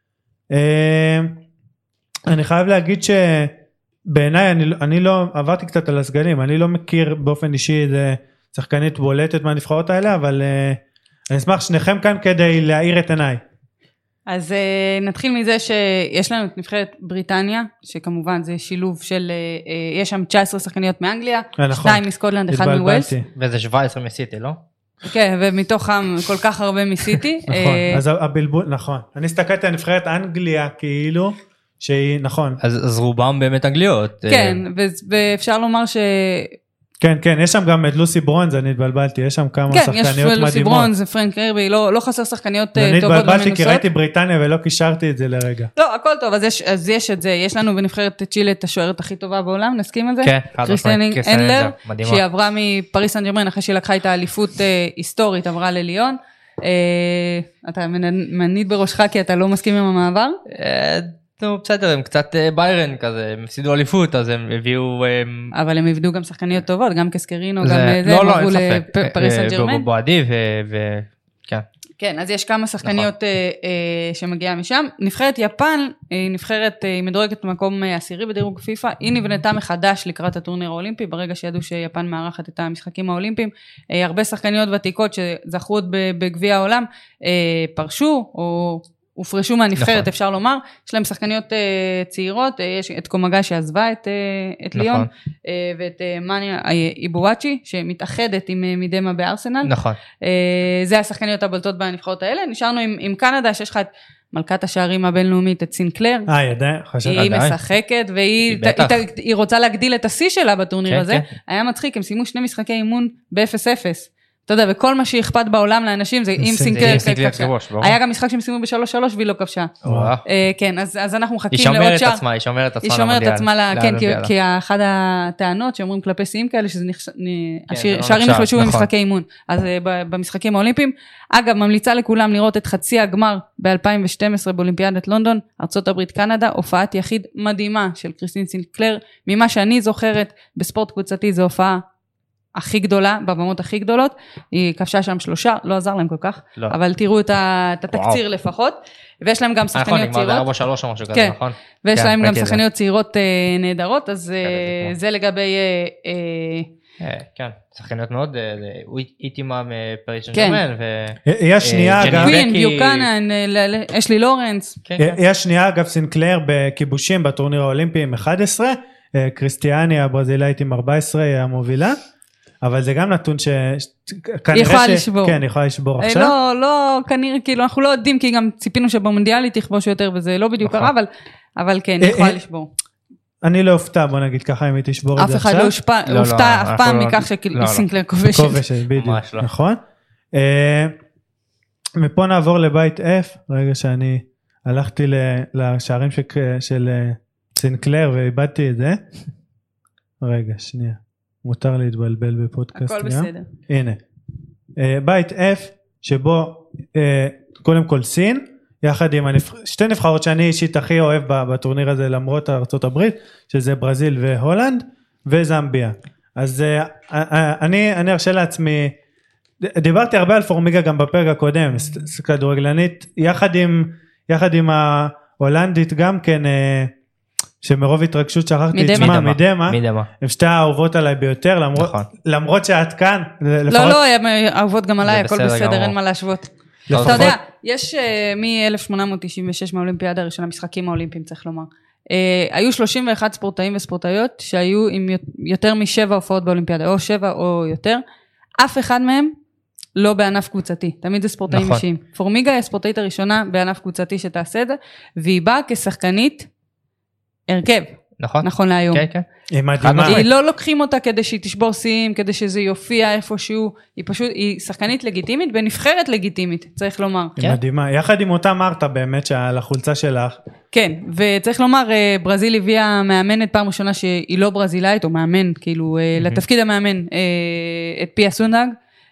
אני חייב להגיד שבעיניי, אני, אני לא, עברתי קצת על הסגלים, אני לא מכיר באופן אישי איזה שחקנית בולטת מהנבחרות האלה, אבל אני אשמח שניכם כאן כדי להאיר את עיניי. אז uh, נתחיל מזה שיש לנו את נבחרת בריטניה, שכמובן זה שילוב של, uh, יש שם תשע עשרה שחקניות מאנגליה, שתיים מסקוטלנד, אחד מווילס. וזה שבע עשרה מסיטי, לא? כן, ומתוכם כל כך הרבה מסיטי. נכון, אז הבלבול, נכון. אני הסתכלתי על נבחרת אנגליה כאילו, שהיא, נכון. אז רובם באמת אנגליות. כן, ואפשר לומר ש... כן, כן, יש שם גם את לוסי ברונז, אני התבלבלתי, יש שם כמה כן, שחקניות מדהימות. כן, יש לוסי ברונז, פרנק קרבי, לא, לא חסר שחקניות טובות ומנוסות. אני התבלבלתי כי ראיתי בריטניה ולא קישרתי את זה לרגע. לא, הכל טוב, אז יש, אז יש את זה, יש לנו בנבחרת צ'ילה את השוערת הכי טובה בעולם, נסכים על זה? כן, קריסטיאן אנדלר, שהיא עברה מפריס סן ז'רמן, אחרי שהיא לקחה את האליפות היסטורית, עברה לליון. אתה מניד בראשך כי אתה לא מסכים עם המעבר? נו, בסדר, הם קצת ביירן כזה, הם הפסידו אליפות, אז הם הביאו... אבל הם הבדו גם שחקניות טובות, גם קסקרינו, גם זה, לא, הם לא, עברו אין ספק. לפריס סן ז'רמן. בועדי ו... כן. כן, אז יש כמה שחקניות שמגיעה משם. נבחרת יפן, היא נבחרת, היא מדורגת במקום עשירי בדירוג פיפה, היא נבנתה מחדש לקראת הטורניר האולימפי, ברגע שידעו שיפן מארחת את המשחקים האולימפיים, הרבה שחקניות ותיקות שזכו עוד בגביע העולם, פרשו או... הופרשו מהנבחרת, נכון. אפשר לומר, יש להם שחקניות uh, צעירות, uh, יש את קומגה שעזבה את, uh, את נכון. ליון, uh, ואת uh, מניה איבואצ'י, שמתאחדת עם uh, מידמה בארסנל. נכון. Uh, זה השחקניות הבולטות בנבחרות האלה. נשארנו עם, עם קנדה, שיש לך את מלכת השערים הבינלאומית, את סינקלר. אה, ידע, חשב. היא עדיין. משחקת, והיא היא, היא, היא רוצה להגדיל את השיא שלה בטורניר כן, הזה. כן. היה מצחיק, הם סיימו שני משחקי אימון ב-אפס אפס. אתה יודע, וכל מה שאכפת בעולם לאנשים זה אם סינקלר כבשה. היה גם משחק שהם סיימו ב-שלוש שלוש והיא לא כבשה. כן, אז אנחנו מחכים לעוד שער. היא שומרת עצמה, היא שומרת עצמה. היא שומרת עצמה, כן, כי אחת הטענות שאומרים כלפי שיאים כאלה, שהשערים נחלשו במשחקי אימון. אז במשחקים האולימפיים, אגב, ממליצה לכולם לראות את חצי הגמר ב-אלפיים ושתים עשרה באולימפיאדת לונדון, ארצות הברית קנדה, הופעת יחיד מדהימה של קריסטין סינקלר, ממה שאני זוכרת בספורט קבוצתי, זו הופעה הכי גדולה, בבמות הכי גדולות, היא כבשה שם שלושה, לא עזר להם כל כך, לא. אבל תראו את, את התקציר לפחות, ויש להם גם שחקניות צעירות. נכון, נגמר ארבע שלוש או משהו כזה, נכון? ויש כן, להם גם שחקניות זה. צעירות אה, נהדרות, אז אה, זה לגבי... אה, אה, כן, שחקניות מאוד, איטימה מפריס סן ז'רמן, היא השנייה אגב... קווין, ביוקנן, אשלי לורנס. היא השנייה אגב סינקלר בכיבושים בטורניר האולימפי עם אחד עשר, קריסטיאני הברזילאית עם ארבע עשרה היא המובילה, אבל זה גם נתון ש... היא יכולה לשבור. כן, היא יכולה לשבור עכשיו. לא, לא, כנראה, כאילו, אנחנו לא יודעים, כי גם ציפינו שבמונדיאל היא תכבוש יותר, וזה לא בדיוק קרה, אבל כן, היא יכולה לשבור. אני לא אופתע, בוא נגיד ככה, אם היא תשבור את זה עכשיו. אף אחד לא הופתע אף פעם מכך שסינקלר כובשת. כובשת, בדיוק, נכון. מפה נעבור לבית F, רגע שאני הלכתי לשערים של סינקלר ואיבדתי את זה. רגע, שנייה. מותר להתבלבל בפודקאסט. הכל בסדר. הנה. בית F, שבו קודם כל סין, יחד עם שתי נבחרות שאני אישית הכי אוהב בטורניר הזה, למרות ארצות הברית, שזה ברזיל והולנד, וזמביה. אז אני, אני ארשה לעצמי, דיברתי הרבה על פורמיגה גם בפרק הקודם, כדורגלנית, יחד עם, יחד עם ההולנדית גם כן, שמרוב התרגשות שכחתי את שמה, מדמה, הם שתי האהובות עליי ביותר, למרות, למרות שאת כאן. לא, לא, הם אהובות גם עליי, הכל בסדר, אין מה להשוות. אתה יודע, יש מ-אלף שמונה מאות תשעים ושש מהאולימפיאדה הראשונה, המשחקים האולימפיים צריך לומר, היו שלושים ואחד ספורטאים וספורטאיות שהיו עם יותר משבע הופעות באולימפיאדה, או שבע או יותר, אף אחד מהם לא בענף קבוצתי, תמיד זה ספורטאים נכון. אישיים. פורמיגה היא הספורטאית הראשונה בענף קבוצתי שתעשה את זה, והיא באה כשחקנית הרכב. נכון. נכון להיום. כן, כן. היא מדהימה. היא לא לוקחים אותה כדי שהיא תשבור שיאים, כדי שזה יופיע איפשהו, היא פשוט, היא שחקנית לגיטימית, ונבחרת לגיטימית, צריך לומר. היא מדהימה, יחד עם אותה מרתה באמת, שעל החולצה שלך. כן, וצריך לומר, ברזיל הביאה מאמנת פעם ראשונה שהיא לא ברזילאית, או מאמן, כאילו, לתפקיד המאמן, את פיה סונדג,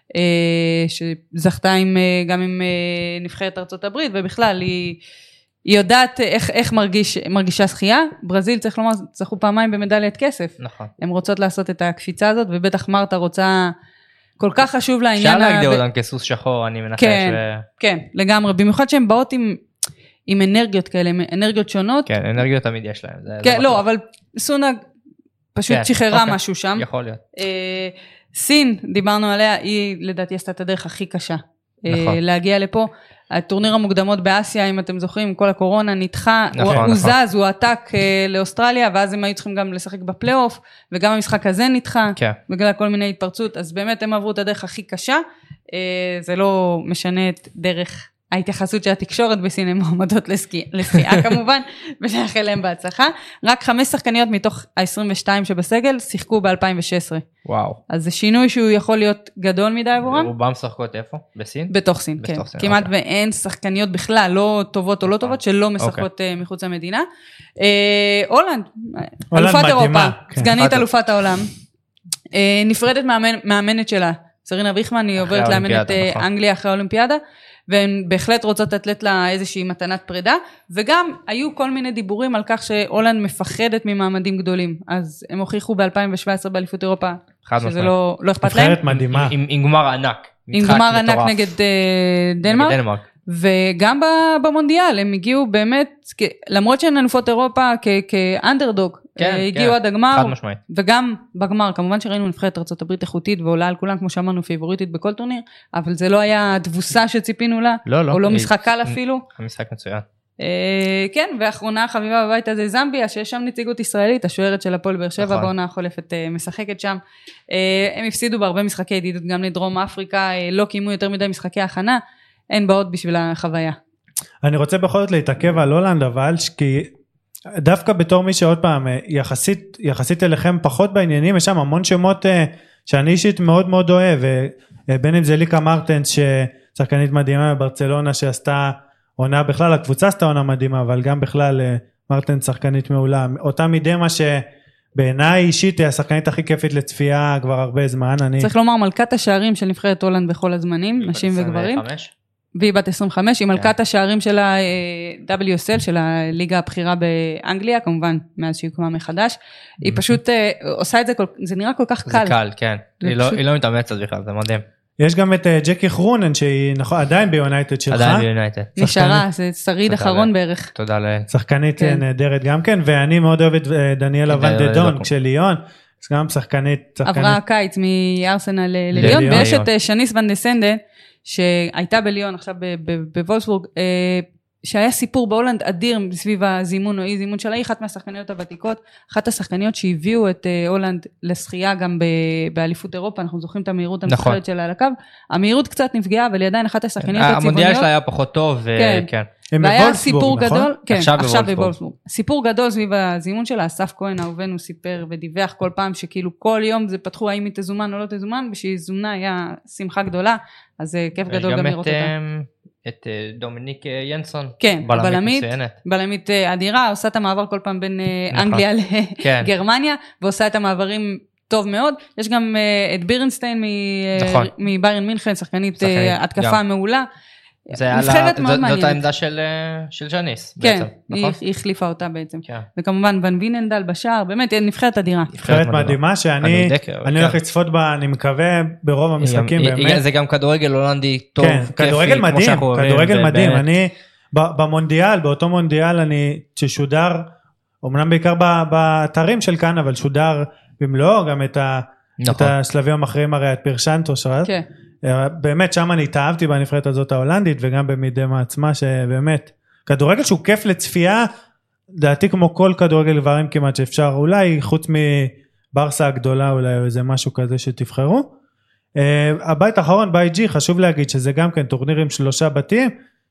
שזכתה עם, גם עם נבחרת ארצות הברית, ובכלל היא, היא יודעת איך, איך מרגיש, מרגישה שחייה. ברזיל, צריך לומר, זכו פעמיים במדליית כסף. נכון. הן רוצות לעשות את הקפיצה הזאת, ובטח מרתה רוצה, כל כך חשוב לעניין. אפשר להגדיר אותם כסוס שחור, אני מנחש. כן, ו... כן, לגמרי. במיוחד שהן באות עם, עם אנרגיות כאלה, אנרגיות שונות. כן, אנרגיות תמיד יש להן. זה, כן, זה לא, אבל סונג פשוט כן, שחררה אוקיי. משהו שם. יכול להיות. אה, סין, דיברנו עליה, היא לדעתי עשתה את הדרך הכי קשה. נכון. להגיע לפה. הטורניר המוקדמות באסיה, אם אתם זוכרים, כל הקורונה נדחה, נכון, הוא, נכון. הוא זז, הוא עתק אה, לאוסטרליה, ואז הם היו צריכים גם לשחק בפלייאוף, וגם המשחק הזה נדחה, כן. בגלל כל מיני התפרצות, אז באמת הם עברו את הדרך הכי קשה, אה, זה לא משנה את דרך ההתייחסות של התקשורת בסין, הם מועמדות לשחייה כמובן, ושאחל להם בהצלחה, רק חמש שחקניות מתוך ה-עשרים ושתיים שבסגל, שיחקו ב-אלפיים ושש עשרה. וואו. אז זה שינוי שהוא יכול להיות גדול מדי עבורם. רובם שחקות איפה? בסין? בתוך סין, כן. סין, כמעט אוקיי. ואין שחקניות בכלל, לא טובות או לא טובות, שלא משחקות אוקיי. מחוץ למדינה. אה, הולנד, אלופת אירופה, כן. סגנית אלופת העולם, אה, נפרדת מאמן, מאמנת שלה, סרינה ויכמן, היא עוברת לאמן את נכון. אנגליה אחרי האולימפיאדה, והן בהחלט רוצות לתת לה איזושהי מתנת פרידה, וגם היו כל מיני דיבורים על כך שהולנד מפחדת ממעמדים גדולים, אז הם הוכיחו ב-אלפיים שבע עשרה באליפות אירופה, שזה לא, לא אכפת להם. נבחרת מדהימה. עם, עם גמר ענק. עם גמר ענק נגד דנמרק. נגד דנמרק. וגם במונדיאל, הם הגיעו באמת, למרות שהן אלופות אירופה כאנדרדוג, כן, הגיעו כן. עד הגמר, חד משמעית. וגם בגמר, כמובן שראינו נבחרת ארצות הברית איכותית, ועולה על כולם, כמו שאמרנו, פייבוריטית בכל טורניר, אבל זה לא היה התבוסה שציפינו לה, לא, לא. או לא משחק קל אפילו. המשחק מצוין. כן, ואחרונה חביבה בבית הזה זמביה, שיש שם נציגות ישראלית, השוערת של הפועל באר שבע, בעונה החולפת משחקת שם. הם הפסידו בהרבה משחקי ידידות, גם לדרום אפריקה, לא קיימו יותר מדי משחקי הכנה, אין באות בשביל החוויה. אני רוצה בכל זאת להתעכב על הולנד, אבל כי דווקא בתור מי שעוד פעם, יחסית, יחסית אליכם פחות בעניינים, יש שם המון שמות שאני אישית מאוד מאוד אוהב, בין אם זה ליקה מרטנס, ששחקנית מדהימה בברצלונה, שעשתה עונה בכלל, הקבוצה עשתה עונה מדהימה, אבל גם בכלל מרטנס שחקנית מעולה, אותה מידמה שבעיניי אישית היא השחקנית הכי כיפית לצפייה כבר הרבה זמן. אני... צריך לומר מלכת השערים של נבחרת הולנד בכל הזמנים, נשים וגברים. והיא בת עשרים וחמש, היא מלכת השערים של ה-דאבליו אס אל, של הליגה הבכירה באנגליה, כמובן, מאז שהיא קומה מחדש. היא פשוט עושה את זה, זה נראה כל כך קל. זה קל, כן. היא לא מתאמצת בכלל, זה מדהים. יש גם את ג'קי חרונן, שהיא עדיין ביונייטד שלך. עדיין ביונייטד. נשארה, זה שריד אחרון בערך. תודה ל... שחקנית נהדרת גם כן, ואני מאוד אוהב את דניאלה ון דה דון, של ליון. גם שחקנית. עברה הקיץ מארסנל לליון, ויש את שניס ון דה סנדן, שהייתה בליון עכשיו בוולסבורג, שהיה סיפור בהולנד אדיר סביב הזימון או אי זימון שלה, היא אחת מהשחקניות הוותיקות, אחת השחקניות שהביאו את הולנד לשחייה גם באליפות אירופה, אנחנו זוכרים את המהירות המסחרת שלה על הקו, המהירות קצת נפגעה, אבל היא עדיין אחת השחקניות הצבעוניות. המונדיאל שלה היה פחות טוב, כן. והיה סיפור גדול, כן, עכשיו בוולסבורג. סיפור גדול סביב הזימון שלה, אסף כהן אהובנו סיפר ודיווח כל פעם שכאילו כל יום זה פתחו האם היא תזומן או לא תזומן, ושהיא זומנה היה שמחה גדולה, אז כיף גדול גם לראות אותה. את דומיניק ינסון, כן, בלמית, בלמית אדירה, עושה את המעבר כל פעם בין אנגליה לגרמניה, ועושה את המעברים טוב מאוד. יש גם את בירנסטיין מביירן מינכן, שחקנית התקפה מעולה. נבחרת מאוד מעניינת. זאת העמדה של ג'ניס בעצם, נכון? היא החליפה אותה בעצם. וכמובן ון ויננדל בשער, באמת נבחרת אדירה. נבחרת מדהימה שאני הולך לצפות בה, אני מקווה ברוב המשחקים באמת. זה גם כדורגל הולנדי טוב, כיפי. כדורגל מדהים, כדורגל מדהים. אני במונדיאל, באותו מונדיאל אני ששודר, אמנם בעיקר באתרים של כאן, אבל שודר במלואו גם את השלבים המכריעים הרי, את פרשנטו שרת. כן. באמת שם אני התאהבתי בנבחרת הזאת ההולנדית, וגם במידמה עצמה שבאמת, כדורגל שהוא כיף לצפייה, דעתי כמו כל כדורגל גברים כמעט שאפשר, אולי חוץ מברסה הגדולה אולי או איזה משהו כזה שתבחרו. Uh, הבית האחרון ב-איי ג'י חשוב להגיד שזה גם כן טורניר עם שלושה בתים,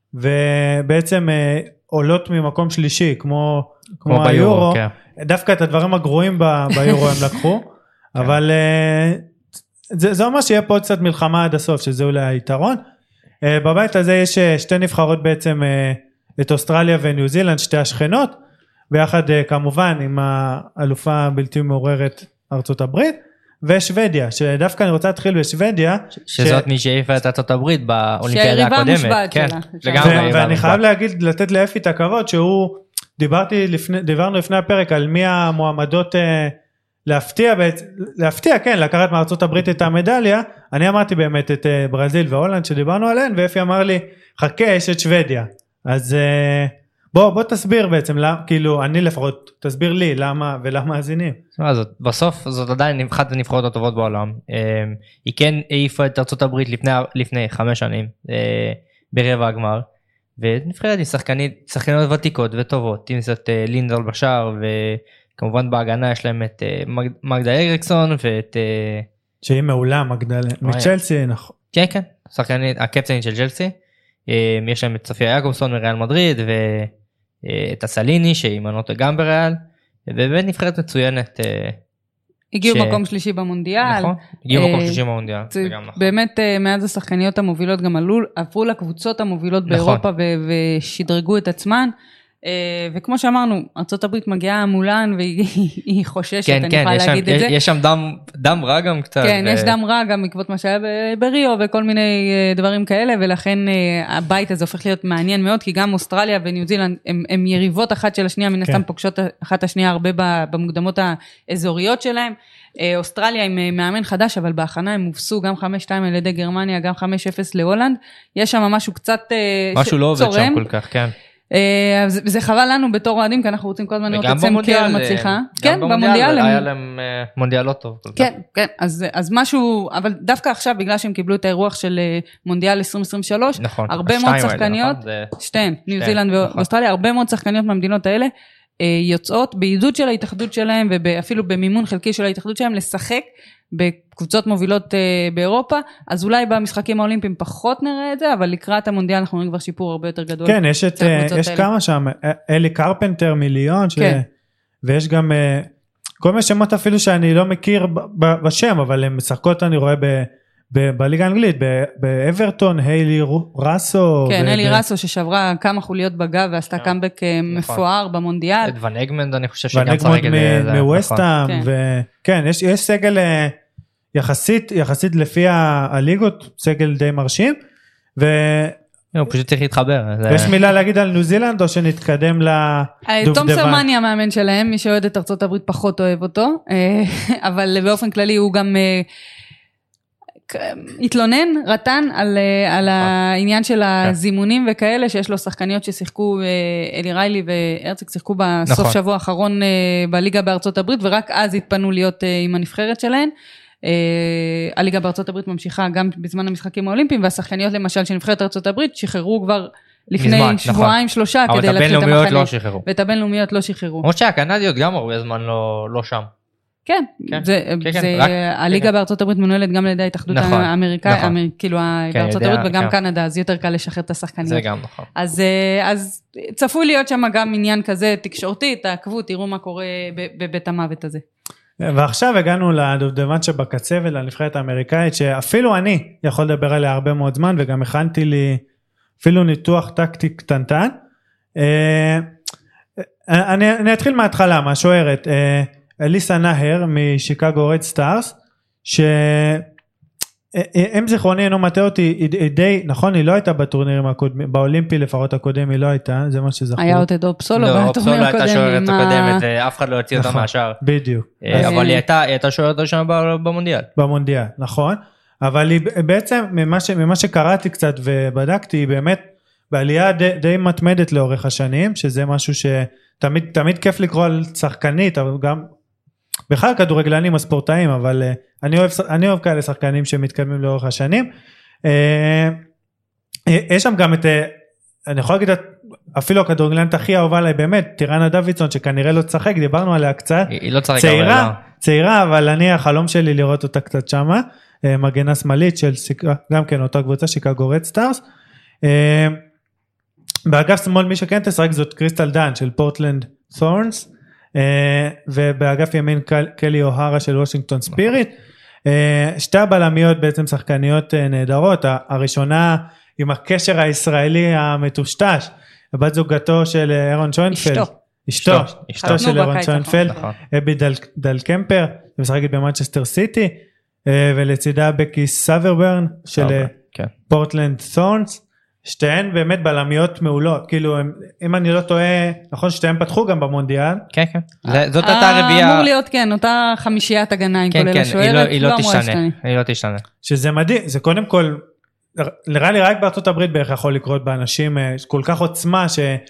ובעצם uh, עולות ממקום שלישי כמו, כמו, כמו היורו, כן. דווקא את הדברים הגרועים ב- ביורו הם לקחו, כן. אבל uh, זה, זה ממש שיהיה פה עוד קצת מלחמה עד הסוף, שזה אולי היתרון. Uh, בבית הזה יש uh, שתי נבחרות בעצם, uh, את אוסטרליה וניו זילנד, שתי השכנות, ביחד uh, כמובן עם האלופה הבלתי מעוררת ארצות הברית, ושוודיה, שדווקא אני רוצה להתחיל בשוודיה. שזאת מי שהעיפה את ארצות הברית באולימפיאדה הקודמת. כן, ואני חייב להגיד, לתת לאפי את הכבוד, שהוא, דיברתי לפני, דיברנו לפני הפרק על מי המועמדות להפתיע, להפתיע, כן, לקחת מארצות הברית את המדליה, אני אמרתי באמת את ברזיל והולנד שדיברנו עליהן, ואפי אמר לי, חכה, יש את שוודיה. אז בוא, בוא תסביר בעצם, כאילו, אני לפחות, תסביר לי למה ולמה מאזינים. בסוף זאת עדיין אחת הנבחרות הטובות בעולם. היא כן העיפה את ארצות הברית לפני, לפני חמש שנים, ברבע הגמר, ונבחרת היא שחקנית, שחקניות ותיקות וטובות, אם זאת לינדל בשער, וכמובן בהגנה יש להם את מגדה אגריקסון, ואת... שהיא מעולה, מגדה, מצ'לסי, נכון. כן, כן, שחקנית, הקפטנית של צ'לסי, יש להם את סופיה יעקובסון מריאל מדריד, ואת הסליני שהיא מנות גם בריאל, ובאמת נבחרת מצוינת. הגיעו מקום שלישי במונדיאל. נכון, הגיעו מקום שלישי במונדיאל. באמת מאז השחקניות המובילות גם עברו לקבוצות המובילות באירופה ושדרגו את עצמן. וכמו שאמרנו, ארצות הברית מגיעה מולן והיא חוששת, אני יכולה להגיד את זה. יש שם דם רע גם קצת. כן, יש דם רע גם בעקבות מה שהיה בריו וכל מיני דברים כאלה, ולכן הבית הזה הופך להיות מעניין מאוד, כי גם אוסטרליה וניו זילנד הם יריבות אחת של השנייה, מן הסתם פוגשות אחת השנייה הרבה במוקדמות האזוריות שלהם. אוסטרליה עם מאמן חדש, אבל בהכנה הם מובסו גם חמש שתיים על ידי גרמניה, גם חמש אפס להולנד. יש שם משהו קצת צורם. משהו לא עובד שם כל כך, כן. זה חבל לנו בתור אוהדים, כי אנחנו רוצים כל הזמן לראות את סמקר מצליחה. כן, במונדיאל היה להם מונדיאל לא טוב. כן, כן, אז משהו, אבל דווקא עכשיו, בגלל שהם קיבלו את האירוח של מונדיאל עשרים עשרים ושלוש, הרבה מאוד שחקניות, שתיהן, ניו זילנד ואוסטרליה, הרבה מאוד שחקניות מהמדינות האלה, יוצאות בעידוד של ההתאחדות שלהם, ואפילו במימון חלקי של ההתאחדות שלהם, לשחק בקבוצות מובילות באירופה, אז אולי במשחקים האולימפיים פחות נראה את זה, אבל לקראת המונדיאל אנחנו רואים כבר שיפור הרבה יותר גדול. כן, יש, את, יש כמה שם, אלי קרפנטר מיליון, ש... כן. ויש גם כל מיני שמות אפילו שאני לא מכיר בשם, אבל הם משחקות אני רואה ב... בליגה האנגלית, באברטון, היילי רסו. כן, היילי רסו ששברה כמה חוליות בגב, ועשתה קאמבק מפואר במונדיאל. את ון אגמנד, אני חושב שגם צריך להגיד. ון אגמנד מווסטהאם, וכן, יש סגל יחסית לפי הליגות, סגל די מרשים, הוא פשוט צריך להתחבר. יש מילה להגיד על ניו זילנד, או שנתקדם לדובדבן? תום סרמני המאמן שלהם, מי שאוהד את ארצות הברית פחות אוהב אותו, אבל באופן כללי הוא גם... התלונן, רטן, על, על העניין של הזימונים וכאלה, שיש לו שחקניות ששיחקו, אלי ריילי והרציק שיחקו בסוף שבוע האחרון בליגה בארצות הברית, ורק אז התפנו להיות עם הנבחרת שלהן. הליגה בארצות הברית ממשיכה גם בזמן המשחקים האולימפיים, והשחקניות למשל של נבחרת ארצות הברית, שחררו כבר לפני שבועיים שלושה, כדי להחליט את המחנה. ואת הבינלאומיות לא שחררו. כמו שהקנדיות גם הרבה זמן לא שם. כן, הליגה בארצות הברית מנוהלת גם לידי ההתאחדות האמריקאית, כאילו בארצות הברית וגם קנדה, אז יותר קל לשחרר את השחקניות. זה גם נכון. אז צפוי להיות שם גם עניין כזה תקשורתי, תעקבו, תראו מה קורה בבית המוות הזה. ועכשיו הגענו לדובדבן שבקצה ולנבחרת האמריקאית, שאפילו אני יכול לדבר עליה הרבה מאוד זמן, וגם הכנתי לי אפילו ניתוח טקטי קטנטן. אני אתחיל מההתחלה, מהשוערת. אליסה נהר משיקגו רד סטארס, שאם זיכרוני אינו מטעה אותי, היא די, נכון, היא לא הייתה בטורנירים הקודמים, באולימפי לפחות הקודם היא לא הייתה, זה מה שזכור. היה עוד את אופסולו בטורניר הקודם. לא, אופסולו הייתה שוערת הקודמת, אף אחד לא יוציא אותה מהשאר. בדיוק. אבל היא הייתה שוערת ראשונה במונדיאל. במונדיאל, נכון. אבל היא בעצם, ממה שקראתי קצת ובדקתי, היא באמת בעלייה די מתמדת לאורך השנים, שזה משהו שתמיד כיף לקרוא על שחקנית, אבל גם בכלל כדורגלנים הספורטאים, אבל uh, אני, אוהב, אני אוהב כאלה שחקנים שמתקדמים לאורך השנים. Uh, יש שם גם את, uh, אני יכול להגיד, אפילו הכדורגלנית הכי אהובה עליי באמת, טירנה דוידסון שכנראה לא תשחק, דיברנו עליה קצת, היא לא תשחק, צעירה, צעירה, אבל אני החלום שלי לראות אותה קצת שמה, מגנה שמאלית של גם כן אותה קבוצה שיקגו רד סטארס, באגף שמאל מי שכן תשחק זאת קריסטל דן של פורטלנד תורנס, ובאגף ימין קלי אוהרה של וושינגטון ספיריט, שתי הבלמיות בעצם שחקניות נהדרות, הראשונה עם הקשר הישראלי המטושטש, בת זוגתו של אירון שוינפלד, אשתו, אשתו של אירון שוינפלד, אבי דל קמפר, משחקת במנצ'סטר סיטי, ולצידה בקי סאברברן של פורטלנד תורנס, שתיהן באמת בלמיות מעולות, כאילו אם אני לא טועה, נכון שתיהן פתחו גם במונדיאל. כן, כן. זאת הייתה רביעה. אמור להיות כן, אותה חמישיית הגנה עם כולל השואלת. היא לא תשתנה, היא לא תשתנה. שזה מדהים, זה קודם כל, נראה לי רק בארצות הברית בערך יכול לקרות באנשים כל כך עוצמה,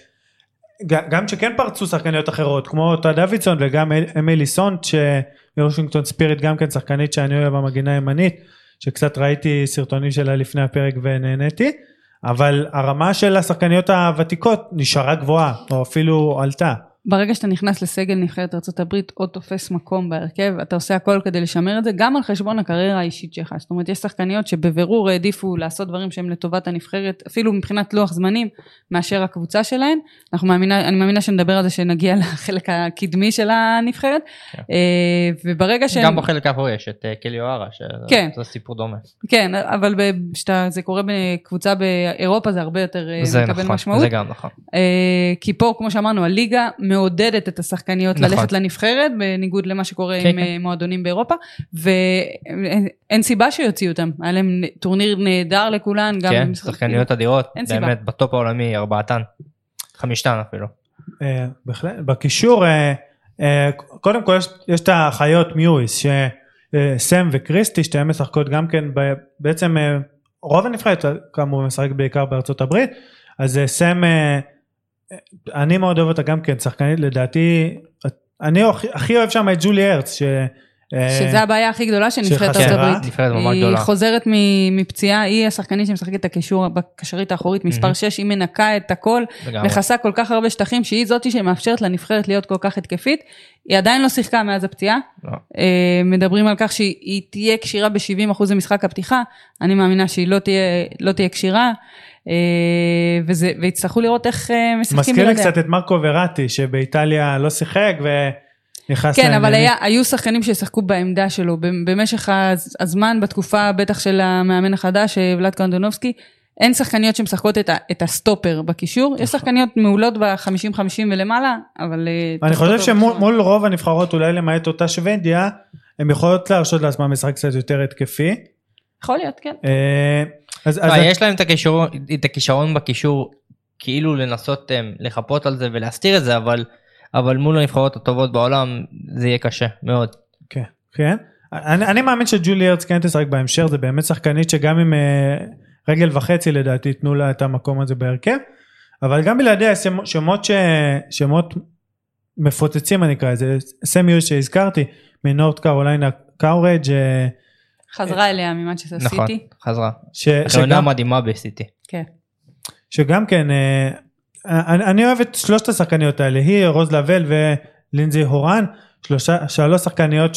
שגם שכן פרצו שחקניות אחרות, כמו אותה דוידסון וגם אמילי סונט, שוושינגטון ספיריט גם כן שחקנית שאני אוהב במגינה ימנית, שקצת ראיתי סרטונים שלה לפני הפרק ונהניתי, אבל הרמה של השחקניות הוותיקות נשארה גבוהה, או אפילו עלתה. ברגע שאתה נכנס לסגל נבחרת ארצות הברית, או תופס מקום בהרכב, אתה עושה הכל כדי לשמר את זה, גם על חשבון הקריירה האישית שלך. זאת אומרת, יש שחקניות שבבירור העדיפו לעשות דברים שהם לטובת הנבחרת, אפילו מבחינת לוח זמנים, מאשר הקבוצה שלהן. אנחנו מאמינה, אני מאמינה שנדבר על זה שנגיע לחלק הקדמי של הנבחרת. כן. וברגע ש... גם בחלק האחורי יש את קלי אוהרה, שזה כן. סיפור דומה. כן, אבל כשאתה, זה קורה בקבוצה באירופה, זה הרבה יותר מקבל נכון, משמעות. זה גם נכון. כי פה, כמו שאמרנו, הליגה מעודדת את השחקניות נכון. ללכת לנבחרת, בניגוד למה שקורה כן, עם כן. מועדונים באירופה, ואין סיבה שיוציאו אותם, היה להם טורניר נהדר לכולן, גם כן, שחקניות אדירות, באמת סיבה. בטופ העולמי, ארבעתן, חמישתן אפילו. בהחלט, בקישור, קודם כל יש, יש את החיות מיויס, שסם וקריסטי, שתיהן משחקות גם כן, בעצם רוב הנבחרת, כאמור משחק בעיקר בארצות הברית, אז סם, אני מאוד אוהב אותה גם כן, שחקנית לדעתי, אני הכי אוהב שם את ג'ולי הרץ, ש... שזה הבעיה הכי גדולה של נבחרת ארצות הברית. היא חוזרת מפציעה, היא השחקנית שמשחקת את הקישור בקשרית האחורית, מספר שש, היא מנקה את הכל, מכסה כל כך הרבה שטחים, שהיא זאתי שמאפשרת לנבחרת להיות כל כך התקפית, היא עדיין לא שיחקה מאז הפציעה, מדברים על כך שהיא תהיה קשירה ב-שבעים אחוז למשחק הפתיחה, אני מאמינה שהיא לא תהיה קשירה, והצטרכו לראות איך משחקים בלעדיה. מזכיר לי קצת את מרקו וראטי, שבאיטליה לא שיחק ו... כן, אבל היה, היו שחקנים ששחקו בעמדה שלו, במשך הזמן, בתקופה בטח של המאמן החדש, ולד קנדונובסקי, אין שחקניות שמשחקות את, את הסטופר בקישור, יש שחקניות מעולות ב-חמישים חמישים ולמעלה, אבל... אני חושב שמול רוב הנבחרות, אולי למעט אותה שוודיה, הם יכולות להרשות לעצמם משחק קצת יותר התקפי. יכול להיות, כן. אז, אז יש להם את הכישרון בקישור, כאילו לנסות לחפות על זה ולהסתיר את זה, אבל... אבל מול הנבחרות הטובות בעולם זה יהיה קשה מאוד. כן, כן. אני, אני מאמין שג'ולי הרץ כן תשחק בהמשך, זה באמת שחקנית שגם עם uh, רגל וחצי לדעתי תנו לה את המקום הזה בהרכב, אבל גם בלעדיה שמות, ש, שמות מפוצצים אני אקרא את זה, סמיוס שהזכרתי, מנורד קרוליינה קאורג' חזרה אליה ממנצ'סטר סיטי. נכון, חזרה. חזרה מדהימה בסיטי. כן. שגם כן... Uh, אני, אני אוהב את שלושת השחקניות האלה, היא רוז לבל ולינזי הורן, שלושה, שלוש שחקניות ש...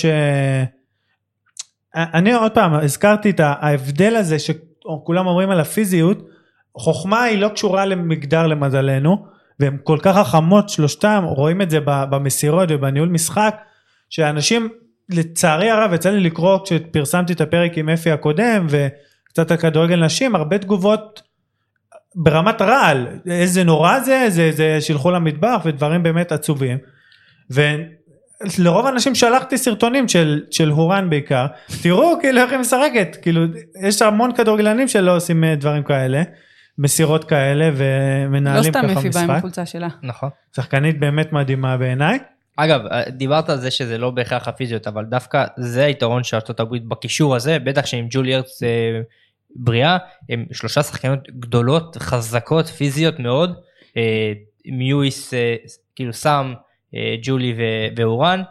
אני עוד פעם הזכרתי את ההבדל הזה שכולם אומרים על הפיזיות, חוכמה היא לא קשורה למגדר למזלנו, והן כל כך חכמות שלושתם, רואים את זה במסירות ובניהול משחק, שאנשים לצערי הרב, יצא לי לקרוא כשפרסמתי את הפרק עם אפי הקודם, וקצת הכדורגל נשים, הרבה תגובות, ברמת רעל, איזה נורא זה, זה, זה שילכו למטבח ודברים באמת עצובים, ולרוב האנשים שלחתי סרטונים של, של הורן בעיקר, תראו כאילו איך היא משחקת, כאילו יש המון כדורגלנים שלא עושים דברים כאלה, מסירות כאלה ומנהלים ככה משחק. לא סתם מפי בא עם החולצה שלה. נכון. שחקנית באמת מדהימה בעיניי. אגב, דיברת על זה שזה לא בהכרח הפיזיות, אבל דווקא זה היתרון של ארצות הברית בקישור הזה, בטח שעם ג'ולי הרץ בריאה, הם שלושה שחקנות גדולות, חזקות, פיזיות מאוד, מיויס, כאילו סם, ג'ולי ואורן,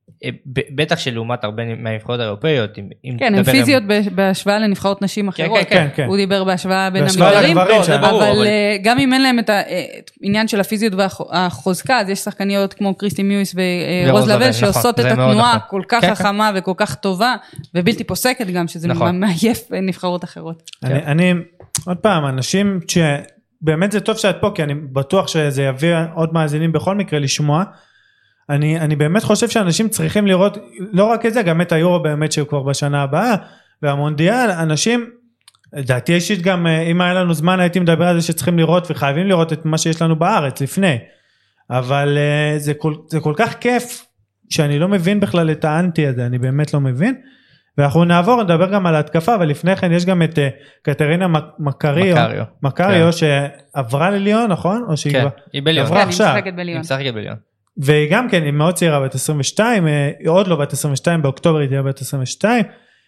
בטח שלעומת הרבה מהנבחרות האירופאיות. כן, הן פיזיות בהשוואה לנבחרות נשים אחרות. הוא דיבר בהשוואה בין המגדרים, אבל גם אם אין להם את העניין של הפיזיות והחוזקה, אז יש שחקניות כמו קריסטי מיוס ורוז לבל, שעושות את התנועה כל כך חכמה וכל כך טובה, ובלתי פוסקת גם, שזה מעייף נבחרות אחרות. אני, עוד פעם, אנשים שבאמת זה טוב שאת פה, כי אני בטוח שזה יביא עוד מאזינים בכל מקרה לשמוע, אני, אני באמת חושב שאנשים צריכים לראות, לא רק את זה, גם את היורו באמת שהוא כבר בשנה הבאה, והמונדיאל, אנשים, דעתי אישית גם, אם היה לנו זמן הייתי מדבר על זה שצריכים לראות, וחייבים לראות את מה שיש לנו בארץ לפני, אבל זה כל, זה כל כך כיף, שאני לא מבין בכלל את האנטי הזה, אני באמת לא מבין, ואנחנו נעבור, נדבר גם על ההתקפה, אבל לפני כן יש גם את קטרינה מקריו, מקריו, מקריו כן. שעברה לליון, נכון? או שהיא כן, כבר... היא בליון. עברה כן, עכשיו. היא משחקת בליון. היא משחקת בליון. והיא גם כן, היא מאוד צעירה, בת עשרים ושתיים, היא עוד לא בת עשרים ושתיים, באוקטובר היא תהיה בת עשרים ושתיים,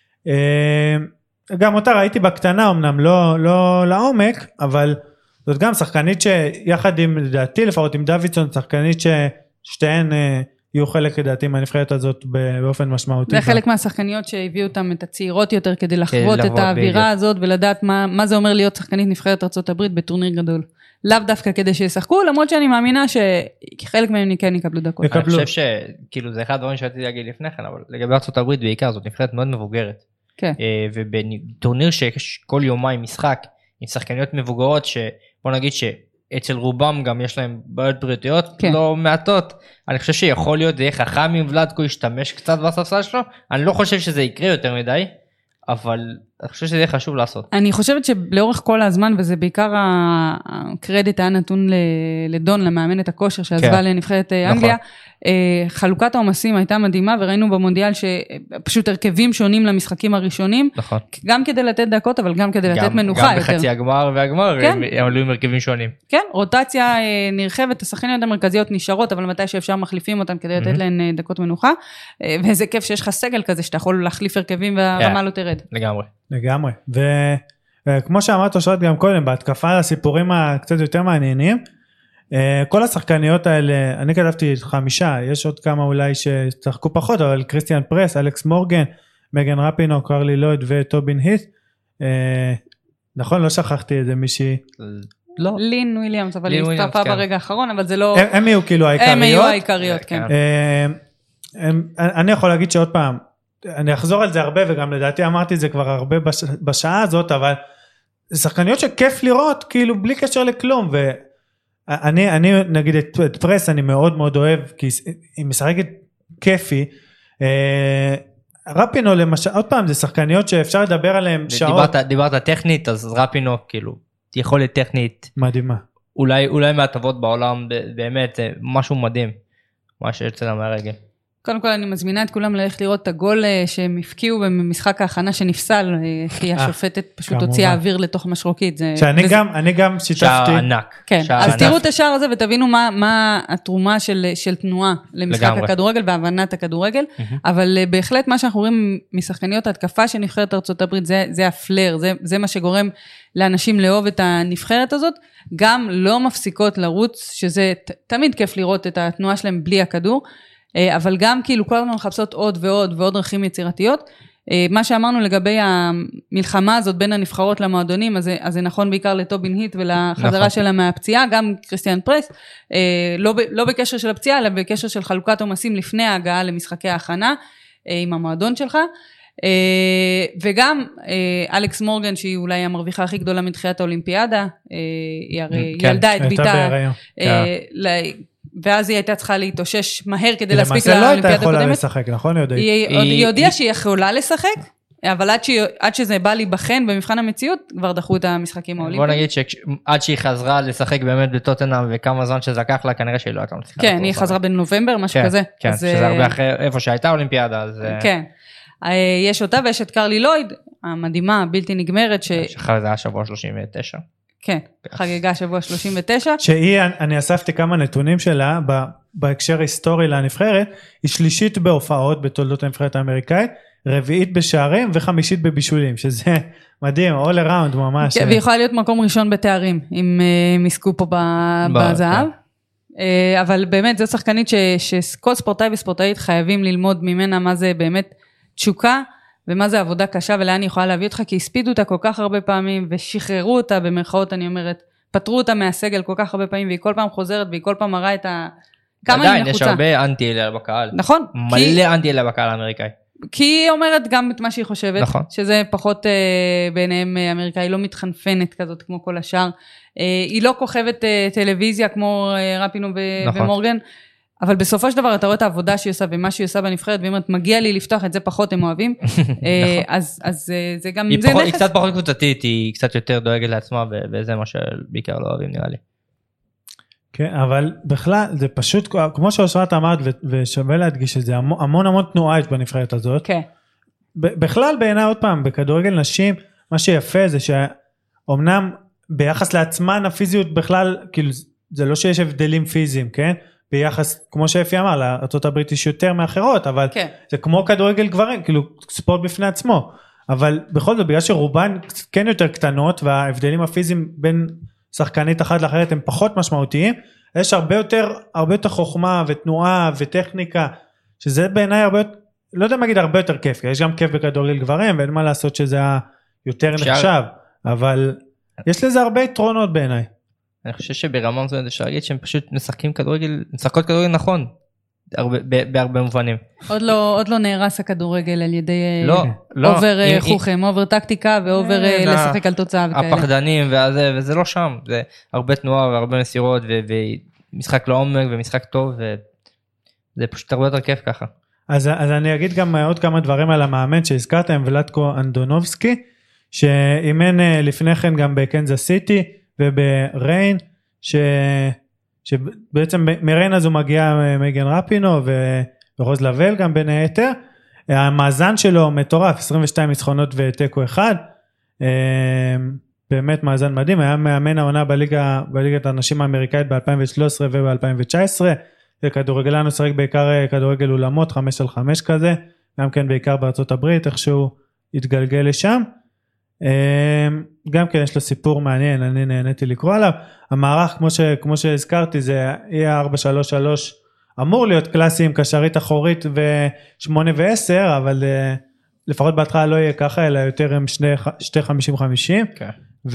גם אותה ראיתי בקטנה, אמנם לא, לא לעומק, אבל זאת גם שחקנית שיחד עם, לדעתי לפחות עם דוידסון, שחקנית ששתיהן יהיו חלק לדעתי מהנבחרת הזאת באופן משמעותי. זה חלק מהשחקניות שהביאו אותם את הצעירות יותר, כדי לחוות את האווירה הזאת, ולדעת מה, מה זה אומר להיות שחקנית נבחרת ארצות הברית בטורניר גדול. לאו דווקא כדי שישחקו, למרות שאני מאמינה שחלק מהם כן יקבלו דקות. אני חושב שכאילו זה אחד הדברים שהייתי להגיד לפני כן, אבל לגבי ארצות הברית בעיקר, זאת נבחרת מאוד מבוגרת. כן. ובטורניר שיש כל יומיים משחק, עם שחקניות מבוגרות, שבוא נגיד שאצל רובם גם יש להם בעיות בריאותיות, לא מעטות, אני חושב שיכול להיות, זה יהיה חכם אם ולדקו ישתמש קצת בספסל שלו, אני לא חושב שזה יקרה יותר מדי, אבל אני חושב שזה יהיה חשוב לעשות. אני חושבת שלאורך כל הזמן, וזה בעיקר הקרדיט היה נתון לדון, למאמנת הכושר שעזבה לנבחרת אנגליה, חלוקת העומסים הייתה מדהימה, וראינו במונדיאל שפשוט הרכבים שונים למשחקים הראשונים, גם כדי לתת דקות, אבל גם כדי לתת מנוחה יותר. גם בחצי הגמר והגמר, הם עלו עם הרכבים שונים. כן, רוטציה נרחבת, השחקניות המרכזיות נשארות, אבל מתי שאפשר מחליפים אותם כדי לתת להן דקות מנוחה, וזה כיף שיש לך סגל כזה, שאתה יכול להחליף הרכבים והרמה לא תרד. לגמרי. לגמרי, וכמו שאמרת אושרת גם קודם, בהתקפה הסיפורים הקצת יותר מעניינים, כל השחקניות האלה, אני כתבתי חמישה, יש עוד כמה אולי שצחקו פחות, אבל קריסטיאן פרס, אלכס מורגן, מגן רפינו, קרלי לויד וטובין הית', נכון? לא שכחתי את זה מישהי. לא. לין וויליאמס, אבל היא הצטרפה ברגע האחרון, אבל זה לא... הם יהיו כאילו העיקריות. הם יהיו העיקריות, כן. אני יכול להגיד שעוד פעם, אני אחזור על זה הרבה, וגם לדעתי אמרתי את זה כבר הרבה בש, בשעה הזאת, אבל זה שחקניות שכיף לראות, כאילו בלי קשר לכלום, ואני אני, נגיד את, את פרס אני מאוד מאוד אוהב, כי היא משחקת כיפי, אה, רפינו למשל, עוד פעם, זה שחקניות שאפשר לדבר עליהן שעות. דיברת, דיברת טכנית, אז רפינו כאילו, יכולת טכנית. מדהימה. אולי, אולי מהטובות בעולם, באמת, משהו מדהים, מה שיוצא מהרגל. קודם כל אני מזמינה את כולם ללכת לראות את הגול שהם הפקיעו במשחק ההכנה שנפסל, כי השופטת פשוט הוציאה אוויר לתוך משרוקית. שאני גם, אני גם שיתפתי. שער ענק. כן, אז תראו את השער הזה ותבינו מה התרומה של תנועה למשחק הכדורגל והבנת הכדורגל, אבל בהחלט מה שאנחנו רואים משחקניות ההתקפה של נבחרת ארצות הברית, זה הפלר, זה מה שגורם לאנשים לאהוב את הנבחרת הזאת, גם לא מפסיקות לרוץ, שזה תמיד כיף לראות את התנועה שלהם בלי הכדור, אבל גם כאילו כל הזמן מחפשות עוד ועוד ועוד דרכים יצירתיות. מה שאמרנו לגבי המלחמה הזאת בין הנבחרות למועדונים, אז, אז זה נכון בעיקר לטובין הית' ולחזרה נכון. שלה מהפציעה, גם קריסטיאן פרס, לא, לא בקשר של הפציעה, אלא בקשר של חלוקת עומסים לפני ההגעה למשחקי ההכנה, עם המועדון שלך. וגם אלכס מורגן, שהיא אולי המרוויחה הכי גדולה מתחיית האולימפיאדה, היא הרי כן, ילדה את ביתה, ואז היא הייתה צריכה להתאושש מהר כדי להספיק לאולימפיאדה הקודמת. למעשה לא הייתה יכולה לשחק, נכון? היא הודיעה שהיא יכולה לשחק, אבל עד שזה בא להיבחן במבחן המציאות, כבר דחו את המשחקים האולימפיים. בוא נגיד שעד שהיא חזרה לשחק באמת בטוטנהאם, וכמה זמן שזה לקח לה, כנראה שהיא לא הייתה מצליחה. כן, היא חזרה בנובמבר, משהו כזה. כן, שזה הרבה אחרי איפה שהייתה האולימפיאדה. כן. יש אותה ויש את קרלי לויד, המדהימה, הבלתי נגמרת. שחר זה היה שבוע שלושים ותשע. כן, חגיגה שבוע שלושים ותשע. שהיא, אני אספתי כמה נתונים שלה, בהקשר היסטורי לנבחרת, היא שלישית בהופעות בתולדות הנבחרת האמריקאית, רביעית בשערים וחמישית בבישולים, שזה מדהים, all around ממש. והיא יכולה להיות מקום ראשון בתארים, אם הם עסקו פה בזהב. אבל באמת זו שחקנית שכל ספורטאי וספורטאית חייבים ללמוד ממנה מה זה באמת תשוקה, ומה זה עבודה קשה ולאן היא יכולה להביא אותך, כי הספידו אותה כל כך הרבה פעמים, ושחררו אותה במרכאות, אני אומרת, פטרו אותה מהסגל כל כך הרבה פעמים, והיא כל פעם חוזרת, והיא כל פעם מראה את ה... כמה היא נחוצה. עדיין, יש הרבה אנטי אליה בקהל. נכון. מלא כי... אנטי אליה בקהל האמריקאי. כי היא אומרת גם את מה שהיא חושבת, נכון. שזה פחות אה, ביניהם אה, אמריקאי, לא מתחנפנת כזאת כמו כל השאר, אה, היא לא כוכבת אה, טלוויזיה כמו אה, רפינו ו- נכון. ומורגן, אבל בסופו של דבר אתה רואה את העבודה שהיא עושה ומה שהיא עושה בנבחרת, והיא אומרת, מגיע לי לפתוח את זה פחות, הם אוהבים, אז, אז זה גם, היא, זה פחות, נכס. היא קצת פחות קבוצתית, היא קצת יותר דואגת לעצמה, וזה מה שבעיקר לא אוהבים נראה לי. כן, אבל בכלל זה פשוט, כמו שאושרת אמרת, ושווה להדגיש את זה, המון המון תנועה יש בנבחרת הזאת. כן. בכלל בעיניי עוד פעם, בכדורגל נשים, מה שיפה זה שאומנם ביחס לעצמן הפיזיות בכלל, כאילו זה לא שיש הבדלים פיזיים, כן? ביחס, כמו שאפי אמר, לארצות הברית יש יותר מאחרות, אבל כן. זה כמו כדורגל גברים, כאילו ספורט בפני עצמו, אבל בכל זאת, בגלל שרובן כן יותר קטנות, וההבדלים הפיזיים בין שחקנית אחת לאחרת הם פחות משמעותיים, יש הרבה יותר, הרבה יותר חוכמה ותנועה וטכניקה, שזה בעיניי הרבה, לא יודע מה להגיד הרבה יותר כיף, כי יש גם כיף בכדורגל גברים, ואין מה לעשות שזה יותר נחשב, אבל יש לזה הרבה יתרונות בעיניי. אני חושב שברמה מסוימת אפשר להגיד שהם פשוט משחקים כדורגל, משחקות כדורגל נכון, בהרבה מובנים. עוד לא, עוד לא נהרס הכדורגל על ידי לא, אובר חוכם, אובר טקטיקה ואובר לשחק על תוצאה וכאלה. הפחדנים וזה לא שם, זה הרבה תנועה והרבה מסירות ומשחק לעומק ומשחק טוב, וזה פשוט הרבה יותר כיף ככה. אז, אז אני אגיד גם עוד כמה דברים על המאמן שהזכרתם, ולטקו אנדונובסקי, שאימן לפני כן גם בקנזס סיטי, ובריין, ש... שבעצם מריין אז הוא מגיע מגן רפינו ורוז לבל גם בין היתר, המאזן שלו מטורף, עשרים ושתיים ניצחונות וטקו אחד, באמת מאזן מדהים, היה מאמן העונה בליגה, בליגת הנשים האמריקאית ב-אלפיים ושלוש עשרה וב-אלפיים תשע עשרה, וכדורגלן הוא שחק בעיקר כדורגל אולמות, חמש על חמש כזה, גם כן בעיקר בארצות הברית, איכשהו התגלגל לשם, גם כן יש לו סיפור מעניין, אני נהניתי לקרוא עליו, המערך כמו, ש, כמו שהזכרתי זה יהיה ארבע שלוש שלוש, אמור להיות קלאסי עם קשרית אחורית ו-שמונה ו-עשר, אבל uh, לפחות בהתחלה לא יהיה ככה, אלא יותר עם שני, שתי חמישים חמישים, okay.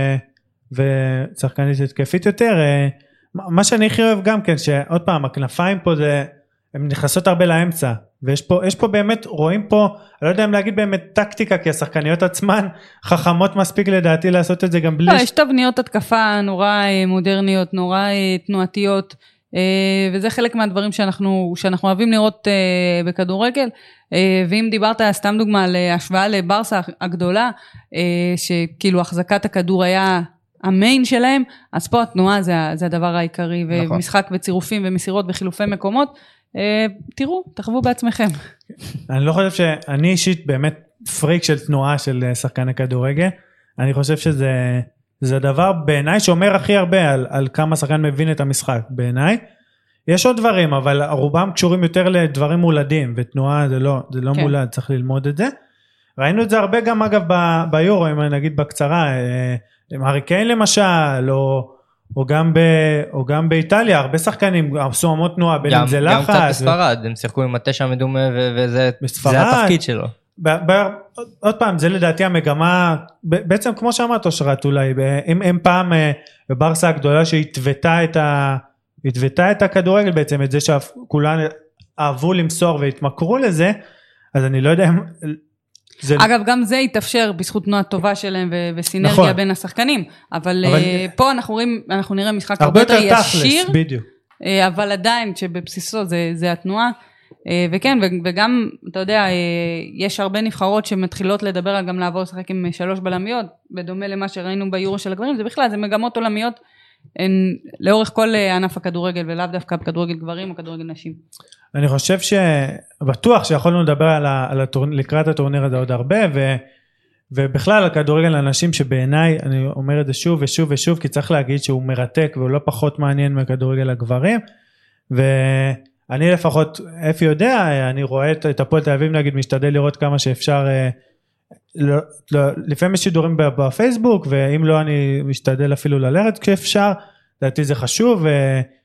ושחקנית התקפית יותר, uh, מה שאני הכי אוהב גם כן, שעוד פעם הכנפיים פה זה, הן נכנסות הרבה לאמצע, ויש פה, יש פה באמת, רואים פה, אני לא יודע אם להגיד באמת טקטיקה, כי השחקניות עצמן חכמות מספיק לדעתי לעשות את זה גם בלי... לא, יש תבניות התקפה נורא מודרניות, נורא תנועתיות, וזה חלק מהדברים שאנחנו, שאנחנו אוהבים לראות בכדורגל, ואם דיברת סתם דוגמה על השוואה לברסה הגדולה, שכאילו החזקת הכדור היה המיין שלהם, אז פה התנועה זה, זה הדבר העיקרי, נכון. ומשחק וצירופים ומסירות וחילופי מקומות, תראו, תחוו בעצמכם. אני לא חושב שאני אישית באמת פריק של תנועה של שחקני כדורגל, אני חושב שזה זה דבר בעיניי שאומר הכי הרבה על, על כמה שחקן מבין את המשחק, בעיניי. יש עוד דברים, אבל רובם קשורים יותר לדברים מולדים, ותנועה זה לא, זה לא כן. מולד, צריך ללמוד את זה. ראינו את זה הרבה גם אגב ב, ביורו, אם אני נגיד בקצרה, עם הארי קיין למשל, או... או גם, ב, או גם באיטליה, הרבה שחקנים עשו המון תנועה, בין אם זה לחץ. גם קצת בספרד, ו... הם שיחקו עם התשע המדומה, ו- וזה זה התפקיד שלו. ב- ב- עוד פעם, זה לדעתי המגמה, ב- בעצם כמו שאמרת אושרת אולי, אם, אם פעם בברסה הגדולה שהתוותה את, ה, התוותה את הכדורגל בעצם, את זה שכולן אהבו למסור והתמכרו לזה, אז אני לא יודע אם... זה... אגב, גם זה יתאפשר בזכות תנועה טובה שלהם ו- וסינרגיה נכון. בין השחקנים, אבל, אבל... Uh, פה אנחנו, רואים, אנחנו נראה משחק הרבה יותר ישיר, בדיוק. Uh, אבל עדיין שבבסיסו זה, זה התנועה, uh, וכן, ו- וגם, אתה יודע, uh, יש הרבה נבחרות שמתחילות לדבר על גם לעבור לשחק עם שלוש בלמיות, בדומה למה שראינו ביורו של הגברים, זה בכלל, זה מגמות עולמיות, הן לאורך כל ענף הכדורגל, ולאו דווקא בכדורגל גברים או כדורגל נשים. אני חושב שבטוח שיכולנו לדבר על ה, על הטורניר, לקראת הטורניר הזה עוד הרבה, ו, ובכלל על כדורגל אנשים שבעיניי, אני אומר את זה שוב ושוב ושוב, כי צריך להגיד שהוא מרתק, והוא לא פחות מעניין מכדורגל הגברים, ואני לפחות, אפי יודע, אני רואה את הפועל תל אביב, נגיד, משתדל לראות כמה שאפשר, לא, לא, לפעמים יש שידורים בפייסבוק, ואם לא אני משתדל אפילו ללכת כשאפשר, לדעתי זה חשוב,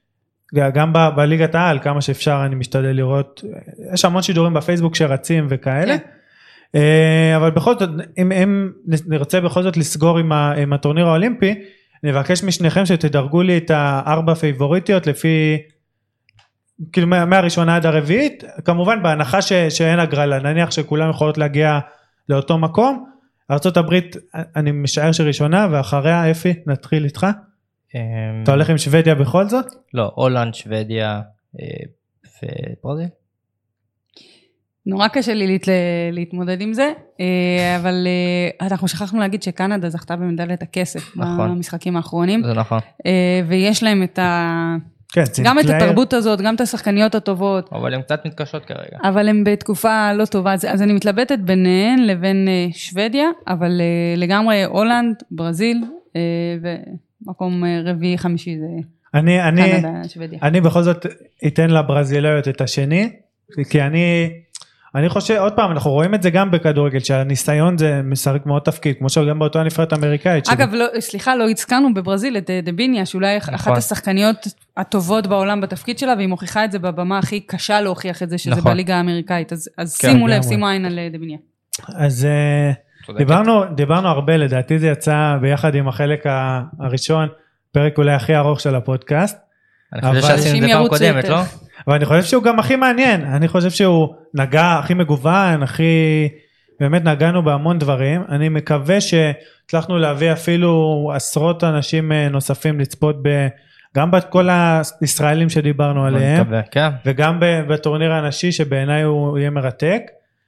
גם ב- בליגת העל, כמה שאפשר אני משתדל לראות, יש המון שידורים בפייסבוק שרצים וכאלה, כן. אבל בכל זאת, אם, אם נרצה בכל זאת לסגור עם, ה, עם הטורניר האולימפי, נבקש משניכם שתדרגו לי את הארבע פייבוריטיות לפי, כאילו מהראשונה עד הרביעית, כמובן בהנחה ש, שאין הגרלה, נניח שכולם יכולות להגיע לאותו מקום, ארצות הברית אני משער שראשונה, ואחריה אפי נתחיל איתך. אתה הולך עם שוודיה בכל זאת? לא, הולנד, שוודיה וברזיל. נורא קשה לי להתמודד עם זה, אבל אנחנו שכחנו להגיד שקנדה זכתה במדליית הכסף במשחקים האחרונים. זה נכון. ויש להם את ה... גם את התרבות הזאת, גם את השחקניות הטובות. אבל הן קצת מתקשות כרגע. אבל הן בתקופה לא טובה, אז אני מתלבטת ביניהן לבין שוודיה, אבל לגמרי הולנד, ברזיל, ומקום רביעי חמישי זה קנדה, שוודיה. אני בכל זאת אתן לברזילאיות את השני, כי אני... אני חושב, עוד פעם, אנחנו רואים את זה גם בכדורגל, שהניסיון זה משחק מאוד תפקיד, כמו שגם באותו הנבחרת האמריקאית. אגב, לא, סליחה, לא הזכרנו בברזיל את דביניה, שאולי נכון. אחת השחקניות הטובות בעולם בתפקיד שלה, והיא מוכיחה את זה בבמה הכי קשה להוכיח את זה, שזה נכון. בליגה האמריקאית, אז, אז כן, שימו לב, שימו עין על דביניה. אז דיברנו, דיברנו הרבה, לדעתי זה יצא ביחד עם החלק הראשון, פרק אולי הכי ארוך של הפודקאסט. אני חושב שעשינו את זה פעם קודמת, לא? אבל אני חושב שהוא גם הכי מעניין, אני חושב שהוא נגע הכי מגוון, הכי, באמת נגענו בהמון דברים, אני מקווה שהצלחנו להביא אפילו עשרות אנשים נוספים לצפות ב, גם בכל הישראלים שדיברנו עליהם, מקווה, כן. וגם בטורניר הנשי שבעיניי הוא יהיה מרתק,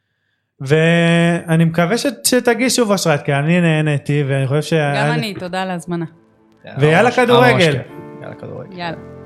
ואני מקווה שתגישו בשרת, כי אני נהניתי, ואני חושב ש... גם אני, תודה על ההזמנה. ויאללה כדורגל. יאללה כדורגל. יאללה.